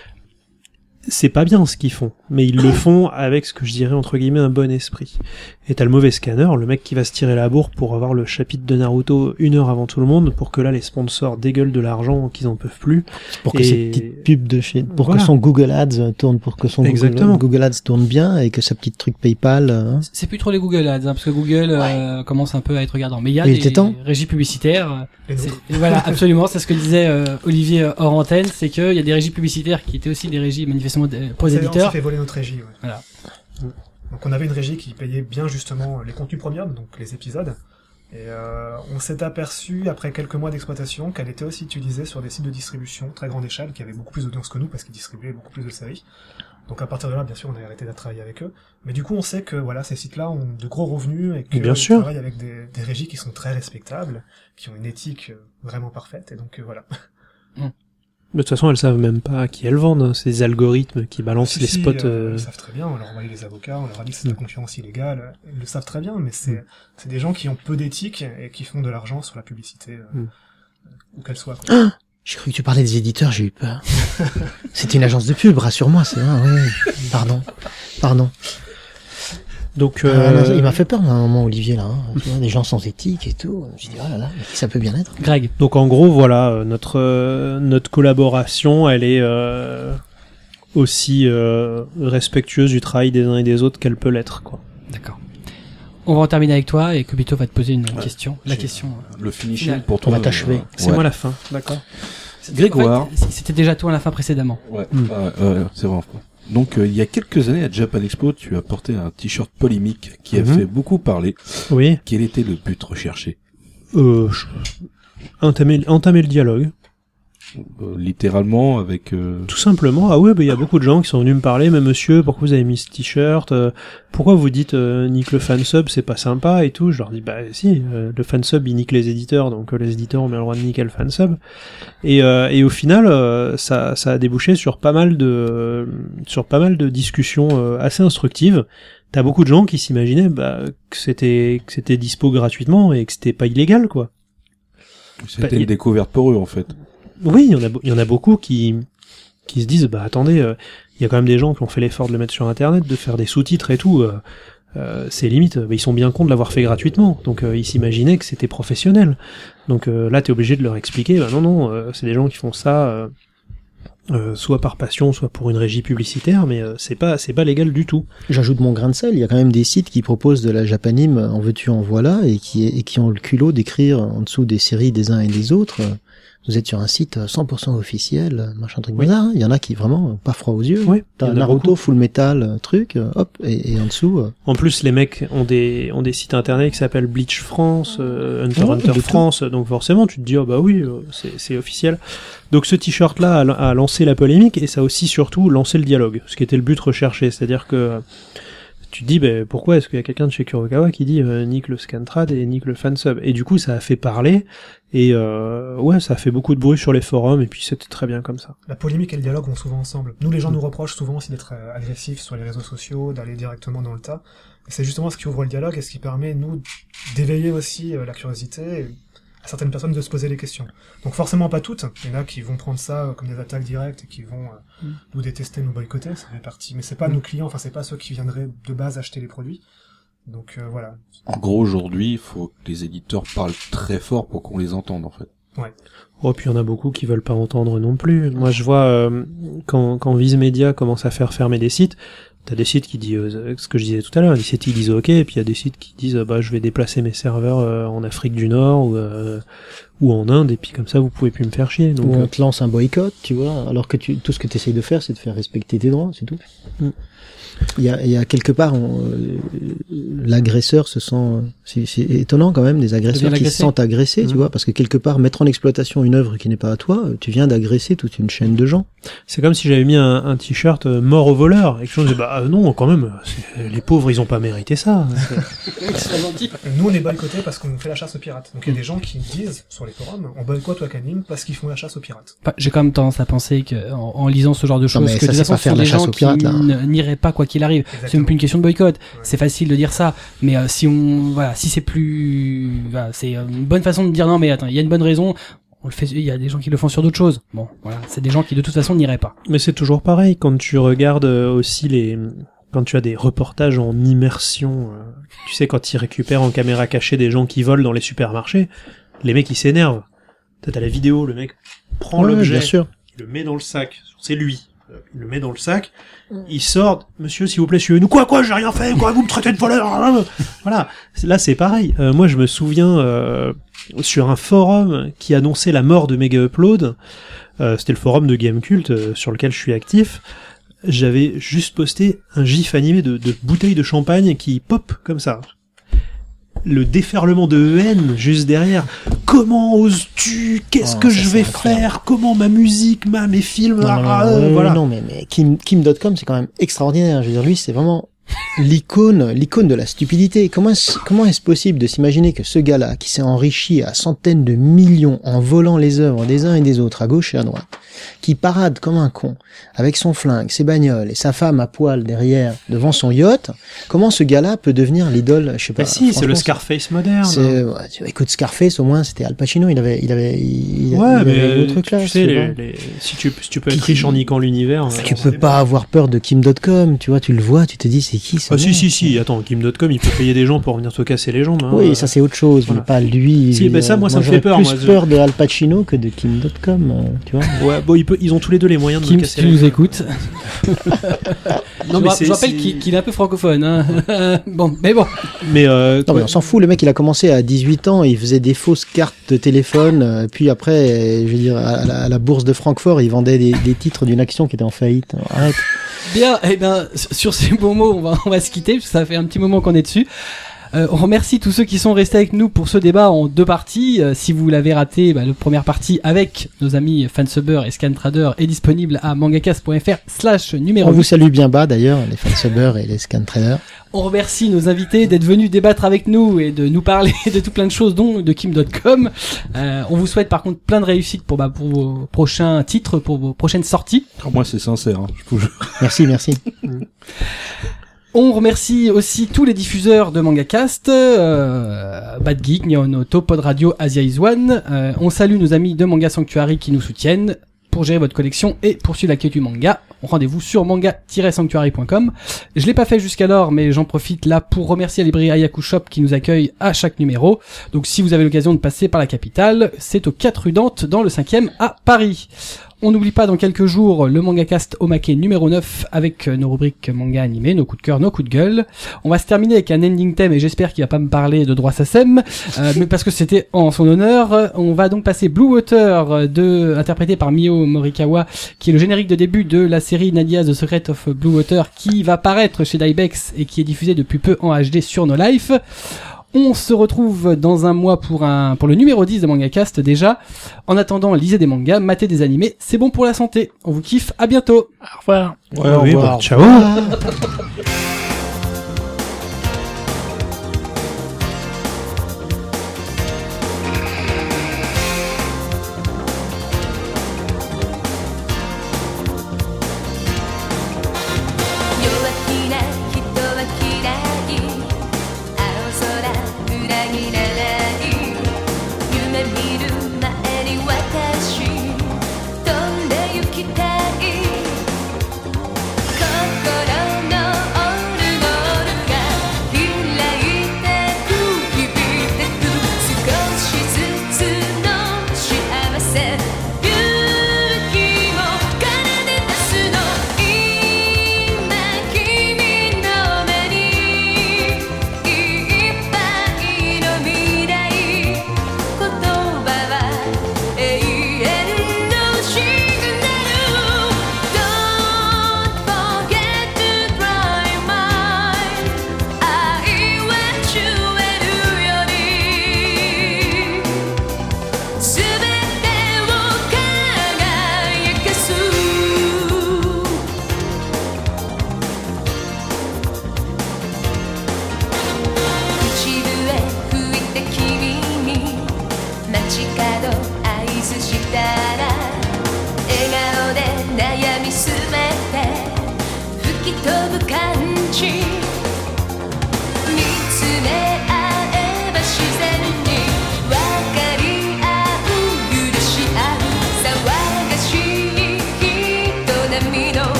C'est pas bien ce qu'ils font, mais ils le font avec ce que je dirais entre guillemets un bon esprit. Et t'as le mauvais scanner, le mec qui va se tirer la bourre pour avoir le chapitre de Naruto une heure avant tout le monde, pour que là les sponsors dégueulent de l'argent qu'ils en peuvent plus. pour que et- ces petites pubs de chez, pour Voilà. que son Google Ads tourne, pour que son Google, Exactement. Google Ads tourne bien et que sa petite truc PayPal, hein. C'est plus trop les Google Ads, hein, parce que Google euh, commence un peu à être regardant. Mais il y a Il des était temps. régies publicitaires. euh, Les c'est- nôtres. Voilà, absolument, c'est ce que disait euh, Olivier euh, hors antenne, c'est qu'il y a des régies publicitaires qui étaient aussi des régies manifestement de- pour les On s'est- On éditeurs. s'est fait voler notre régie, ouais. Voilà. Donc on avait une régie qui payait bien justement les contenus premium, donc les épisodes. Et euh, on s'est aperçu, après quelques mois d'exploitation, qu'elle était aussi utilisée sur des sites de distribution très grande échelle, qui avaient beaucoup plus d'audience que nous, parce qu'ils distribuaient beaucoup plus de séries. Donc à partir de là, bien sûr, on a arrêté de travailler avec eux. Mais du coup, on sait que voilà, ces sites-là ont de gros revenus et qu'ils Bien sûr. travaillent avec des, des régies qui sont très respectables, qui ont une éthique euh, vraiment parfaite. Et donc euh, voilà. De toute façon, elles savent même pas à qui elles vendent, hein. C'est des algorithmes qui balancent Si, les si, spots. euh, euh, Ils le savent très bien, on leur a envoyé les avocats, on leur a dit que c'est de la concurrence illégale, ils le savent très bien, mais c'est c'est des gens qui ont peu d'éthique et qui font de l'argent sur la publicité, euh, Mm. où qu'elle soit. Quoi. J'ai cru que tu parlais des éditeurs, j'ai eu peur. C'était une agence de pub, rassure-moi, c'est vrai, oui. Pardon. Pardon. Donc, Ah, euh, là, il m'a fait peur, à un moment, Olivier, là, hein. Tu vois, des gens sans éthique et tout. J'ai dit, oh là là, mais qui ça peut bien être? Greg. donc en gros, voilà, euh, notre euh, notre collaboration, elle est euh, aussi euh, respectueuse du travail des uns et des autres qu'elle peut l'être, quoi. D'accord. On va en terminer avec toi et Kubito va te poser une Ouais. question. La J'ai- question. euh, Le finishing Final. pour toi. On va t'achever. euh, C'est ouais. moi la fin, d'accord. Grégoire. En fait, c'était déjà toi à la fin précédemment. Ouais, Mm. ouais, ouais, c'est vrai. Donc, euh, il y a quelques années à Japan Expo, tu as porté un t-shirt polémique qui a Mhm. fait beaucoup parler. Oui. Quel était le but recherché? Euh, je- entamer, entamer le dialogue. Euh, littéralement avec... euh, Tout simplement. Ah ouais, bah il y a beaucoup de gens qui sont venus me parler, mais monsieur, pourquoi vous avez mis ce t-shirt euh, Pourquoi vous dites euh, nique le fansub, c'est pas sympa et tout. Je leur dis bah si, euh, le fansub il nique les éditeurs, donc euh, les éditeurs ont bien le droit de niquer le fansub. Et euh, et au final, euh, ça ça a débouché sur pas mal de sur pas mal de discussions euh, assez instructives, t'as beaucoup de gens qui s'imaginaient bah, que c'était que c'était dispo gratuitement et que c'était pas illégal, quoi. C'était Bah, une y- découverte pour eux, en fait. Oui, il y en a il y en a beaucoup qui qui se disent bah attendez, il euh, y a quand même des gens qui ont fait l'effort de le mettre sur internet, de faire des sous-titres et tout. Euh, euh, c'est limite, bah, ils sont bien cons de l'avoir fait gratuitement. Donc euh, ils s'imaginaient que c'était professionnel. Donc euh, là, t'es obligé de leur expliquer, bah non non, euh, c'est des gens qui font ça. Euh, Euh, soit par passion, soit pour une régie publicitaire, mais euh, c'est pas c'est pas légal du tout. J'ajoute mon grain de sel, il y a quand même des sites qui proposent de la japanime en veux-tu en voilà et qui, et qui ont le culot d'écrire en dessous des séries des uns et des autres. Vous êtes sur un site cent pour cent officiel, machin truc Oui. bizarre. Hein. Il y en a qui vraiment pas froid aux yeux. Oui, T'as il y en a Naruto beaucoup. Full Metal truc, euh, hop, et, et en dessous. Euh, En plus, les mecs ont des ont des sites internet qui s'appellent Bleach France, euh, Hunter Ouais, Hunter de tout. France, donc forcément tu te dis oh bah oui, euh, c'est c'est officiel. Donc ce t-shirt là a, a lancé la polémique et ça a aussi surtout lancé le dialogue, ce qui était le but recherché, c'est-à-dire que euh, tu te dis bah, pourquoi est-ce qu'il y a quelqu'un de chez Kurokawa qui dit euh, nique le scantrad et nique le fansub, et du coup ça a fait parler et euh, ouais ça a fait beaucoup de bruit sur les forums et puis c'était très bien comme ça. La polémique et le dialogue vont souvent ensemble. Nous, les gens nous reprochent souvent aussi d'être euh, agressifs sur les réseaux sociaux, d'aller directement dans le tas. Et c'est justement ce qui ouvre le dialogue et ce qui permet, nous, d'éveiller aussi euh, la curiosité et à certaines personnes de se poser les questions. Donc forcément pas toutes. Il y en a qui vont prendre ça euh, comme des attaques directes et qui vont euh, Mm. nous détester, nous boycotter, ça fait partie. Mais c'est pas nos clients, enfin c'est pas ceux qui viendraient de base acheter les produits. Donc euh, voilà. En gros, aujourd'hui, il faut que les éditeurs parlent très fort pour qu'on les entende, en fait. Oh, puis il y en a beaucoup qui veulent pas entendre non plus. Moi, je vois euh, quand quand Viz Media commence à faire fermer des sites, t'as des sites qui disent euh, ce que je disais tout à l'heure, des sites qui disent OK, et puis il y a des sites qui disent euh, bah je vais déplacer mes serveurs euh, en Afrique du Nord ou euh, ou en Inde, et puis comme ça vous pouvez plus me faire chier. Donc où euh, on te lance un boycott, tu vois, alors que tu, tout ce que tu essayes de faire, c'est de faire respecter tes droits, c'est tout. Mm. Il y a, il y a quelque part, on, euh, l'agresseur se sent, c'est, c'est étonnant quand même, des agresseurs Devient qui se l'agressé. sentent agressés, Mm. tu vois, parce que quelque part, mettre en exploitation une œuvre qui n'est pas à toi, tu viens d'agresser toute une chaîne de gens. c'est comme si j'avais mis un, un t-shirt euh, mort au voleur, et que je me disais bah euh, non quand même, c'est- les pauvres ils ont pas mérité ça. Nous, on est boycottés parce qu'on fait la chasse aux pirates. Donc il y a des gens qui disent sur les forums, on boycotte Wakanim parce qu'ils font la chasse aux pirates. Enfin, j'ai quand même tendance à penser que, en, en lisant ce genre de choses, mais que ça, de c'est toute façon, pas ce faire sont de la des chasse gens aux pirates, qui là. n- n'iraient pas quoi qu'il arrive. C'est même Exactement. plus une question de boycott. Ouais. C'est facile de dire ça, mais euh, si on, voilà, si c'est plus, voilà, c'est une bonne façon de dire non, mais attends, il y a une bonne raison. On le fait. Il y a des gens qui le font sur d'autres choses. Bon, voilà, c'est des gens qui de toute façon n'iraient pas. Mais c'est toujours pareil quand tu regardes euh, aussi les quand tu as des reportages en immersion, euh, tu sais quand ils récupèrent en caméra cachée des gens qui volent dans les supermarchés, les mecs ils s'énervent. T'as t'as la vidéo, le mec prend Ouais, l'objet, bien sûr. il le met dans le sac, c'est lui. Euh, Il le met dans le sac, il sort, monsieur s'il vous plaît suivez-nous, quoi quoi j'ai rien fait, quoi vous me traitez de voleur. Voilà, là c'est pareil. Euh, moi je me souviens euh, sur un forum qui annonçait la mort de Mega Upload, euh, c'était le forum de Gamecult euh, sur lequel je suis actif. J'avais juste posté un gif animé de, de bouteilles de champagne qui pop comme ça. Le déferlement de haine juste derrière. Comment oses-tu? Qu'est-ce Oh, que ça, je c'est vais incroyable. faire? Comment ma musique, ma, mes films, Non, non, ah, non, euh, ouais, voilà. non, mais, mais Kim, Kim dot com, c'est quand même extraordinaire. Je veux dire, lui, c'est vraiment l'icône, l'icône de la stupidité. Comment est-ce, comment est-ce possible de s'imaginer que ce gars-là, qui s'est enrichi à centaines de millions en volant les œuvres des uns et des autres, à gauche et à droite, qui parade comme un con, avec son flingue, ses bagnoles et sa femme à poil derrière, devant son yacht, comment ce gars-là peut devenir l'idole, je sais pas. Bah si, c'est le franchement, Scarface moderne. C'est, ouais, tu- écoute, Scarface, au moins, c'était Al Pacino, il avait, il avait, il, il Ouais, avait mais une autre euh, classe. tu sais, tu vois. les, les- si, tu, si tu peux Qui- être riche en niquant l'univers... euh, Tu on peux sait pas avoir peur de Kim dot com, tu vois, tu le vois, tu te dis c'est qui ça Ah si, si, si, attends, Kim dot com, il peut payer des gens pour venir te casser les jambes. Hein. Oui, ça c'est autre chose, voilà. mais pas lui. Si, je veux bah dire, ça, moi, ça me fait j'aurais peur, plus moi, je- peur de Al Pacino que de Kim dot com, euh, tu vois. Ouais, bon, ils, peut- ils ont tous les deux les moyens de Kim, me si casser tu la nous gueule. écoutes. Non, je, mais ra- c'est- je rappelle c'est- qu'il, qu'il est un peu francophone. Hein. bon, mais bon. Mais, euh, Non mais on s'en fout, le mec il a commencé à dix-huit ans, il faisait des fausses cartes de téléphone, euh, puis après, euh, je veux dire, à la, à la bourse de Francfort, il vendait des, des titres d'une action qui était en faillite. Arrête. Bien, eh ben, sur ces beaux mots, on va, on va se quitter, parce que ça fait un petit moment qu'on est dessus. Euh, on remercie tous ceux qui sont restés avec nous pour ce débat en deux parties. Euh, si vous l'avez raté, bah, la première partie avec nos amis Fansuber et Scantrader est disponible à mangacast.fr slash numéro On huit. vous salue bien bas d'ailleurs, les fansubers et les scan traders. On remercie nos invités d'être venus débattre avec nous et de nous parler de tout plein de choses, dont de Kim dot com. Euh, on vous souhaite par contre plein de réussite pour, bah, pour vos prochains titres, pour vos prochaines sorties. Moi, c'est sincère, hein, je vous jure. Merci, merci. On remercie aussi tous les diffuseurs de MangaCast, euh, Bad Geek, Nihon Auto, Pod Radio, Asia Is One. Euh, on salue nos amis de Manga Sanctuary qui nous soutiennent. Pour gérer votre collection et poursuivre l'actualité du manga, rendez-vous sur manga tiret sanctuary point com. Je l'ai pas fait jusqu'alors, mais j'en profite là pour remercier la librairie Ayaku Shop qui nous accueille à chaque numéro. Donc si vous avez l'occasion de passer par la capitale, c'est au quatre rue Dante dans le cinquième à Paris. On n'oublie pas dans quelques jours le MangaCast Omake numéro neuf avec nos rubriques manga animés, nos coups de cœur, nos coups de gueule. On va se terminer avec un ending theme et j'espère qu'il va pas me parler de droit S A C E M, euh, mais parce que c'était en son honneur. On va donc passer Blue Water, de, interprété par Mio Morikawa, qui est le générique de début de la série Nadia The Secret of Blue Water, qui va paraître chez Dybex et qui est diffusé depuis peu en H D sur No Life. On se retrouve dans un mois pour un pour le numéro dix de MangaCast déjà. En attendant, lisez des mangas, matez des animés, c'est bon pour la santé. On vous kiffe, à bientôt. Au revoir. Ouais, oui, bah, ciao.